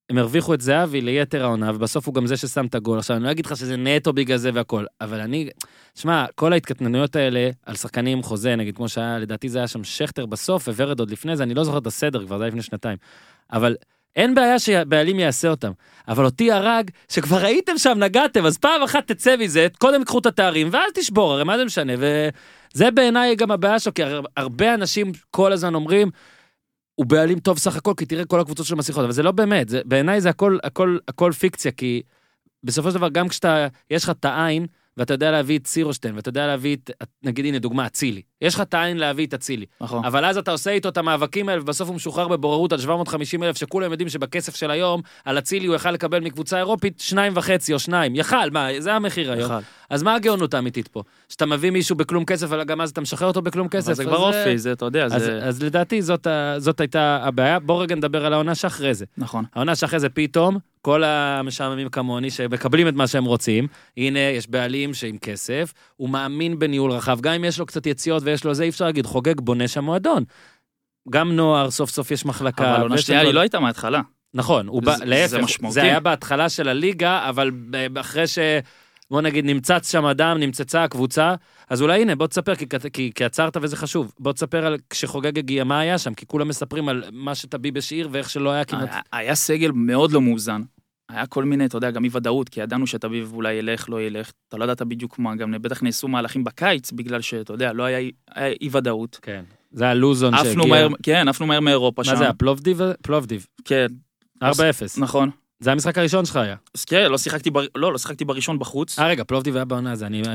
הם הרוויחו את זהבי ליתר העונה, ובסוף הוא גם זה ששם את הגול. עכשיו, אני לא אגיד לך שזה נטו בגלל זה והכל, אבל שמע, כל ההתקטננויות האלה על שחקנים חוזה, נגיד, כמו שהיה, לדעתי זה היה שם שכטר בסוף, וורד עוד לפני זה, אני לא זוכר את הסדר כבר, זה היה לפני שנתיים. אבל אין בעיה שבעלים יעשה אותם. אבל אותי הרג, שכבר ראיתם שם, נגעתם, אז פעם אחת תצא מזה, קודם קחו את התארים, ואז תשבור, הרי מה זה משנה? וזה בעיניי גם הבעיה שלו, כי הרבה אנשים כל הזמן אומרים, הוא בעלים טוב סך הכל, כי תראה כל הקבוצות של מסיכות, אבל זה לא באמת, בעיניי זה הכל פיקציה, כי בסופו של דבר, גם יש לך את העין, ואתה יודע להביא את סירושטיין, ואתה יודע להביא את, נגיד, הנה, דוגמה, אצילי. יש לך את העין להביא את אצילי. נכון. אבל אז אתה עושה איתו את המאבקים האלה, ובסוף הוא משוחרר בבוררות על 750,000, שכולם יודעים שבכסף של היום, על אצילי הוא יכל לקבל מקבוצה אירופית 2.5 או 2. יכל, מה, זה המחיר היום. אז מה הגאונות האמיתית פה? שאתה מביא מישהו בכלום כסף, אבל גם אז אתה משחרר אותו בכלום כסף. זה כבר אופי, זה, אתה יודע, זה... אז לדעתי זאת הייתה הבעיה. בוא רגע נדבר על העונה שאחרי זה. נכון. העונה שאחרי זה פתאום, כל המשעממים כמוני שמקבלים את מה שהם רוצים, הנה יש בעלים שעם כסף, הוא מאמין בניהול רחב, גם אם יש לו קצת יציאות ויש לו זה, אי אפשר להגיד, חוגג בונה שם מועדון. גם נוער, סוף סוף יש מחלקה. אבל עונה שנייה היא לא הייתה מההתחלה. נכון, להפך, זה היה בהתחלה של הליגה, אבל אחרי בוא נגיד, נמצץ שם אדם, נמצצה הקבוצה, אז אולי הנה, בוא תספר, כי עצרת וזה חשוב, בוא תספר על כשחוגג הגיע, מה היה שם, כי כולם מספרים על מה שטבי בשעיר, ואיך שלא היה כמעט... היה סגל מאוד לא מאוזן, היה כל מיני, אתה יודע, גם אי ודאות, כי ידענו שטבי אולי ילך, לא ילך, אתה לא ידעת בדיוק מה, גם בטח נעשו מהלכים בקיץ, בגלל שאתה יודע, לא היה אי ודאות. כן, זה היה לוזון שהגיע... כן, עפנו מהר מאירופה שם. מה זה היה, פלובדיב? כן. 4-0. נכון. זה המשחק הראשון שלך היה. אז כן, לא שיחקתי בראשון בחוץ. רגע, פלובדיב היה בעונה,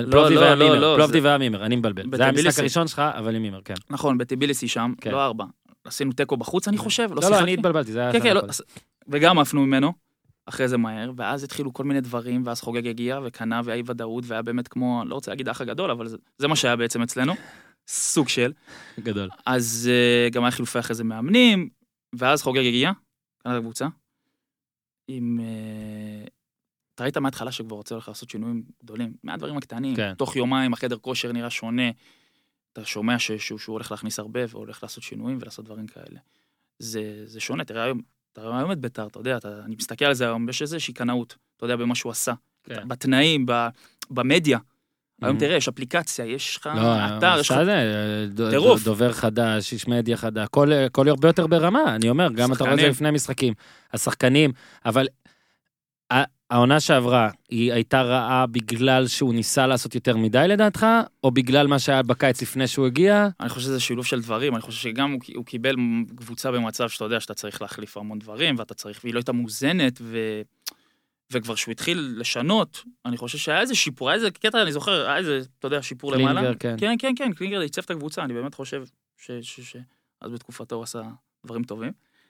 פלובדיב היה מימר, אני מבלבל. זה היה המשחק הראשון שלך, אבל עם מימר, כן. נכון, בטיביליסי שם, לא 4. עשינו טקו בחוץ, אני חושב. לא, אני התבלבלתי, זה היה... כן, וגם עפנו ממנו, אחרי זה מהר, ואז התחילו כל מיני דברים, ואז חוגג הגיע, וקנה, והיה ודאות, והיה באמת כמו, לא רוצה להגיד אח הגדול, אבל זה מה שהיה בעצם אצלנו, סוג של. גדול. אז גם היה חילופי אחרי זה מאמנים, ואז חוגג הגיע, קנה הקבוצה, אתה ראית מההתחלה שכבר רוצה לך לעשות שינויים גדולים, מהדברים הקטנים, תוך יומיים החדר כושר נראה שונה, אתה שומע שהוא הולך להכניס הרבה, והולך לעשות שינויים ולעשות דברים כאלה. זה שונה, תראה היום את בית"ר, אתה יודע, אני מסתכל על זה היום, יש איזושהי קנאות, אתה יודע, במה שהוא עשה, בתנאים, במדיה, היום תראה, יש אפליקציה, יש לך אתר, יש לך טירוף. דובר חדש, יש מדיה חדש, הכל הרבה יותר ברמה, אני אומר, גם אתה רואה את זה לפני משחקים, השחקנים, אבל העונה שעברה, היא הייתה רעה בגלל שהוא ניסה לעשות יותר מדי לדעתך, או בגלל מה שהיה בקיץ לפני שהוא הגיע? אני חושב שזה שילוב של דברים, אני חושב שגם הוא קיבל קבוצה במצב שאתה יודע שאתה צריך להחליף המון דברים, ואתה צריך, והיא לא הייתה מוזנת, וכבר שהוא התחיל לשנות, אני חושב שהיה איזה שיפור, היה איזה קטע, אני זוכר, היה איזה, אתה יודע, שיפור למעלה. קלינגר, כן. כן, קלינגר ייצב את הקבוצה, אני באמת חושב אז בתקופתו הוא עשה דברים טובים,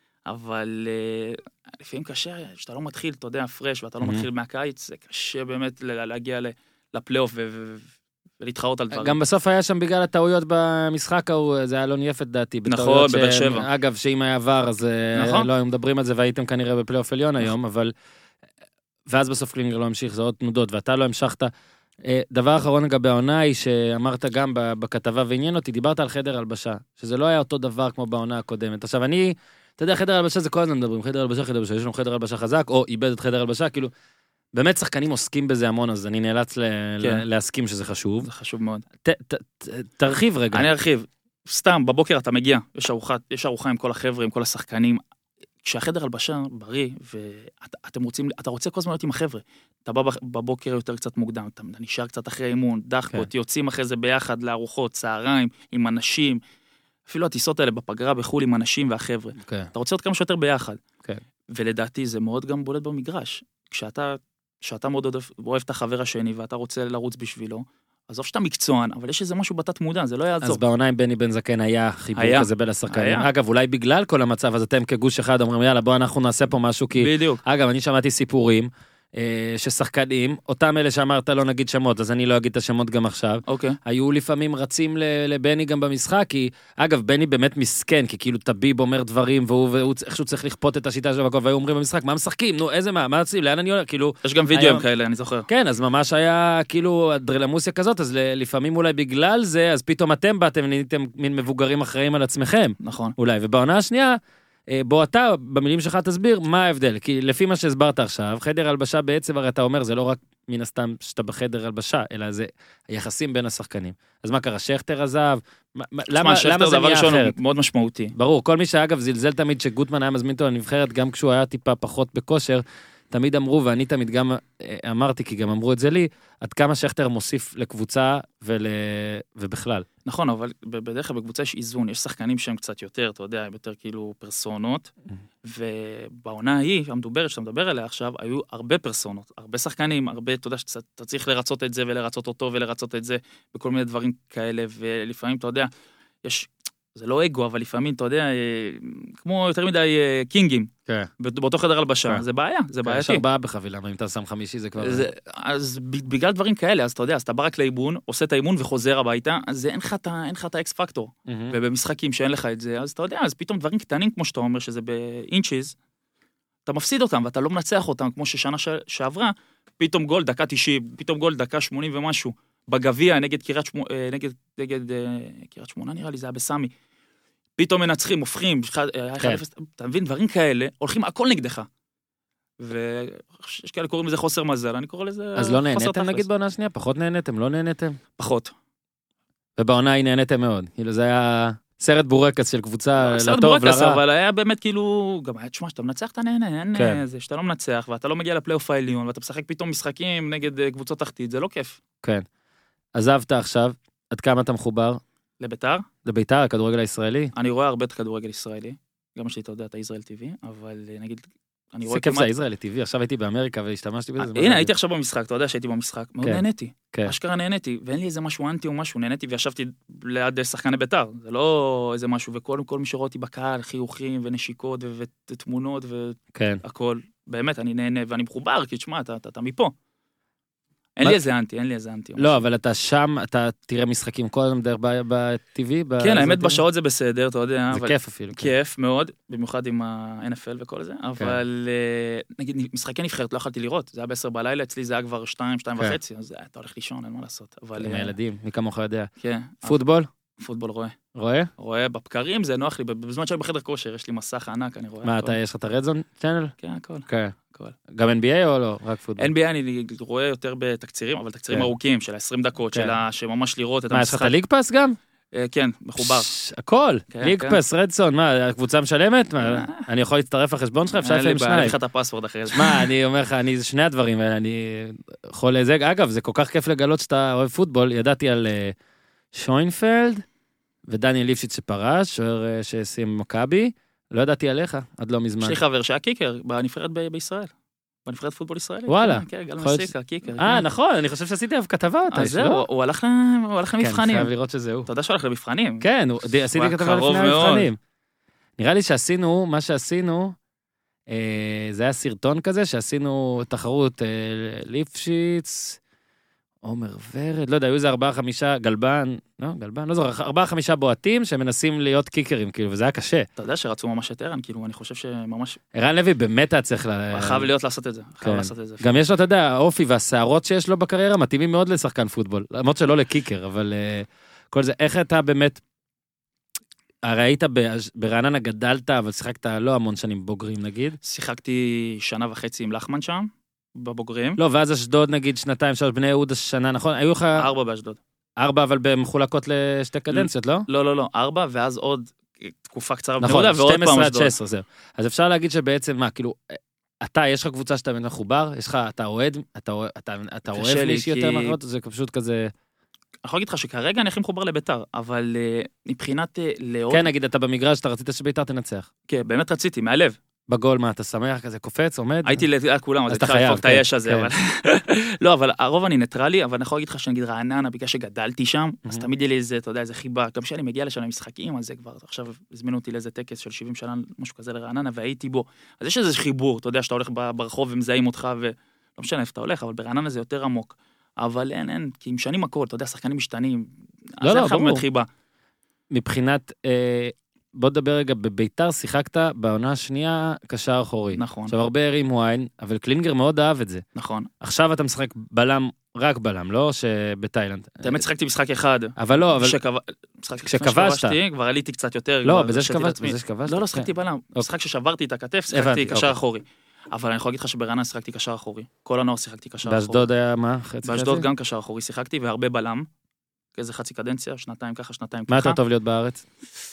אבל לפעמים קשה, שאתה לא מתחיל, אתה יודע, פרש, ואתה לא מתחיל מהקיץ, זה קשה באמת להגיע לפלייאוף ולהתחרות על דברים. גם בסוף היה שם בגלל הטעויות במשחק, זה היה לא נייפת דעתי. נכון, בבאר שבע. אגב, שאם היה עבר, אז לא היו מדברים על זה, והייתם כנראה בפלייאוף עליון היום, אבל... ואז בסוף קלינגר לא המשיך, זה עוד תנודות, ואתה לא המשכת. דבר אחרון לגבי העונה היא שאמרת גם בכתבה ועניין אותי, דיברת על חדר הלבשה, שזה לא היה אותו דבר כמו בעונה הקודמת. עכשיו אתה יודע, חדר הלבשה זה כל הזמן מדברים, חדר הלבשה, יש לנו חדר הלבשה חזק, או איבד את חדר הלבשה, כאילו, באמת שחקנים עוסקים בזה המון, אז אני נאלץ להסכים שזה חשוב. זה חשוב מאוד. תרחיב רגע. אני ארחיב. סתם, בבוקר אתה מגיע, יש ארוחה עם כל החבר'ה, עם כל השחקנים, כשהחדר הלבשה בריא, ואתה רוצה כל הזמן להיות עם החבר'ה, אתה בא בבוקר יותר קצת מוקדם, אתה נשאר קצת אחרי אימון, דחקות, יוצאים אחרי זה ביחד לארוחות, צהריים, עם אנשים, אפילו הטיסות האלה בפגרה בחול עם אנשים והחבר'ה. אתה רוצה להיות כמה שיותר ביחד. ולדעתי זה מאוד גם בולט במגרש. כשאתה מאוד אוהב את החבר השני, ואתה רוצה לרוץ בשבילו, עזוב שאתה מקצוען, אבל יש איזה משהו בתת מודע, זה לא יעזור. אז בעונה עם בני בן זקן היה חיבור כזה בין השחקנים. אגב, אולי בגלל כל המצב, אז אתם כגוש אחד אומרים, יאללה, בוא אנחנו נעשה פה משהו, כי... בדיוק. אגב, אני שמעתי סיפורים, ששחקנים, אותם אלה שאמרת לא נגיד שמות, אז אני לא אגיד את השמות גם עכשיו, היו לפעמים רצים לבני גם במשחק, כי, אגב, בני באמת מסכן, כי כאילו טביב אומר דברים, והוא איכשהו צריך לכפות את השיטה שלו, והיו אומרים במשחק, מה משחקים? נו, איזה מה עושים? לאן אני הולך? כאילו... יש גם וידאוים כאלה, אני זוכר. כן, אז ממש היה כאילו אדרלמוסיה כזאת, אז לפעמים אולי בגלל זה, אז פתאום אתם באתם, נהייתם מין מבוגרים אחראים על עצמכם. נכון. אולי, ובעונה השנייה, בוא אתה, במילים שלך תסביר, מה ההבדל? כי לפי מה שהסברת עכשיו, חדר הלבשה בעצם, הרי אתה אומר, זה לא רק מן הסתם שאתה בחדר הלבשה, אלא זה היחסים בין השחקנים. אז מה קרה? שכטר עזב? למה זה נהיה אחרת? מאוד משמעותי. ברור, כל מי שאגב זלזל תמיד שגוטמן היה מזמין אותו לנבחרת, גם כשהוא היה טיפה פחות בכושר, תמיד אמרו, ואני תמיד גם אמרתי, כי גם אמרו את זה לי, עד כמה שכטר מוסיף לקבוצה ובכלל. נכון, אבל בדרך כלל בקבוצה יש איזון, יש שחקנים שהם קצת יותר, אתה יודע, יותר כאילו פרסונות, ובעונה ההיא, המדוברת שאתה מדבר עליה עכשיו, היו הרבה פרסונות, הרבה שחקנים, הרבה, אתה יודע, שאתה צריך לרצות את זה ולרצות אותו ולרצות את זה, בכל מיני דברים כאלה, ולפעמים, אתה יודע, יש... זה לא אגו, אבל לפעמים, אתה יודע, כמו יותר מדי קינגים, באותו חדר הלבשה, זה בעיה, זה בעייתי. יש 4 בחבילה, אם אתה שם 5 זה כבר... אז בגלל דברים כאלה, אז אתה יודע, אז אתה בא רק לאימון, עושה את האימון וחוזר הביתה, אז אין לך את האקס פקטור. ובמשחקים שאין לך את זה, אז אתה יודע, אז פתאום דברים קטנים, כמו שאתה אומר, שזה באינצ'יז, אתה מפסיד אותם, ואתה לא מנצח אותם, כמו ששנה שעברה, פתאום גול, דקה 90, פתאום גול, דקה 80 ומשהו. בגביע, נגד קריית שמונה, נראה לי, זה היה בסמי. פתאום מנצחים, הופכים, אתה מבין, דברים כאלה, הולכים הכל נגדך. ויש כאלה קוראים לזה חוסר מזל, אני קורא לזה חוסר תכלס. אז לא נהניתם נגיד בעונה השנייה? פחות נהניתם? לא נהניתם? פחות. ובעונה היא נהניתם מאוד. כאילו זה היה סרט בורקס של קבוצה לטוב, לרע. סרט בורקס, אבל היה באמת כאילו, גם היה תשמע, שאתה מנצח, אתה נהנה, אין זה, שאתה לא מנצח, ואתה לא מגיע לפלייאוף העליון, ואתה משחק פתאום משחקים נגד קבוצות תחתית, זה לא כיף. כן. עזבת עכשיו, עד כמה אתה מחובר? לביתר? לביתר, הכדורגל הישראלי? אני רואה הרבה את הכדורגל ישראלי, גם שלי אתה יודע, אתה ישראל טבעי, אבל נגיד, אני רואה כמעט... זה כיף זה ישראל טבעי, עכשיו הייתי באמריקה והשתמשתי בזה. הנה, הייתי עכשיו במשחק, אתה יודע שהייתי במשחק, מאוד נהניתי. כן. אשכרה נהניתי, ואין לי איזה משהו אנטי או משהו, נהניתי וישבתי ליד שחקני ביתר, זה לא איזה משהו, וכל מי שרואה אותי בקהל, חיוכים ונשיקות ותמונות והכל, באמת, אני נהנה ואני מחובר, כי תשמע, אתה מפה. אין לי איזה אנטי. לא, אבל אתה שם, אתה תראה משחקים כל הזמן דרך בטבעי? כן, האמת בשעות זה בסדר, אתה יודע. זה כיף אפילו. כיף מאוד, במיוחד עם ה-NFL וכל זה, אבל נגיד, משחקי נבחרת לא יכולתי לראות, זה היה ב10 בלילה, אצלי זה היה כבר 2:30, אז אתה הולך לישון, אין מה לעשות. עם הילדים, מי כמוך יודע. כן. פוטבול? פוטבול רואה. רואה? רואה, בבקרים זה נוח לי, בזמן שאני בחדר כושר, יש לי מסך ענק, אני רואה. מה, יש לך את הרדזון צ'אנל? כן, הכל. כן. גם NBA או לא? רק פוטבול? NBA אני רואה יותר בתקצירים, אבל תקצירים ארוכים, של 20 דקות, שממש לראות את המשחק. מה, יש לך את הליג פאס גם? כן, מחובר. הכל, ליג פאס, רדסון, מה, הקבוצה משלמת? אני יכול להצטרף לחשבון שלך? אפשר לפעמים שניים. אני לך את הפסוורד אחרי זה. מה, אני אומר לך, זה שני הדברים האלה, אני יכול לזה, אגב, זה כל כך כיף לגלות שאתה אוהב פוטבול, ידעתי על שוינפלד, ודניאל ליפשיץ שפרש, שוער שסיים מכבי, לא ידעתי עליך, עד לא מזמן. יש לי חבר שהיה קיקר בנבחרת בישראל. בנבחרת פוטבול ישראלי. וואלה. כן, גל מסיקה, קיקר. נכון, אני חושב שעשיתי עליו כתבה. אז זהו, הוא הלך למבחנים. כן, חייב לראות שזה הוא. אתה יודע שהוא הלך למבחנים? כן, עשיתי כתבה לפני המבחנים. נראה לי שעשינו, מה שעשינו, זה היה סרטון כזה, שעשינו תחרות ליפשיץ, עומר ורד, לא יודע, היו איזה 4-5 גלבן, לא זוכר, 4-5 בועטים שמנסים להיות קיקרים, כאילו, וזה היה קשה. אתה יודע שרצו ממש את ערן, כאילו, אני חושב שממש... ערן לוי באמת היה צריך חייב להיות לעשות את זה, חייב לעשות את זה. גם יש לו, אתה יודע, האופי והשערות שיש לו בקריירה, מתאימים מאוד לשחקן פוטבול, למרות שלא לקיקר, אבל כל זה, איך אתה באמת, הרי היית ברעננה גדלת, אבל שיחקת לא המון שנים בוגרים, נגיד. שיחקתי 1.5 עם לחמן שם. בבוגרים. לא, ואז אשדוד נגיד 2-3 בני יהודה שנה, נכון? היו לך... 4 באשדוד. 4 אבל במחולקות לשתי קדנציות, לא? לא, 4 ואז עוד תקופה קצרה בני נכון, יהודה ועוד פעם אשדוד. 12-16 זהו. אז אפשר להגיד שבעצם מה, כאילו, אתה, יש לך קבוצה שאתה מחובר, יש לך, אתה אוהד, אתה אוהב מישהי יותר מאחרות, זה פשוט כזה... אני יכול להגיד לך שכרגע אני הכי מחובר לביתר, אבל מבחינת לעוד... כן, נגיד, אתה במגרש, אתה רצית שביתר תנצח. כן, באמת רציתי, מהלב. בגול, מה, אתה שמח כזה, קופץ, עומד? הייתי לכולם, אז הייתי חייב לפוק את היש הזה, אבל... לא, אבל הרוב אני ניטרלי, אבל אני יכול להגיד לך שנגיד רעננה, בגלל שגדלתי שם, אז תמיד יהיה לי איזה, אתה יודע, איזה חיבה, גם כשאני מגיע לשם למשחקים, אז זה כבר, עכשיו הזמינו אותי לאיזה טקס של 70 שנה, משהו כזה לרעננה, והייתי בו. אז יש איזה חיבור, אתה יודע, שאתה הולך ברחוב ומזהים אותך, ולא משנה איפה אתה הולך, אבל ברעננה זה יותר עמוק. אבל אין, כי אם שנים הכל, אתה יודע, שחקנים משתנים, אז אין לך באמת חיבה. מבחינת בוא נדבר רגע, בביתר שיחקת בעונה השנייה קשר אחורי. נכון. עכשיו הרבה הרימו עין, אבל קלינגר מאוד אהב את זה. נכון. עכשיו אתה משחק בלם רק בלם, לא שבתאילנד. באמת שיחקתי משחק אחד. אבל לא, אבל... כשכבשת. כבר עליתי קצת יותר. לא, בזה שכבשת. לא, שיחקתי בלם. משחק ששברתי את הכתף, שיחקתי קשר אחורי. אבל אני יכול להגיד לך שברעננה שיחקתי קשר אחורי. כל הנוער שיחקתי קשר אחורי. באשדוד היה מה? באשדוד גם קשר אחורי שיחקתי, והרבה בלם. איזה חצי קדנציה, שנתיים ככה, שנתיים ככה. מה יותר טוב להיות בארץ?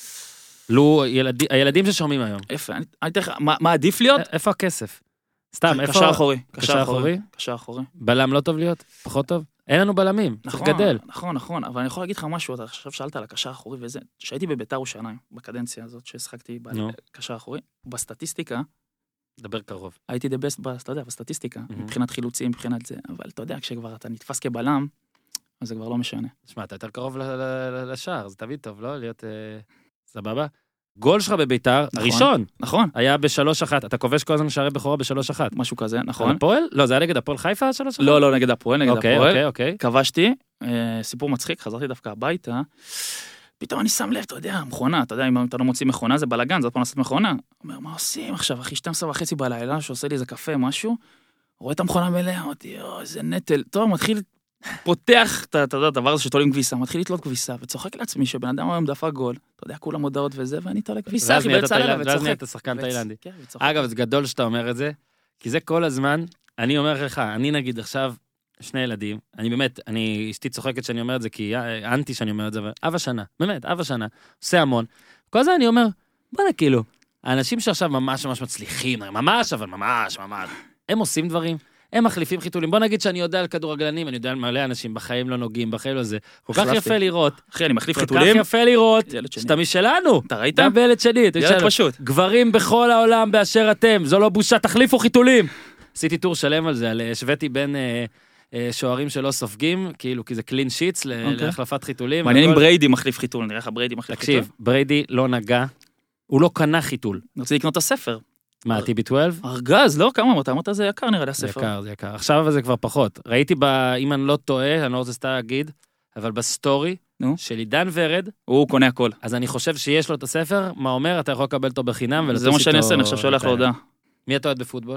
הילדים ששומעים היום. איפה? מה עדיף להיות? איפה הכסף? סתם, איפה? קשר אחורי. קשר אחורי? בלם לא טוב להיות? פחות טוב? אין לנו בלמים, צריך גדל. נכון, אבל אני יכול להגיד לך משהו, אתה עכשיו שאלת על הקשר האחורי וזה, שהייתי בביתר ירושלים, בקדנציה הזאת ששחקתי בקשר האחורי, בסטטיסטיקה, דבר קרוב. הייתי the best, אתה יודע, בסטטיסטיקה, מבחינת חילוצים, מבחינת זה, אבל אתה יודע, כשכבר אתה נתפס כבלם, אז זה כבר לא משנה. תשמע, אתה יותר קרוב לשער, זה תמיד טוב, לא? להיות סבבה? גול שלך בביתר, הראשון, נכון, היה ב-3-1, אתה כובש כל הזמן שערי בכורה ב-3-1. משהו כזה, נכון. הפועל? לא, זה היה נגד הפועל חיפה 3-1? לא, נגד הפועל, נגד הפועל. אוקיי. כבשתי, סיפור מצחיק, חזרתי דווקא הביתה, פתאום אני שם לב, אתה יודע, מכונה, אתה יודע, אם אתה לא מוציא מכונה, זה בלגן, זה עוד פעם לעשות מכונה. אומר, מה עושים עכשיו, אחי, 12:30 בלילה, שעושה לי איזה קפה, משהו, רואה את המכונה מלאה, אמרתי, איזה נטל, טוב, מתחיל, פותח את הדבר הזה שתולים כביסה, מתחיל לתלות כביסה, וצוחק לעצמי שבן אדם היום דפק גול, אתה יודע, כולם הודעות וזה, ואני תולה כביסה, אחי, ואז נהיית שחקן תאילנדי. אגב, זה גדול שאתה אומר את זה, כי זה כל הזמן, אני אומר לך, אני נגיד עכשיו, שני ילדים, אני באמת, אשתי צוחקת שאני אומר את זה, כי אנטי שאני אומר את זה, אב השנה, באמת, אב השנה, עושה המון. כל זה אני אומר, בוא'נה, כאילו, האנשים שעכשיו ממש מצליחים, ממש, הם עושים דברים, הם מחליפים חיתולים. בוא נגיד שאני יודע על כדורגלנים, אני יודע על מלא אנשים, בחיים לא נוגעים, בחיים לא זה. כל כך יפה לראות. אחי, אני מחליף חיתולים. כל כך יפה לראות, שאתה משלנו. אתה ראית? אתה בילד שני. ילד פשוט. גברים בכל העולם באשר אתם, זו לא בושה, תחליפו חיתולים. עשיתי טור שלם על זה, השוויתי בין שוערים שלא סופגים, כאילו, כי זה קלין שיטס להחלפת חיתולים. מעניין אם בריידי מחליף חיתול, נראה לך בריידי מחליף חיתול. תקשיב, בריידי לא נגע, הוא לא קנה חיתול. אני רוצה לקנות את הספר. מה, TB12? ארגז, לא? כמה אמרת? זה יקר נראה לי הספר. זה יקר. עכשיו זה כבר פחות. ראיתי אם אני לא טועה, אני לא רוצה סתם להגיד, אבל בסטורי של עידן ורד, הוא קונה הכל. אז אני חושב שיש לו את הספר, מה אומר, אתה יכול לקבל אותו בחינם. זה מה שאני אעשה, אני חושב שהולך להודעה. מי אתה אוהד בפוטבול?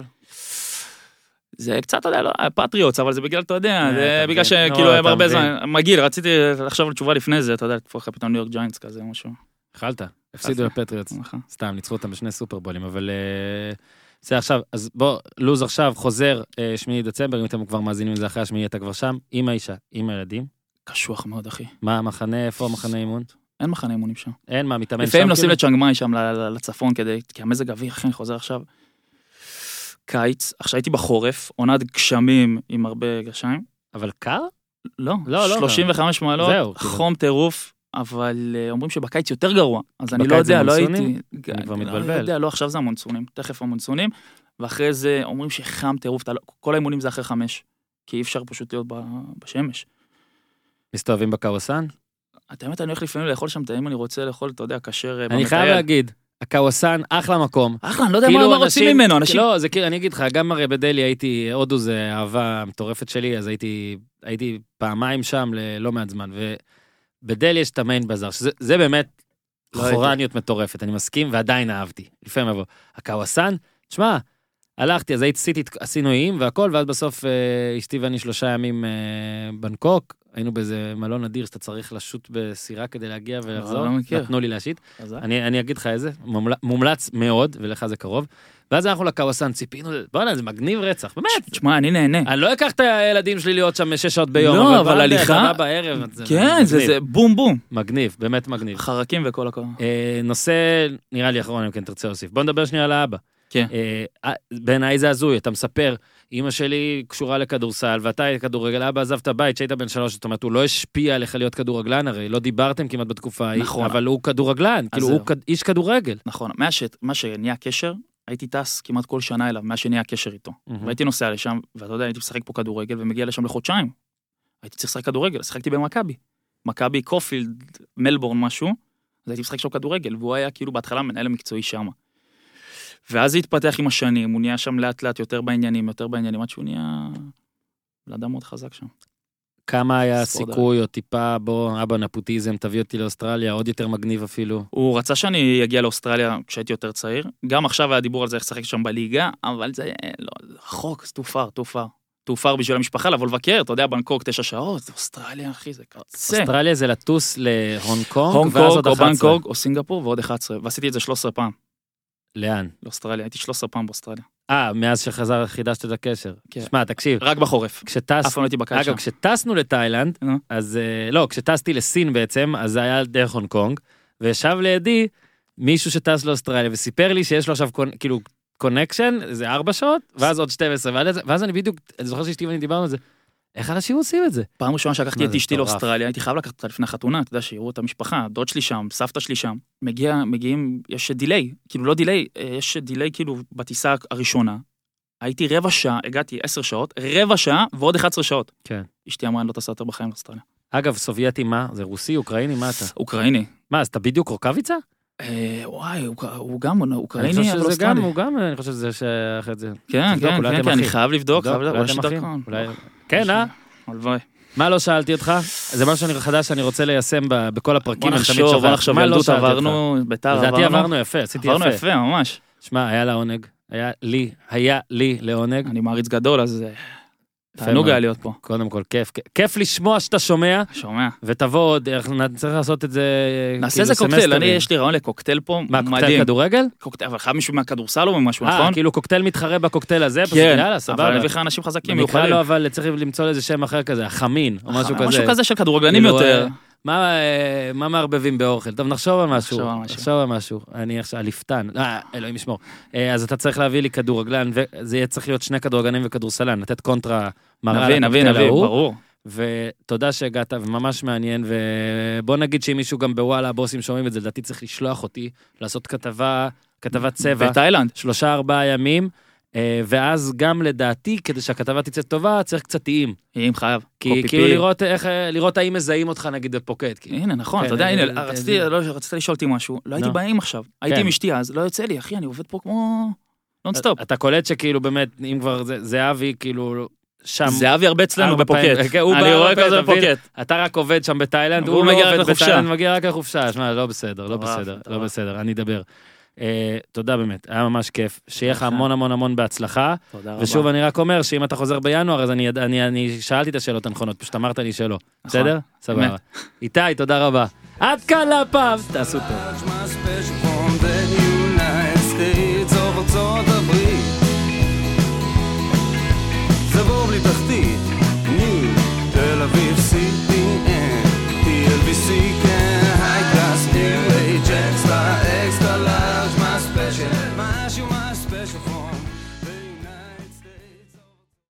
זה קצת, אתה יודע, לא, פטריוטס, אבל זה בגלל, אתה יודע, זה בגלל שכאילו הרבה זמן, מגיל, רציתי לחשוב על תשובה לפני זה, אתה יודע, תפוח פתאום ניו יורק ג'יינטס כזה, משהו. אכלת, הפסידו לפטריוטס, סתם, ניצחו אותם בשני סופרבולים, אבל זה עכשיו, אז בוא, לוז עכשיו, חוזר 8 דצמבר, אם אתם כבר מאזינים לזה אחרי השמיעי, אתה כבר שם, עם האישה, עם הילדים. קשוח מאוד, אחי. מה, מחנה, איפה מחנה אימון? אין מחנה אימונים שם. אין, מה, מתאמן שם? לפעמים נוסעים לצ'אנג-מאי שם לצפון, כי המזג האוויר, אחי, אני חוזר עכשיו. קיץ, עכשיו הייתי בחורף, עונת גשמים עם הרבה גשיים. אבל קר? לא, 35 מעלות, חום טירוף, אבל אומרים שבקיץ יותר גרוע, אז אני לא יודע, לא הייתי... אני כבר מתבלבל. לא, עכשיו זה המונסונים, תכף המונסונים, ואחרי זה אומרים שחם טירוף, כל האימונים זה אחרי 5, כי אי אפשר פשוט להיות בשמש. מסתובבים בקאווסן? אתה באמת, אני הולך לפעמים לאכול שם, אם אני רוצה לאכול, אתה יודע, כשר... אני חייב להגיד, הקאווסן, אחלה מקום. אחלה, אני לא יודע מה רוצים ממנו, אנשים... לא, זה כאילו, אני אגיד לך, גם הרי בדלי הייתי, הודו זה אהבה מטורפת שלי, אז הייתי פעמיים שם ללא מעט זמן, ובדלי יש את המיין בזאר, שזה באמת חורניות מטורפת, אני מסכים, ועדיין אהבתי, לפעמים אבוא. הקאווסן, תשמע, הלכתי, אז עשינו איים והכל, ואז בסוף אשתי ואני 3 ימים בנקוק, היינו באיזה מלון אדיר, שאתה צריך לשוט בסירה כדי להגיע ולחזור, נתנו לי להשיט. אני אגיד לך איזה, מומלץ מאוד, ולך זה קרוב. ואז אנחנו לקאווסן, ציפינו, בוא'נה, זה מגניב רצח, באמת. תשמע, אני נהנה. אני לא אקח את הילדים שלי להיות שם 6 שעות ביום, לא, אבל הליכה, בערב, כן, זה בום בום. מגניב, באמת מגניב. חרקים וכל הכל. נושא, נראה לי אחרון, אם כן תרצה להוסיף. בוא נדבר שנייה על האבא. כן. בעיניי זה הזוי, אתה מספר, אמא שלי קשורה לכדורסל, ואתה כדורגל, אבא עזב את הבית, שהיית בן 3, זאת אומרת, הוא לא השפיע עליך להיות כדורגלן, הרי לא דיברתם כמעט בתקופה ההיא, נכון. אבל הוא כדורגלן, כאילו הוא איש כדורגל. נכון, מה שנהיה קשר, הייתי טס כמעט כל שנה אליו, מה שנהיה קשר איתו. והייתי נוסע לשם, ואתה יודע, הייתי משחק פה כדורגל, ומגיע לשם לחודשיים. הייתי צריך לשחק כדורגל, שחקתי במכבי. מכבי, קופילד, מלבורן, משהו, אז הייתי משחק שם כדורגל, והוא היה כאילו בהתחלה מנהל המקצועי שם. ואז זה התפתח עם השנים, הוא נהיה שם לאט לאט יותר בעניינים, עד שהוא נהיה לאדם מאוד חזק שם. כמה היה סיכוי או טיפה, בוא, אבא נפוטיזם, תביא אותי לאוסטרליה, עוד יותר מגניב אפילו. הוא רצה שאני אגיע לאוסטרליה כשהייתי יותר צעיר, גם עכשיו היה דיבור על זה, איך לשחק שם בליגה, אבל זה לא, רחוק, זה too far. תעופר בשביל המשפחה, לבוא לבקר, אתה יודע, בנקוק 9 שעות, אוסטרליה, אחי, זה קצה. אוסטרליה זה לטוס להונג קונג, הונג ואז קונג עוד או 11. בנקוק או סינגפור ועוד 11, ועשיתי את זה 13 פעם. לאן? לאוסטרליה, הייתי 13 פעם באוסטרליה. מאז שחזר, חידשת את הקשר. כן. שמע, תקשיב. רק בחורף. כשטס... אף פעם לא הייתי בקיץ שם. אגב, כשטסנו לתאילנד, אז... לא, כשטסתי לסין בעצם, אז זה היה דרך הונג קונג, וישב לידי מישהו שטס לאוסטרליה, וסיפר לי שיש לו עכשיו כאילו קונקשן, זה 4 שעות, ואז עוד 12, ואז אני בדיוק, אני זוכר שאשתי ואני דיברנו על זה, איך אנשים עושים את זה? פעם ראשונה שלקחתי את אשתי לאוסטרליה, הייתי חייב לקחת אותה לפני חתונה, אתה יודע, שיראו את המשפחה, דוד שלי שם, סבתא שלי שם, מגיעים, יש דיליי, כאילו לא דיליי, יש דיליי כאילו בטיסה הראשונה, הייתי 15 שעה, הגעתי 10 שעות, 15 שעה ועוד 11 שעות. כן. אשתי אמרה, אני לא טסה יותר בחיים לאוסטרליה. אגב, סובייטי מה? זה רוסי, אוקראיני, מה אתה? אוקראיני. מה, אז אתה בדיוק רוקביצה? וואי, הוא גם אוקראיני, אבל אוסטרלי. אני חושב שזה שייך את זה. כן, אני חייב לבדוק, אולי יש דרכון. כן, הלוואי. מה לא שאלתי אותך? זה משהו חדש שאני רוצה ליישם בכל הפרקים. בוא נחשוב, ילדות עברנו, ביתר עברנו. לדעתי עברנו יפה, עשיתי יפה. עברנו יפה, ממש. שמע, היה לעונג, היה לי לעונג. אני מעריץ גדול, אז תענוג היה להיות פה. קודם כל, כיף לשמוע שאתה שומע. שומע. ותבוא עוד, צריך לעשות את זה... נעשה איזה קוקטייל, יש לי רעיון לקוקטייל פה, מדהים. מה, קוקטייל כדורגל? קוקטייל, אבל חייב מישהו מהכדורסל או ממשהו, נכון? כאילו קוקטייל מתחרה בקוקטייל הזה, פשוט יאללה, סבבה. אבל נביא לך אנשים חזקים, נקרא לו, אבל צריך למצוא איזה שם אחר כזה, החמין, או משהו כזה. משהו כזה של כדורגלנים יותר. מה מערבבים באוכל? טוב, נחשוב על משהו. אני עכשיו, הליפתן, אלוהים ישמור. אז אתה צריך להביא לי כדורגלן, וזה יהיה צריך להיות 2 כדורגלנים וכדורסלן, לתת קונטרה מראה לקוקטייל ההוא. ברור. ותודה שהגעת, וממש מעניין, ובוא נגיד שאם מישהו גם בוואלה, הבוסים שומעים את זה, לדעתי צריך לשלוח אותי, לעשות כתבת צבע. בתאילנד. 3-4 ימים, ואז גם לדעתי, כדי שהכתבה תצא טובה, צריך קצת טעים. טעים חייב. כי כאילו לראות האם מזהים אותך נגיד בפוקט. הנה, נכון, אתה יודע, הנה, רציתי לשאול אותי משהו, לא הייתי באים עכשיו, הייתי עם אשתי אז, לא יוצא לי, אחי, אני עובד פה כמו נונסטופ. אתה קולט שכאילו באמת, אם כבר זה אבי, כאילו שם... זה אבי הרבה אצלנו בפוקט. אני רואה כזה בפוקט. אתה רק עובד שם בתאילנד, הוא לא עובד בתאילנד, מגיע רק לחופשה. שמע, לא בסדר, אני אדבר. תודה באמת, היה ממש כיף, שיהיה לך המון המון המון בהצלחה, ושוב אני רק אומר שאם אתה חוזר בינואר, אז אני שאלתי את השאלות הנכונות, פשוט אמרת לי שלא, בסדר? סבבה. איתי, תודה רבה. עד כאן להפעם, תעשו טוב.